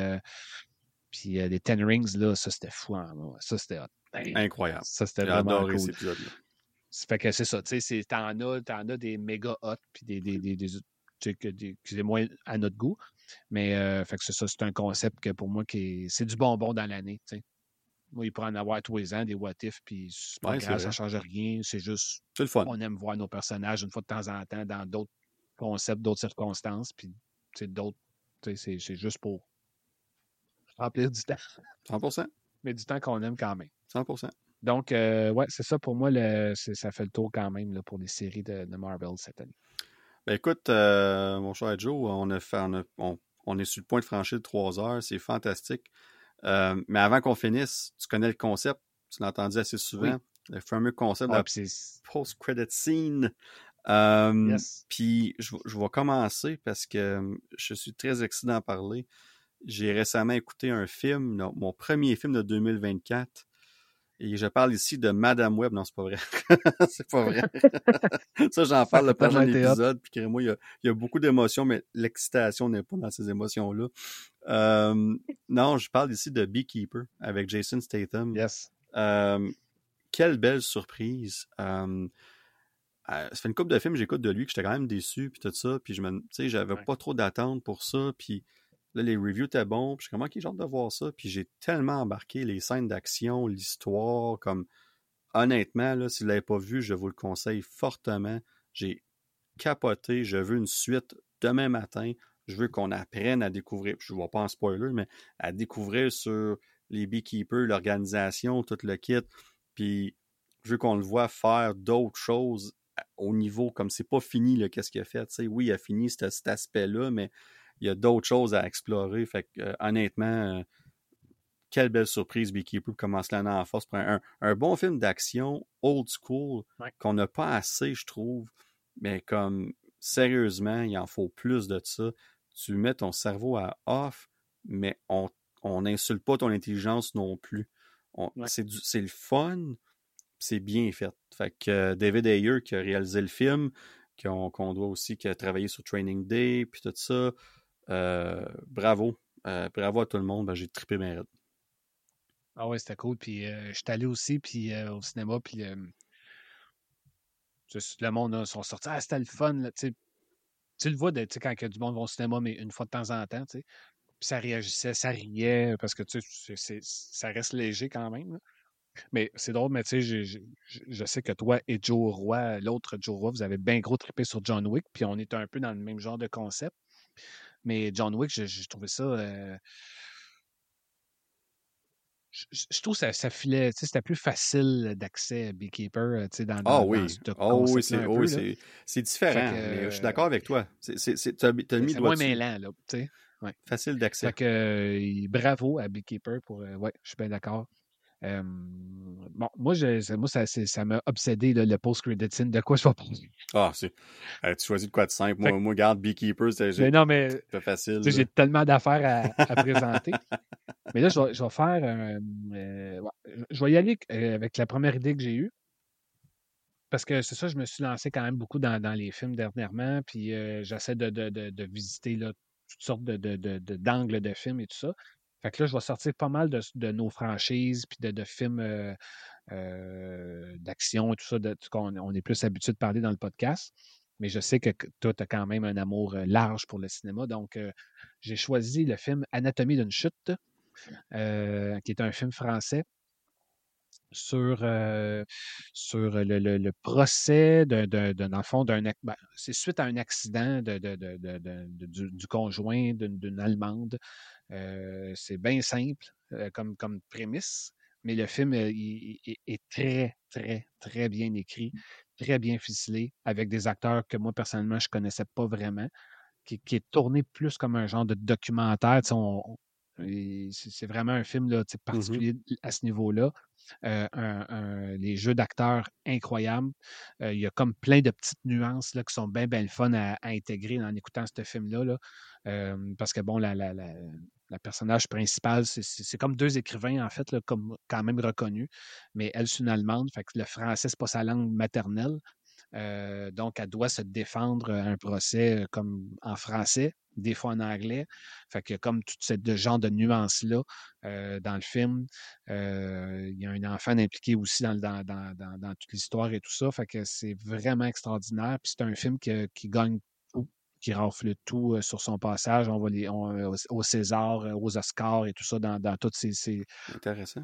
Speaker 2: les Ten Rings, là, ça c'était fou. Hein, ça c'était
Speaker 1: incroyable.
Speaker 2: Ça c'était vraiment
Speaker 1: adoré
Speaker 2: cool.
Speaker 1: cet épisode-là.
Speaker 2: Fait que c'est ça, tu sais, t'en as des méga hot, puis des moins à notre goût. Mais fait que c'est ça, c'est un concept que pour moi, c'est du bonbon dans l'année, tu sais. Moi, il pourrait en avoir tous les ans, des what if, puis c'est pas grave, ça ne change rien. C'est juste,
Speaker 1: c'est le fun.
Speaker 2: On aime voir nos personnages une fois de temps en temps dans d'autres concepts, d'autres circonstances, puis d'autres, c'est juste pour... remplir du temps,
Speaker 1: 100%.
Speaker 2: mais du temps qu'on aime quand même.
Speaker 1: 100%.
Speaker 2: Donc, ouais, c'est ça pour moi, ça fait le tour quand même là, pour les séries de Marvel cette année.
Speaker 1: Ben écoute, mon cher Joe, on est sur le point de franchir 3 heures, c'est fantastique. Mais avant qu'on finisse, tu connais le concept, tu l'as entendu assez
Speaker 2: Oui.
Speaker 1: souvent, le fameux concept de
Speaker 2: Ah,
Speaker 1: la
Speaker 2: puis c'est.
Speaker 1: post-credit scene.
Speaker 2: Yes.
Speaker 1: Puis je vais commencer parce que je suis très excité d'en parler. J'ai récemment écouté un film, mon premier film de 2024. Et je parle ici de Madame Web. Non, c'est pas vrai. C'est pas vrai. Ça, j'en
Speaker 2: Ça
Speaker 1: parle le
Speaker 2: a tellement
Speaker 1: prochain
Speaker 2: été hot.
Speaker 1: épisode. Puis, moi, il y a beaucoup d'émotions, mais l'excitation n'est pas dans ces émotions-là. Non, je parle ici de Beekeeper avec Jason Statham.
Speaker 2: Yes.
Speaker 1: Quelle belle surprise. Ça fait une couple de films que j'écoute de lui que j'étais quand même déçu, puis tout ça. Puis, tu sais, j'avais
Speaker 2: Ouais.
Speaker 1: pas trop d'attentes pour ça. Puis, là, les reviews étaient bons. Puis, je suis comme, OK, j'ai hâte de voir ça. Puis, j'ai tellement embarqué les scènes d'action, l'histoire, comme honnêtement, là, si vous ne l'avez pas vu, je vous le conseille fortement. J'ai capoté. Je veux une suite demain matin. Je veux qu'on apprenne à découvrir, je ne vois pas en spoiler, mais à découvrir sur les beekeepers, l'organisation, tout le kit. Puis, je veux qu'on le voit faire d'autres choses au niveau, comme c'est pas fini, là, qu'est-ce qu'il a fait. T'sais, oui, il a fini cet aspect-là, mais il y a d'autres choses à explorer. Fait que, honnêtement, quelle belle surprise Beekeeper commence l'année en force pour un bon film d'action old school
Speaker 2: Ouais.
Speaker 1: qu'on n'a pas assez, je trouve. Mais comme sérieusement, il en faut plus de ça. Tu mets ton cerveau à off, mais on n'insulte pas ton intelligence non plus.
Speaker 2: Ouais.
Speaker 1: C'est le fun, c'est bien fait. Fait que David Ayer qui a réalisé le film, qu'on doit aussi, qui a travaillé sur Training Day, puis tout ça, bravo. Bravo à tout le monde. Ben, j'ai trippé mes raids.
Speaker 2: Ah ouais, c'était cool. Puis je suis allé aussi puis, au cinéma, puis le monde là, sont sortis. Ah, c'était le fun. Là, tu le vois quand il y a du monde va au cinéma, mais une fois de temps en temps, tu sais. Puis ça réagissait, ça riait, parce que tu sais, ça reste léger quand même. Là. Mais c'est drôle, mais tu sais, je sais que toi et Joe Roy, l'autre Joe Roy, vous avez bien gros trippé sur John Wick, puis on est un peu dans le même genre de concept. Mais John Wick, j'ai trouvé ça. Je trouve que ça filait, tu sais, c'était plus facile d'accès à Beekeeper, tu sais,
Speaker 1: Ah
Speaker 2: dans
Speaker 1: oui,
Speaker 2: ce
Speaker 1: oh oui,
Speaker 2: concept-là un peu, là.
Speaker 1: c'est
Speaker 2: Fait que
Speaker 1: différent, mais je suis d'accord avec toi. T'as mis le
Speaker 2: c'est
Speaker 1: doigt
Speaker 2: moins
Speaker 1: dessus.
Speaker 2: mêlant, là, tu sais. Ouais.
Speaker 1: Facile
Speaker 2: Fait
Speaker 1: d'accès.
Speaker 2: que bravo à Beekeeper pour. Ouais, je suis bien d'accord. Bon, moi, ça m'a obsédé, là, le post-credit scene. De quoi je vais parler?
Speaker 1: Ah, tu choisis de quoi de simple.
Speaker 2: Fait que,
Speaker 1: Moi, garde Beekeeper,
Speaker 2: mais non, mais
Speaker 1: c'est facile,
Speaker 2: tu sais,
Speaker 1: là.
Speaker 2: j'ai tellement d'affaires à présenter. Mais là, je vais faire. Ouais, je vais y aller avec la première idée que j'ai eue. Parce que c'est ça, je me suis lancé quand même beaucoup dans les films dernièrement, puis j'essaie de visiter là, toutes sortes d'angles de films et tout ça. Fait que là, je vais sortir pas mal de nos franchises, puis de films d'action et tout ça, qu'on on est plus habitué de parler dans le podcast. Mais je sais que toi, tu as quand même un amour large pour le cinéma. Donc, j'ai choisi le film Anatomie d'une chute, qui est un film français sur, sur le procès dans le fond, c'est suite à un accident du conjoint d'une Allemande. C'est bien simple comme prémisse, mais le film est très, très, très bien écrit, très bien ficelé, avec des acteurs que moi, personnellement, je ne connaissais pas vraiment, qui est tourné plus comme un genre de documentaire. Tu sais, c'est vraiment un film là, tu sais,
Speaker 1: Mhm.
Speaker 2: particulier à ce niveau-là. Les jeux d'acteurs incroyables. Il y a comme plein de petites nuances là, qui sont bien, bien le fun à intégrer en écoutant ce film-là. Là. Parce que bon, la personnage principale, c'est comme deux écrivains, en fait, là, comme quand même reconnus. Mais elle, c'est une Allemande. Fait que le français, c'est pas sa langue maternelle. Donc, elle doit se défendre à un procès comme en français, des fois en anglais. Fait que comme tout ce genre de nuances-là dans le film, il y a un enfant impliqué aussi dans toute l'histoire et tout ça. Fait que c'est vraiment extraordinaire. Puis c'est un film qui gagne tout, qui rafle tout sur son passage. On va au César, aux Oscars et tout ça dans toutes
Speaker 1: Intéressant.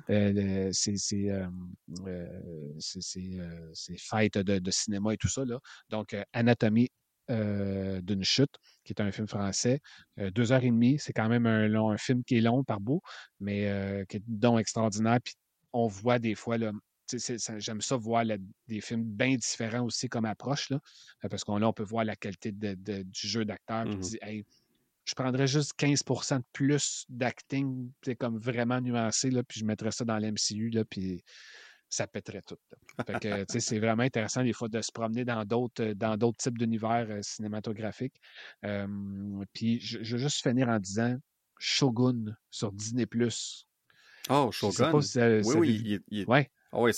Speaker 2: ces fêtes de cinéma et tout ça. Là. Donc, Anatomie d'une chute, qui est un film français. 2 heures et demie, c'est quand même un film qui est long par bout, mais qui est donc extraordinaire. Puis on voit des fois, là, j'aime ça voir des films bien différents aussi comme approche, là, parce qu'on là, on peut voir la qualité du jeu d'acteur, puis tu dis, hey, je prendrais juste 15% de plus d'acting, c'est comme vraiment nuancé, là, puis je mettrais ça dans l'MCU, là, puis ça pèterait tout. Là. Fait que, c'est vraiment intéressant des fois de se promener dans d'autres types d'univers cinématographiques. Puis je veux juste finir en disant Shogun sur Disney+.
Speaker 1: Oh,
Speaker 2: Je sais pas
Speaker 1: Shogun.
Speaker 2: si
Speaker 1: Oui,
Speaker 2: vous avez
Speaker 1: oui.
Speaker 2: vu. Ouais.
Speaker 1: Ah ouais,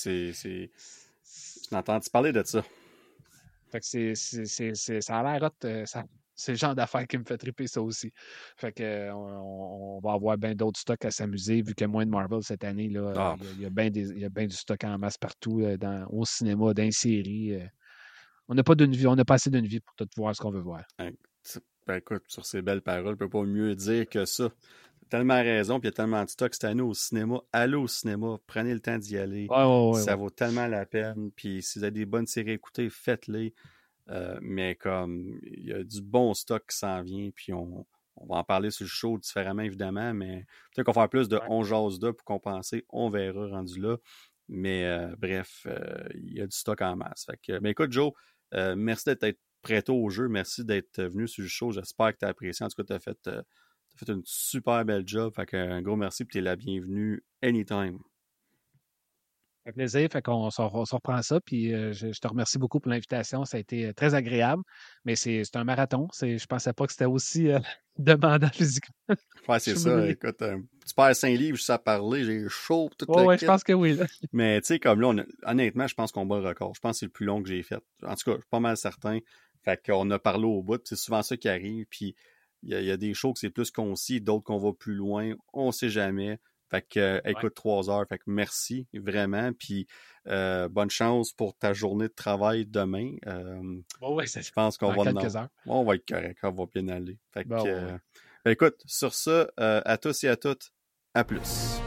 Speaker 1: j'ai entendu parler de ça.
Speaker 2: Fait que ça a l'air hot. C'est le genre d'affaires qui me fait triper ça aussi. Fait que on va avoir bien d'autres stocks à s'amuser, vu qu'il y a moins de Marvel cette année. Là,
Speaker 1: Ah,
Speaker 2: il y a bien du stock en masse partout, au cinéma, dans les séries. On n'a pas d'une vie, on n'a pas assez d'une vie pour tout voir ce qu'on veut voir.
Speaker 1: hein, ben écoute, sur ces belles paroles, je peux pas mieux dire que ça. T'as tellement raison, puis il y a tellement de stock cette année au cinéma. Allez au cinéma, prenez le temps d'y aller.
Speaker 2: Ouais, ouais, ouais,
Speaker 1: Ça
Speaker 2: ouais.
Speaker 1: vaut tellement la peine. Puis si vous avez des bonnes séries à écouter, faites-les. Mais comme il y a du bon stock qui s'en vient, puis on va en parler sur le show différemment, évidemment, mais peut-être qu'on va faire plus de
Speaker 2: Ouais.
Speaker 1: on jase là pour compenser. On verra rendu là. Mais bref, il y a du stock en masse. Fait que, ben écoute, Joe, merci d'être prêt au jeu. Merci d'être venu sur le show. J'espère que tu as apprécié. En tout cas, t'as fait une super belle job. Fait que, un gros merci et tu es la bienvenue anytime.
Speaker 2: Ça fait plaisir. Fait qu'on on se reprend ça. Puis je te remercie beaucoup pour l'invitation. Ça a été très agréable. Mais c'est un marathon. Je pensais pas que c'était aussi demandant physiquement.
Speaker 1: Ouais,
Speaker 2: Je
Speaker 1: c'est
Speaker 2: suis
Speaker 1: ça.
Speaker 2: brûlé.
Speaker 1: Écoute, tu perds 5 livres juste à parler. J'ai chaud, tout
Speaker 2: Ouais,
Speaker 1: le
Speaker 2: ouais, je
Speaker 1: kit.
Speaker 2: pense que oui. Là.
Speaker 1: Mais tu sais, comme là, honnêtement, je pense qu'on bat le record. Je pense que c'est le plus long que j'ai fait. En tout cas, je suis pas mal certain. Fait qu'on a parlé au bout. C'est souvent ça qui arrive. Puis il y a des shows que c'est plus concis, d'autres qu'on va plus loin. On sait jamais. Fait que,
Speaker 2: Ouais.
Speaker 1: écoute, 3 heures. Fait que merci, vraiment. Puis bonne chance pour ta journée de travail demain.
Speaker 2: Ouais, ouais, c'est
Speaker 1: Je pense qu'on
Speaker 2: dans
Speaker 1: va
Speaker 2: quelques heures.
Speaker 1: on va être correct. On va bien aller. Fait
Speaker 2: Ben,
Speaker 1: que,
Speaker 2: ouais, ouais.
Speaker 1: ben, écoute, sur ça, à tous et à toutes, à plus.